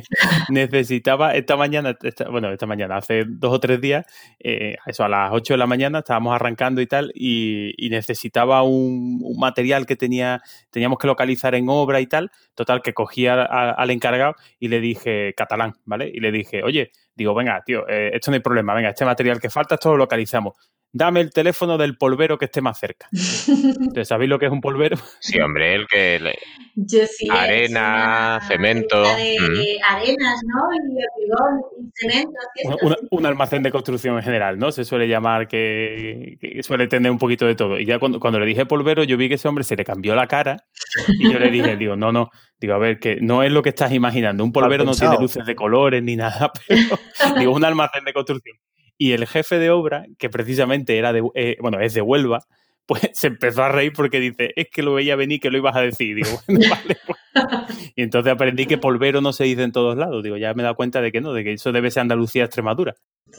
necesitaba esta mañana, hace 2 o 3 días, eso a las 8 de la mañana estábamos arrancando y tal, y necesitaba un material que teníamos que localizar en obra y tal, total, que cogí al encargado y le dije, catalán, ¿vale? Y le dije, oye, digo, venga, tío, esto no hay problema, venga, este material que falta, esto lo localizamos. Dame el teléfono del polvero que esté más cerca. Entonces, ¿sabéis lo que es un polvero? Sí, hombre, el que... Yo sí, Arena, es una cemento. de arenas, ¿no? Y hormigón, y cemento, y esto, sí. Un almacén de construcción en general, ¿no? Se suele llamar que suele tener un poquito de todo. Y ya cuando le dije polvero, yo vi que ese hombre se le cambió la cara y yo le dije, digo, no, digo, a ver, que no es lo que estás imaginando. Un polvero no tiene luces de colores ni nada, pero digo, un almacén de construcción. Y el jefe de obra, que precisamente era es de Huelva, pues se empezó a reír porque dice, es que lo veía venir que lo ibas a decir. Digo, bueno, vale, pues. Y entonces aprendí que polvero no se dice en todos lados. Digo, ya me he dado cuenta de que no, de que eso debe ser Andalucía, Extremadura.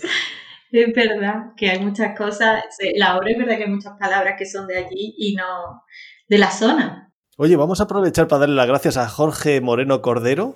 Es verdad que hay muchas cosas, la obra es verdad que hay muchas palabras que son de allí y no de la zona. Oye, vamos a aprovechar para darle las gracias a Jorge Moreno Cordero,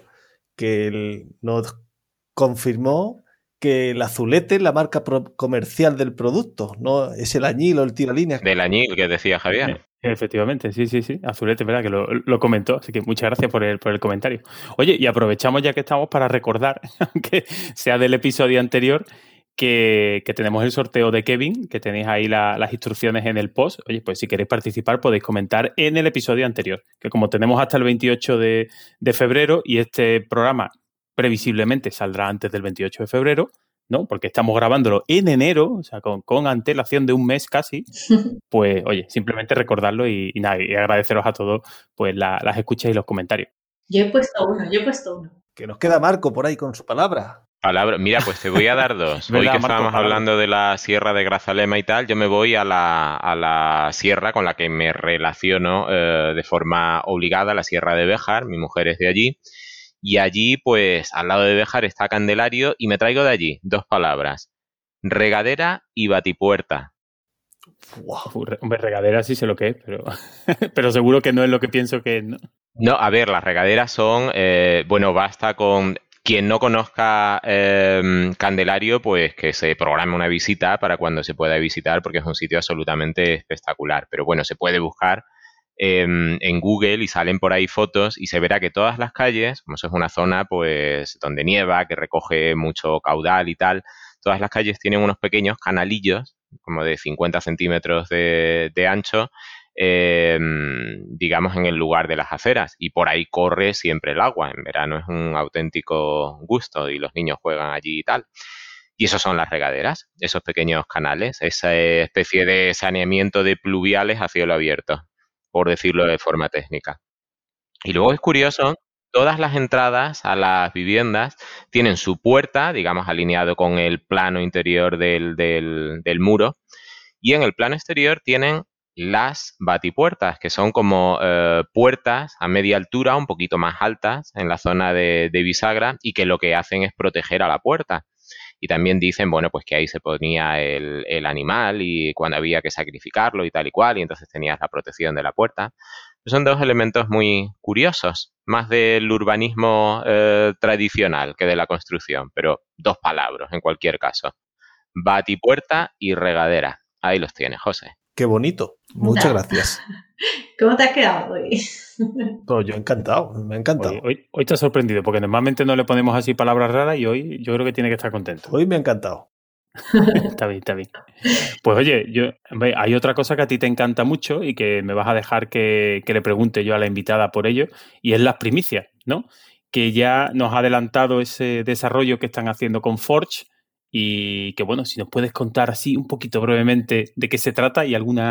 que nos confirmó que el azulete es la marca comercial del producto, no es el añil o el tiralínea. Del añil que decía Javier. Efectivamente, sí. Azulete, ¿verdad? Que lo comentó, así que muchas gracias por el comentario. Oye, y aprovechamos ya que estamos para recordar, aunque sea del episodio anterior, que tenemos el sorteo de Kevin, que tenéis ahí las instrucciones en el post. Oye, pues si queréis participar podéis comentar en el episodio anterior, que como tenemos hasta el 28 de febrero y este programa previsiblemente saldrá antes del 28 de febrero, ¿no? Porque estamos grabándolo en enero, o sea, con antelación de un mes casi, pues oye, simplemente recordarlo y nada, y agradeceros a todos pues las escuchas y los comentarios. Yo he puesto uno. Que nos queda Marco por ahí con su palabra. Mira, pues te voy a dar dos. Hoy que estábamos hablando de la sierra de Grazalema y tal, yo me voy a la sierra con la que me relaciono de forma obligada, la sierra de Béjar, mi mujer es de allí, y allí, pues, al lado de Béjar está Candelario, y me traigo de allí 2 palabras, regadera y batipuerta. Wow. Hombre, regadera sí sé lo que es, pero seguro que no es lo que pienso que es, ¿no? No, a ver, las regaderas son, basta con... Quien no conozca Candelario, pues que se programe una visita para cuando se pueda visitar, porque es un sitio absolutamente espectacular. Pero bueno, se puede buscar en Google y salen por ahí fotos y se verá que todas las calles, como eso es una zona pues donde nieva, que recoge mucho caudal y tal, todas las calles tienen unos pequeños canalillos, como de 50 centímetros de ancho, digamos en el lugar de las aceras, y por ahí corre siempre el agua. En verano es un auténtico gusto y los niños juegan allí y tal. Y esos son las regaderas, esos pequeños canales, esa especie de saneamiento de pluviales a cielo abierto, por decirlo de forma técnica. Y luego es curioso, todas las entradas a las viviendas tienen su puerta, digamos, alineado con el plano interior del muro, y en el plano exterior tienen las batipuertas, que son como puertas a media altura, un poquito más altas en la zona de bisagra, y que lo que hacen es proteger a la puerta. Y también dicen, bueno, pues que ahí se ponía el animal y cuando había que sacrificarlo y tal y cual, y entonces tenías la protección de la puerta. Son 2 elementos muy curiosos, más del urbanismo tradicional que de la construcción, pero 2 palabras en cualquier caso. Batipuerta y regadera. Ahí los tienes, José. Qué bonito. Muchas gracias. ¿Cómo te has quedado hoy? Pues yo encantado, me ha encantado. Hoy te has sorprendido, porque normalmente no le ponemos así palabras raras y hoy yo creo que tiene que estar contento. Hoy me ha encantado. Está bien. Pues oye, hay otra cosa que a ti te encanta mucho y que me vas a dejar que le pregunte yo a la invitada por ello, y es las primicias, ¿no? Que ya nos ha adelantado ese desarrollo que están haciendo con Forge y que, bueno, si nos puedes contar así un poquito brevemente de qué se trata y alguna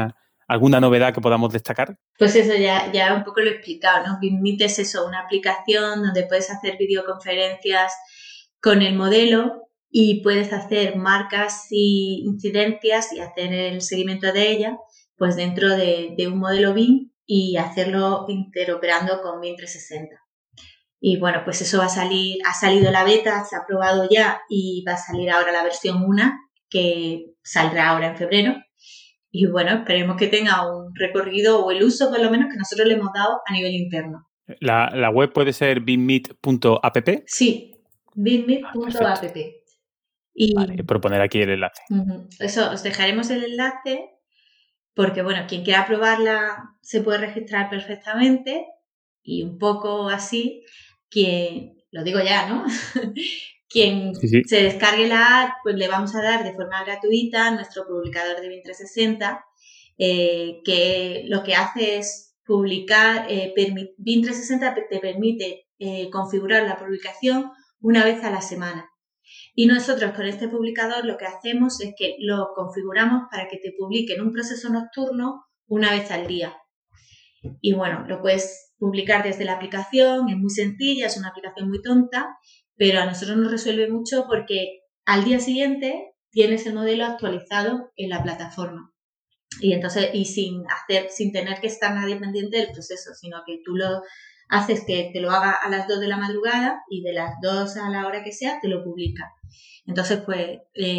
¿Alguna novedad que podamos destacar? Pues eso ya un poco lo he explicado, ¿no? BIMmeet es eso, una aplicación donde puedes hacer videoconferencias con el modelo y puedes hacer marcas y incidencias y hacer el seguimiento de ellas pues dentro de un modelo BIM y hacerlo interoperando con BIM 360. Y bueno, pues eso va a salir, ha salido la beta, se ha probado ya y va a salir ahora la versión 1 que saldrá ahora en febrero. Y bueno, esperemos que tenga un recorrido o el uso por lo menos que nosotros le hemos dado a nivel interno. ¿La web puede ser bimmeet.app? Sí, bimmeet.app. Y vale, por poner aquí el enlace. Eso, os dejaremos el enlace porque, bueno, quien quiera probarla se puede registrar perfectamente y un poco así, quien, lo digo ya, ¿no? Quien se descargue la app, pues le vamos a dar de forma gratuita nuestro publicador de BIM 360, que lo que hace es publicar, BIM 360 te permite configurar la publicación una vez a la semana. Y nosotros con este publicador lo que hacemos es que lo configuramos para que te publique en un proceso nocturno una vez al día. Y bueno, lo puedes publicar desde la aplicación, es muy sencilla, es una aplicación muy tonta, pero a nosotros nos resuelve mucho porque al día siguiente tienes el modelo actualizado en la plataforma. Y entonces, y sin tener que estar nadie pendiente del proceso, sino que tú lo haces que te lo haga a las 2 de la madrugada y de las 2 a la hora que sea te lo publica. Entonces, pues,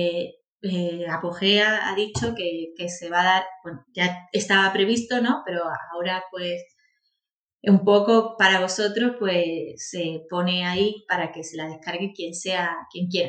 Apogea ha dicho que se va a dar, bueno, ya estaba previsto, ¿no? Pero ahora, pues, un poco para vosotros, pues, se pone ahí para que se la descargue quien quiera.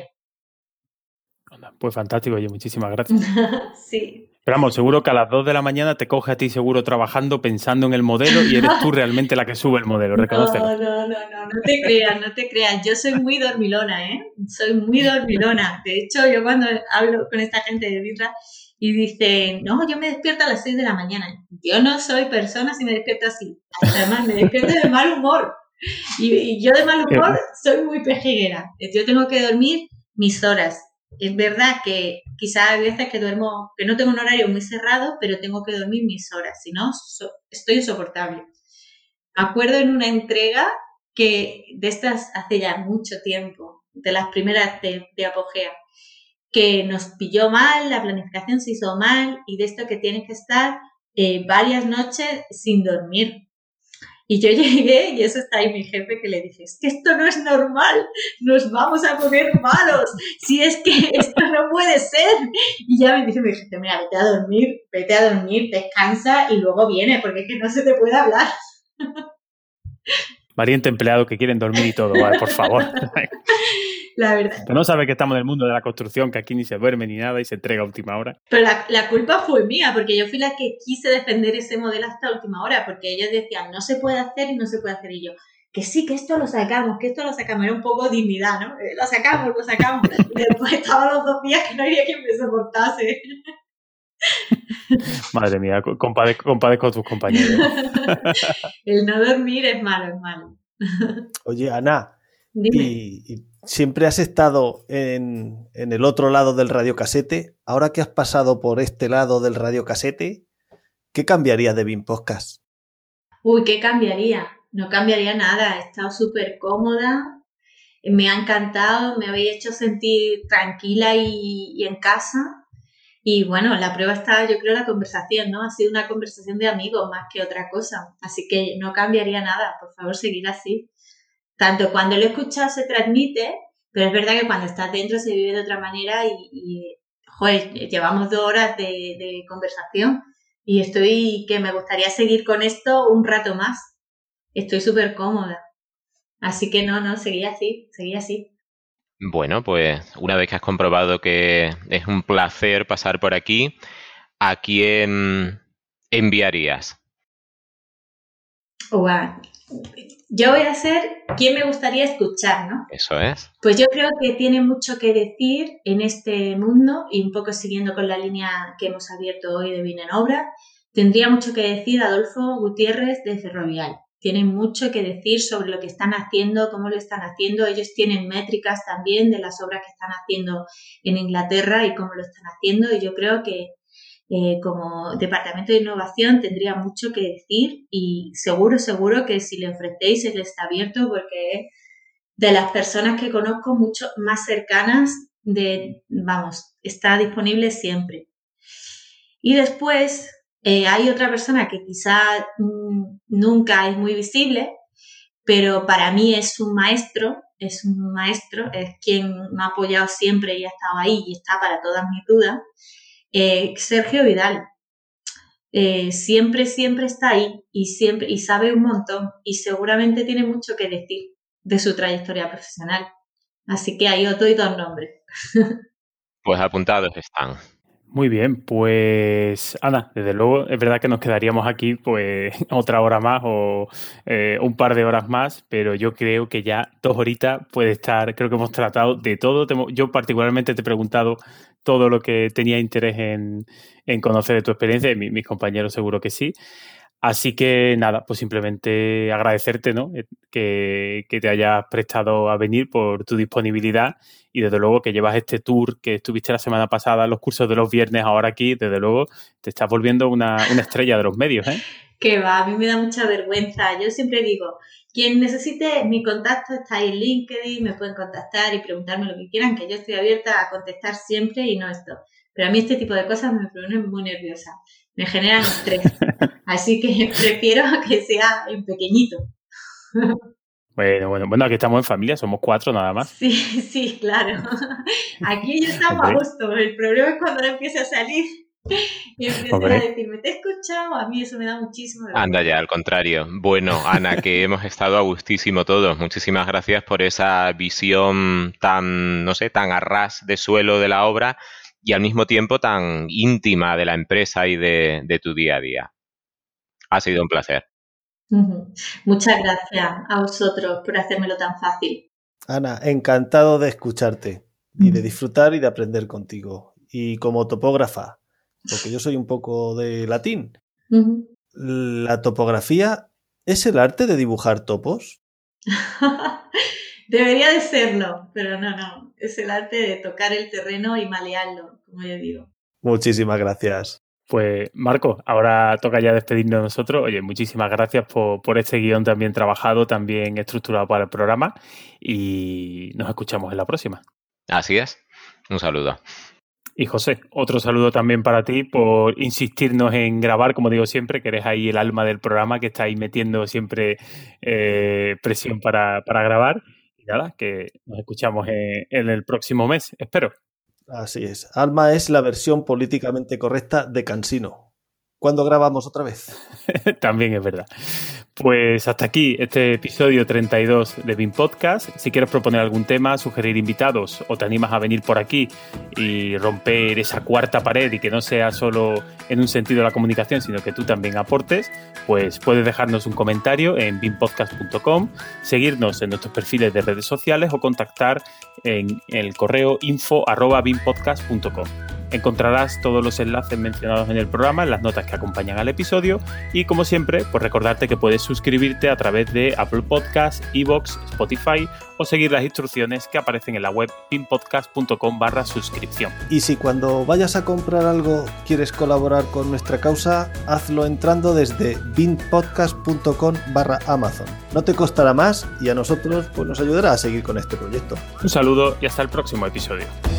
Pues fantástico, oye, muchísimas gracias. Sí. Pero vamos, seguro que a las 2 de la mañana te coge a ti seguro trabajando, pensando en el modelo y eres tú realmente la que sube el modelo, reconócelo. No te creas. Yo soy muy dormilona, ¿eh? Soy muy dormilona. De hecho, yo cuando hablo con esta gente de Birra y dicen, no, yo me despierto a las 6 de la mañana. Yo no soy persona si me despierto así. Además, me despierto de mal humor. Y yo de mal humor soy muy pejiguera. Yo tengo que dormir mis horas. Es verdad que quizás hay veces que duermo, que no tengo un horario muy cerrado, pero tengo que dormir mis horas, si no, estoy insoportable. Me acuerdo en una entrega que de estas hace ya mucho tiempo, de las primeras de Apogea, que nos pilló mal, la planificación se hizo mal y de esto que tienes que estar varias noches sin dormir. Y yo llegué, y eso está ahí mi jefe, que le dije, es que esto no es normal, nos vamos a poner malos, si es que esto no puede ser. Y ya me dice mi jefe, mira, vete a dormir, descansa y luego viene, porque es que no se te puede hablar. Valiente empleado que quieren dormir y todo, vale, por favor. La verdad. Que no sabe que estamos en el mundo de la construcción, que aquí ni se duerme ni nada y se entrega a última hora. Pero la culpa fue mía, porque yo fui la que quise defender ese modelo hasta última hora, porque ellos decían, no se puede hacer y no se puede hacer. Y yo, que sí, que esto lo sacamos. Era un poco dignidad, ¿no? Lo sacamos. Y después estaban los 2 días que no había quien me soportase. Madre mía, compadezco a tus compañeros. El no dormir es malo. Oye, Ana, Dime. ¿Y siempre has estado en el otro lado del radiocasete? Ahora que has pasado por este lado del radiocasete, ¿qué cambiarías de BIM Podcast? Uy, ¿qué cambiaría? No cambiaría nada, he estado súper cómoda, me ha encantado, me habéis hecho sentir tranquila y en casa. Y bueno, la prueba está, yo creo, la conversación, ¿no? Ha sido una conversación de amigos más que otra cosa. Así que no cambiaría nada, por favor, seguir así. Tanto cuando lo escuchas se transmite, pero es verdad que cuando estás dentro se vive de otra manera y joder, llevamos 2 horas de conversación y que me gustaría seguir con esto un rato más. Estoy súper cómoda. Así que no, seguí así. Bueno, pues una vez que has comprobado que es un placer pasar por aquí, ¿a quién enviarías? Wow. Yo voy a ser quien me gustaría escuchar, ¿no? Eso es. Pues yo creo que tiene mucho que decir en este mundo y un poco siguiendo con la línea que hemos abierto hoy de BIM en Obra, tendría mucho que decir Adolfo Gutiérrez de Ferrovial. Tienen mucho que decir sobre lo que están haciendo, cómo lo están haciendo. Ellos tienen métricas también de las obras que están haciendo en Inglaterra y cómo lo están haciendo. Y yo creo que como departamento de innovación tendría mucho que decir y seguro que si le ofrecéis él está abierto porque es de las personas que conozco mucho más cercanas está disponible siempre. Y después hay otra persona que quizá nunca es muy visible, pero para mí es un maestro, es quien me ha apoyado siempre y ha estado ahí y está para todas mis dudas. Sergio Vidal siempre está ahí y sabe un montón y seguramente tiene mucho que decir de su trayectoria profesional. Así que ahí os doy 2 nombres. Pues apuntados están. Muy bien, pues Ana, desde luego es verdad que nos quedaríamos aquí pues otra hora más o un par de horas más, pero yo creo que ya 2 horitas puede estar, creo que hemos tratado de todo. Yo particularmente te he preguntado todo lo que tenía interés en conocer de tu experiencia, y mis compañeros seguro que sí. Así que nada, pues simplemente agradecerte, ¿no? Que te hayas prestado a venir por tu disponibilidad y desde luego que llevas este tour que estuviste la semana pasada, los cursos de los viernes, ahora aquí, desde luego te estás volviendo una estrella de los medios, ¿eh? Que va, a mí me da mucha vergüenza. Yo siempre digo, quien necesite mi contacto está ahí en LinkedIn, me pueden contactar y preguntarme lo que quieran, que yo estoy abierta a contestar siempre y no esto. Pero a mí este tipo de cosas me ponen muy nerviosa, me generan estrés. Así que prefiero que sea en pequeñito. Bueno, aquí estamos en familia, somos 4 nada más. Sí, claro. Aquí ya estamos a gusto. El problema es cuando no empiece a salir y empiece a decirme, te he escuchado, a mí eso me da muchísimo vergüenza. Anda ya, al contrario. Bueno, Ana, que hemos estado a gustísimo todos. Muchísimas gracias por esa visión tan, no sé, tan a ras de suelo de la obra y al mismo tiempo tan íntima de la empresa y de tu día a día. Ha sido un placer. Muchas gracias a vosotros por hacérmelo tan fácil. Ana, encantado de escucharte y de disfrutar y de aprender contigo. Y como topógrafa, porque yo soy un poco de latín, ¿la topografía es el arte de dibujar topos? Debería de serlo, pero no. Es el arte de tocar el terreno y malearlo, como yo digo. Muchísimas gracias. Pues Marco, ahora toca ya despedirnos de nosotros. Oye, muchísimas gracias por este guión tan bien trabajado, tan bien estructurado para el programa y nos escuchamos en la próxima. Así es. Un saludo. Y José, otro saludo también para ti por insistirnos en grabar, como digo siempre, que eres ahí el alma del programa, que está ahí metiendo siempre presión para grabar. Y nada, que nos escuchamos en el próximo mes, espero. Así es. Alma es la versión políticamente correcta de Cansino. ¿Cuándo grabamos otra vez? También es verdad. Pues hasta aquí este episodio 32 de BIM Podcast. Si quieres proponer algún tema, sugerir invitados o te animas a venir por aquí y romper esa cuarta pared y que no sea solo en un sentido de la comunicación, sino que tú también aportes, pues puedes dejarnos un comentario en bimpodcast.com, seguirnos en nuestros perfiles de redes sociales o contactar en el correo info@bimpodcast.com. Encontrarás todos los enlaces mencionados en el programa en las notas que acompañan al episodio y, como siempre, pues recordarte que puedes suscribirte a través de Apple Podcasts, iVoox, Spotify o seguir las instrucciones que aparecen en la web bimpodcast.com/suscripción. Y si cuando vayas a comprar algo quieres colaborar con nuestra causa, hazlo entrando desde bimpodcast.com/Amazon. No te costará más y a nosotros pues nos ayudará a seguir con este proyecto. Un saludo y hasta el próximo episodio.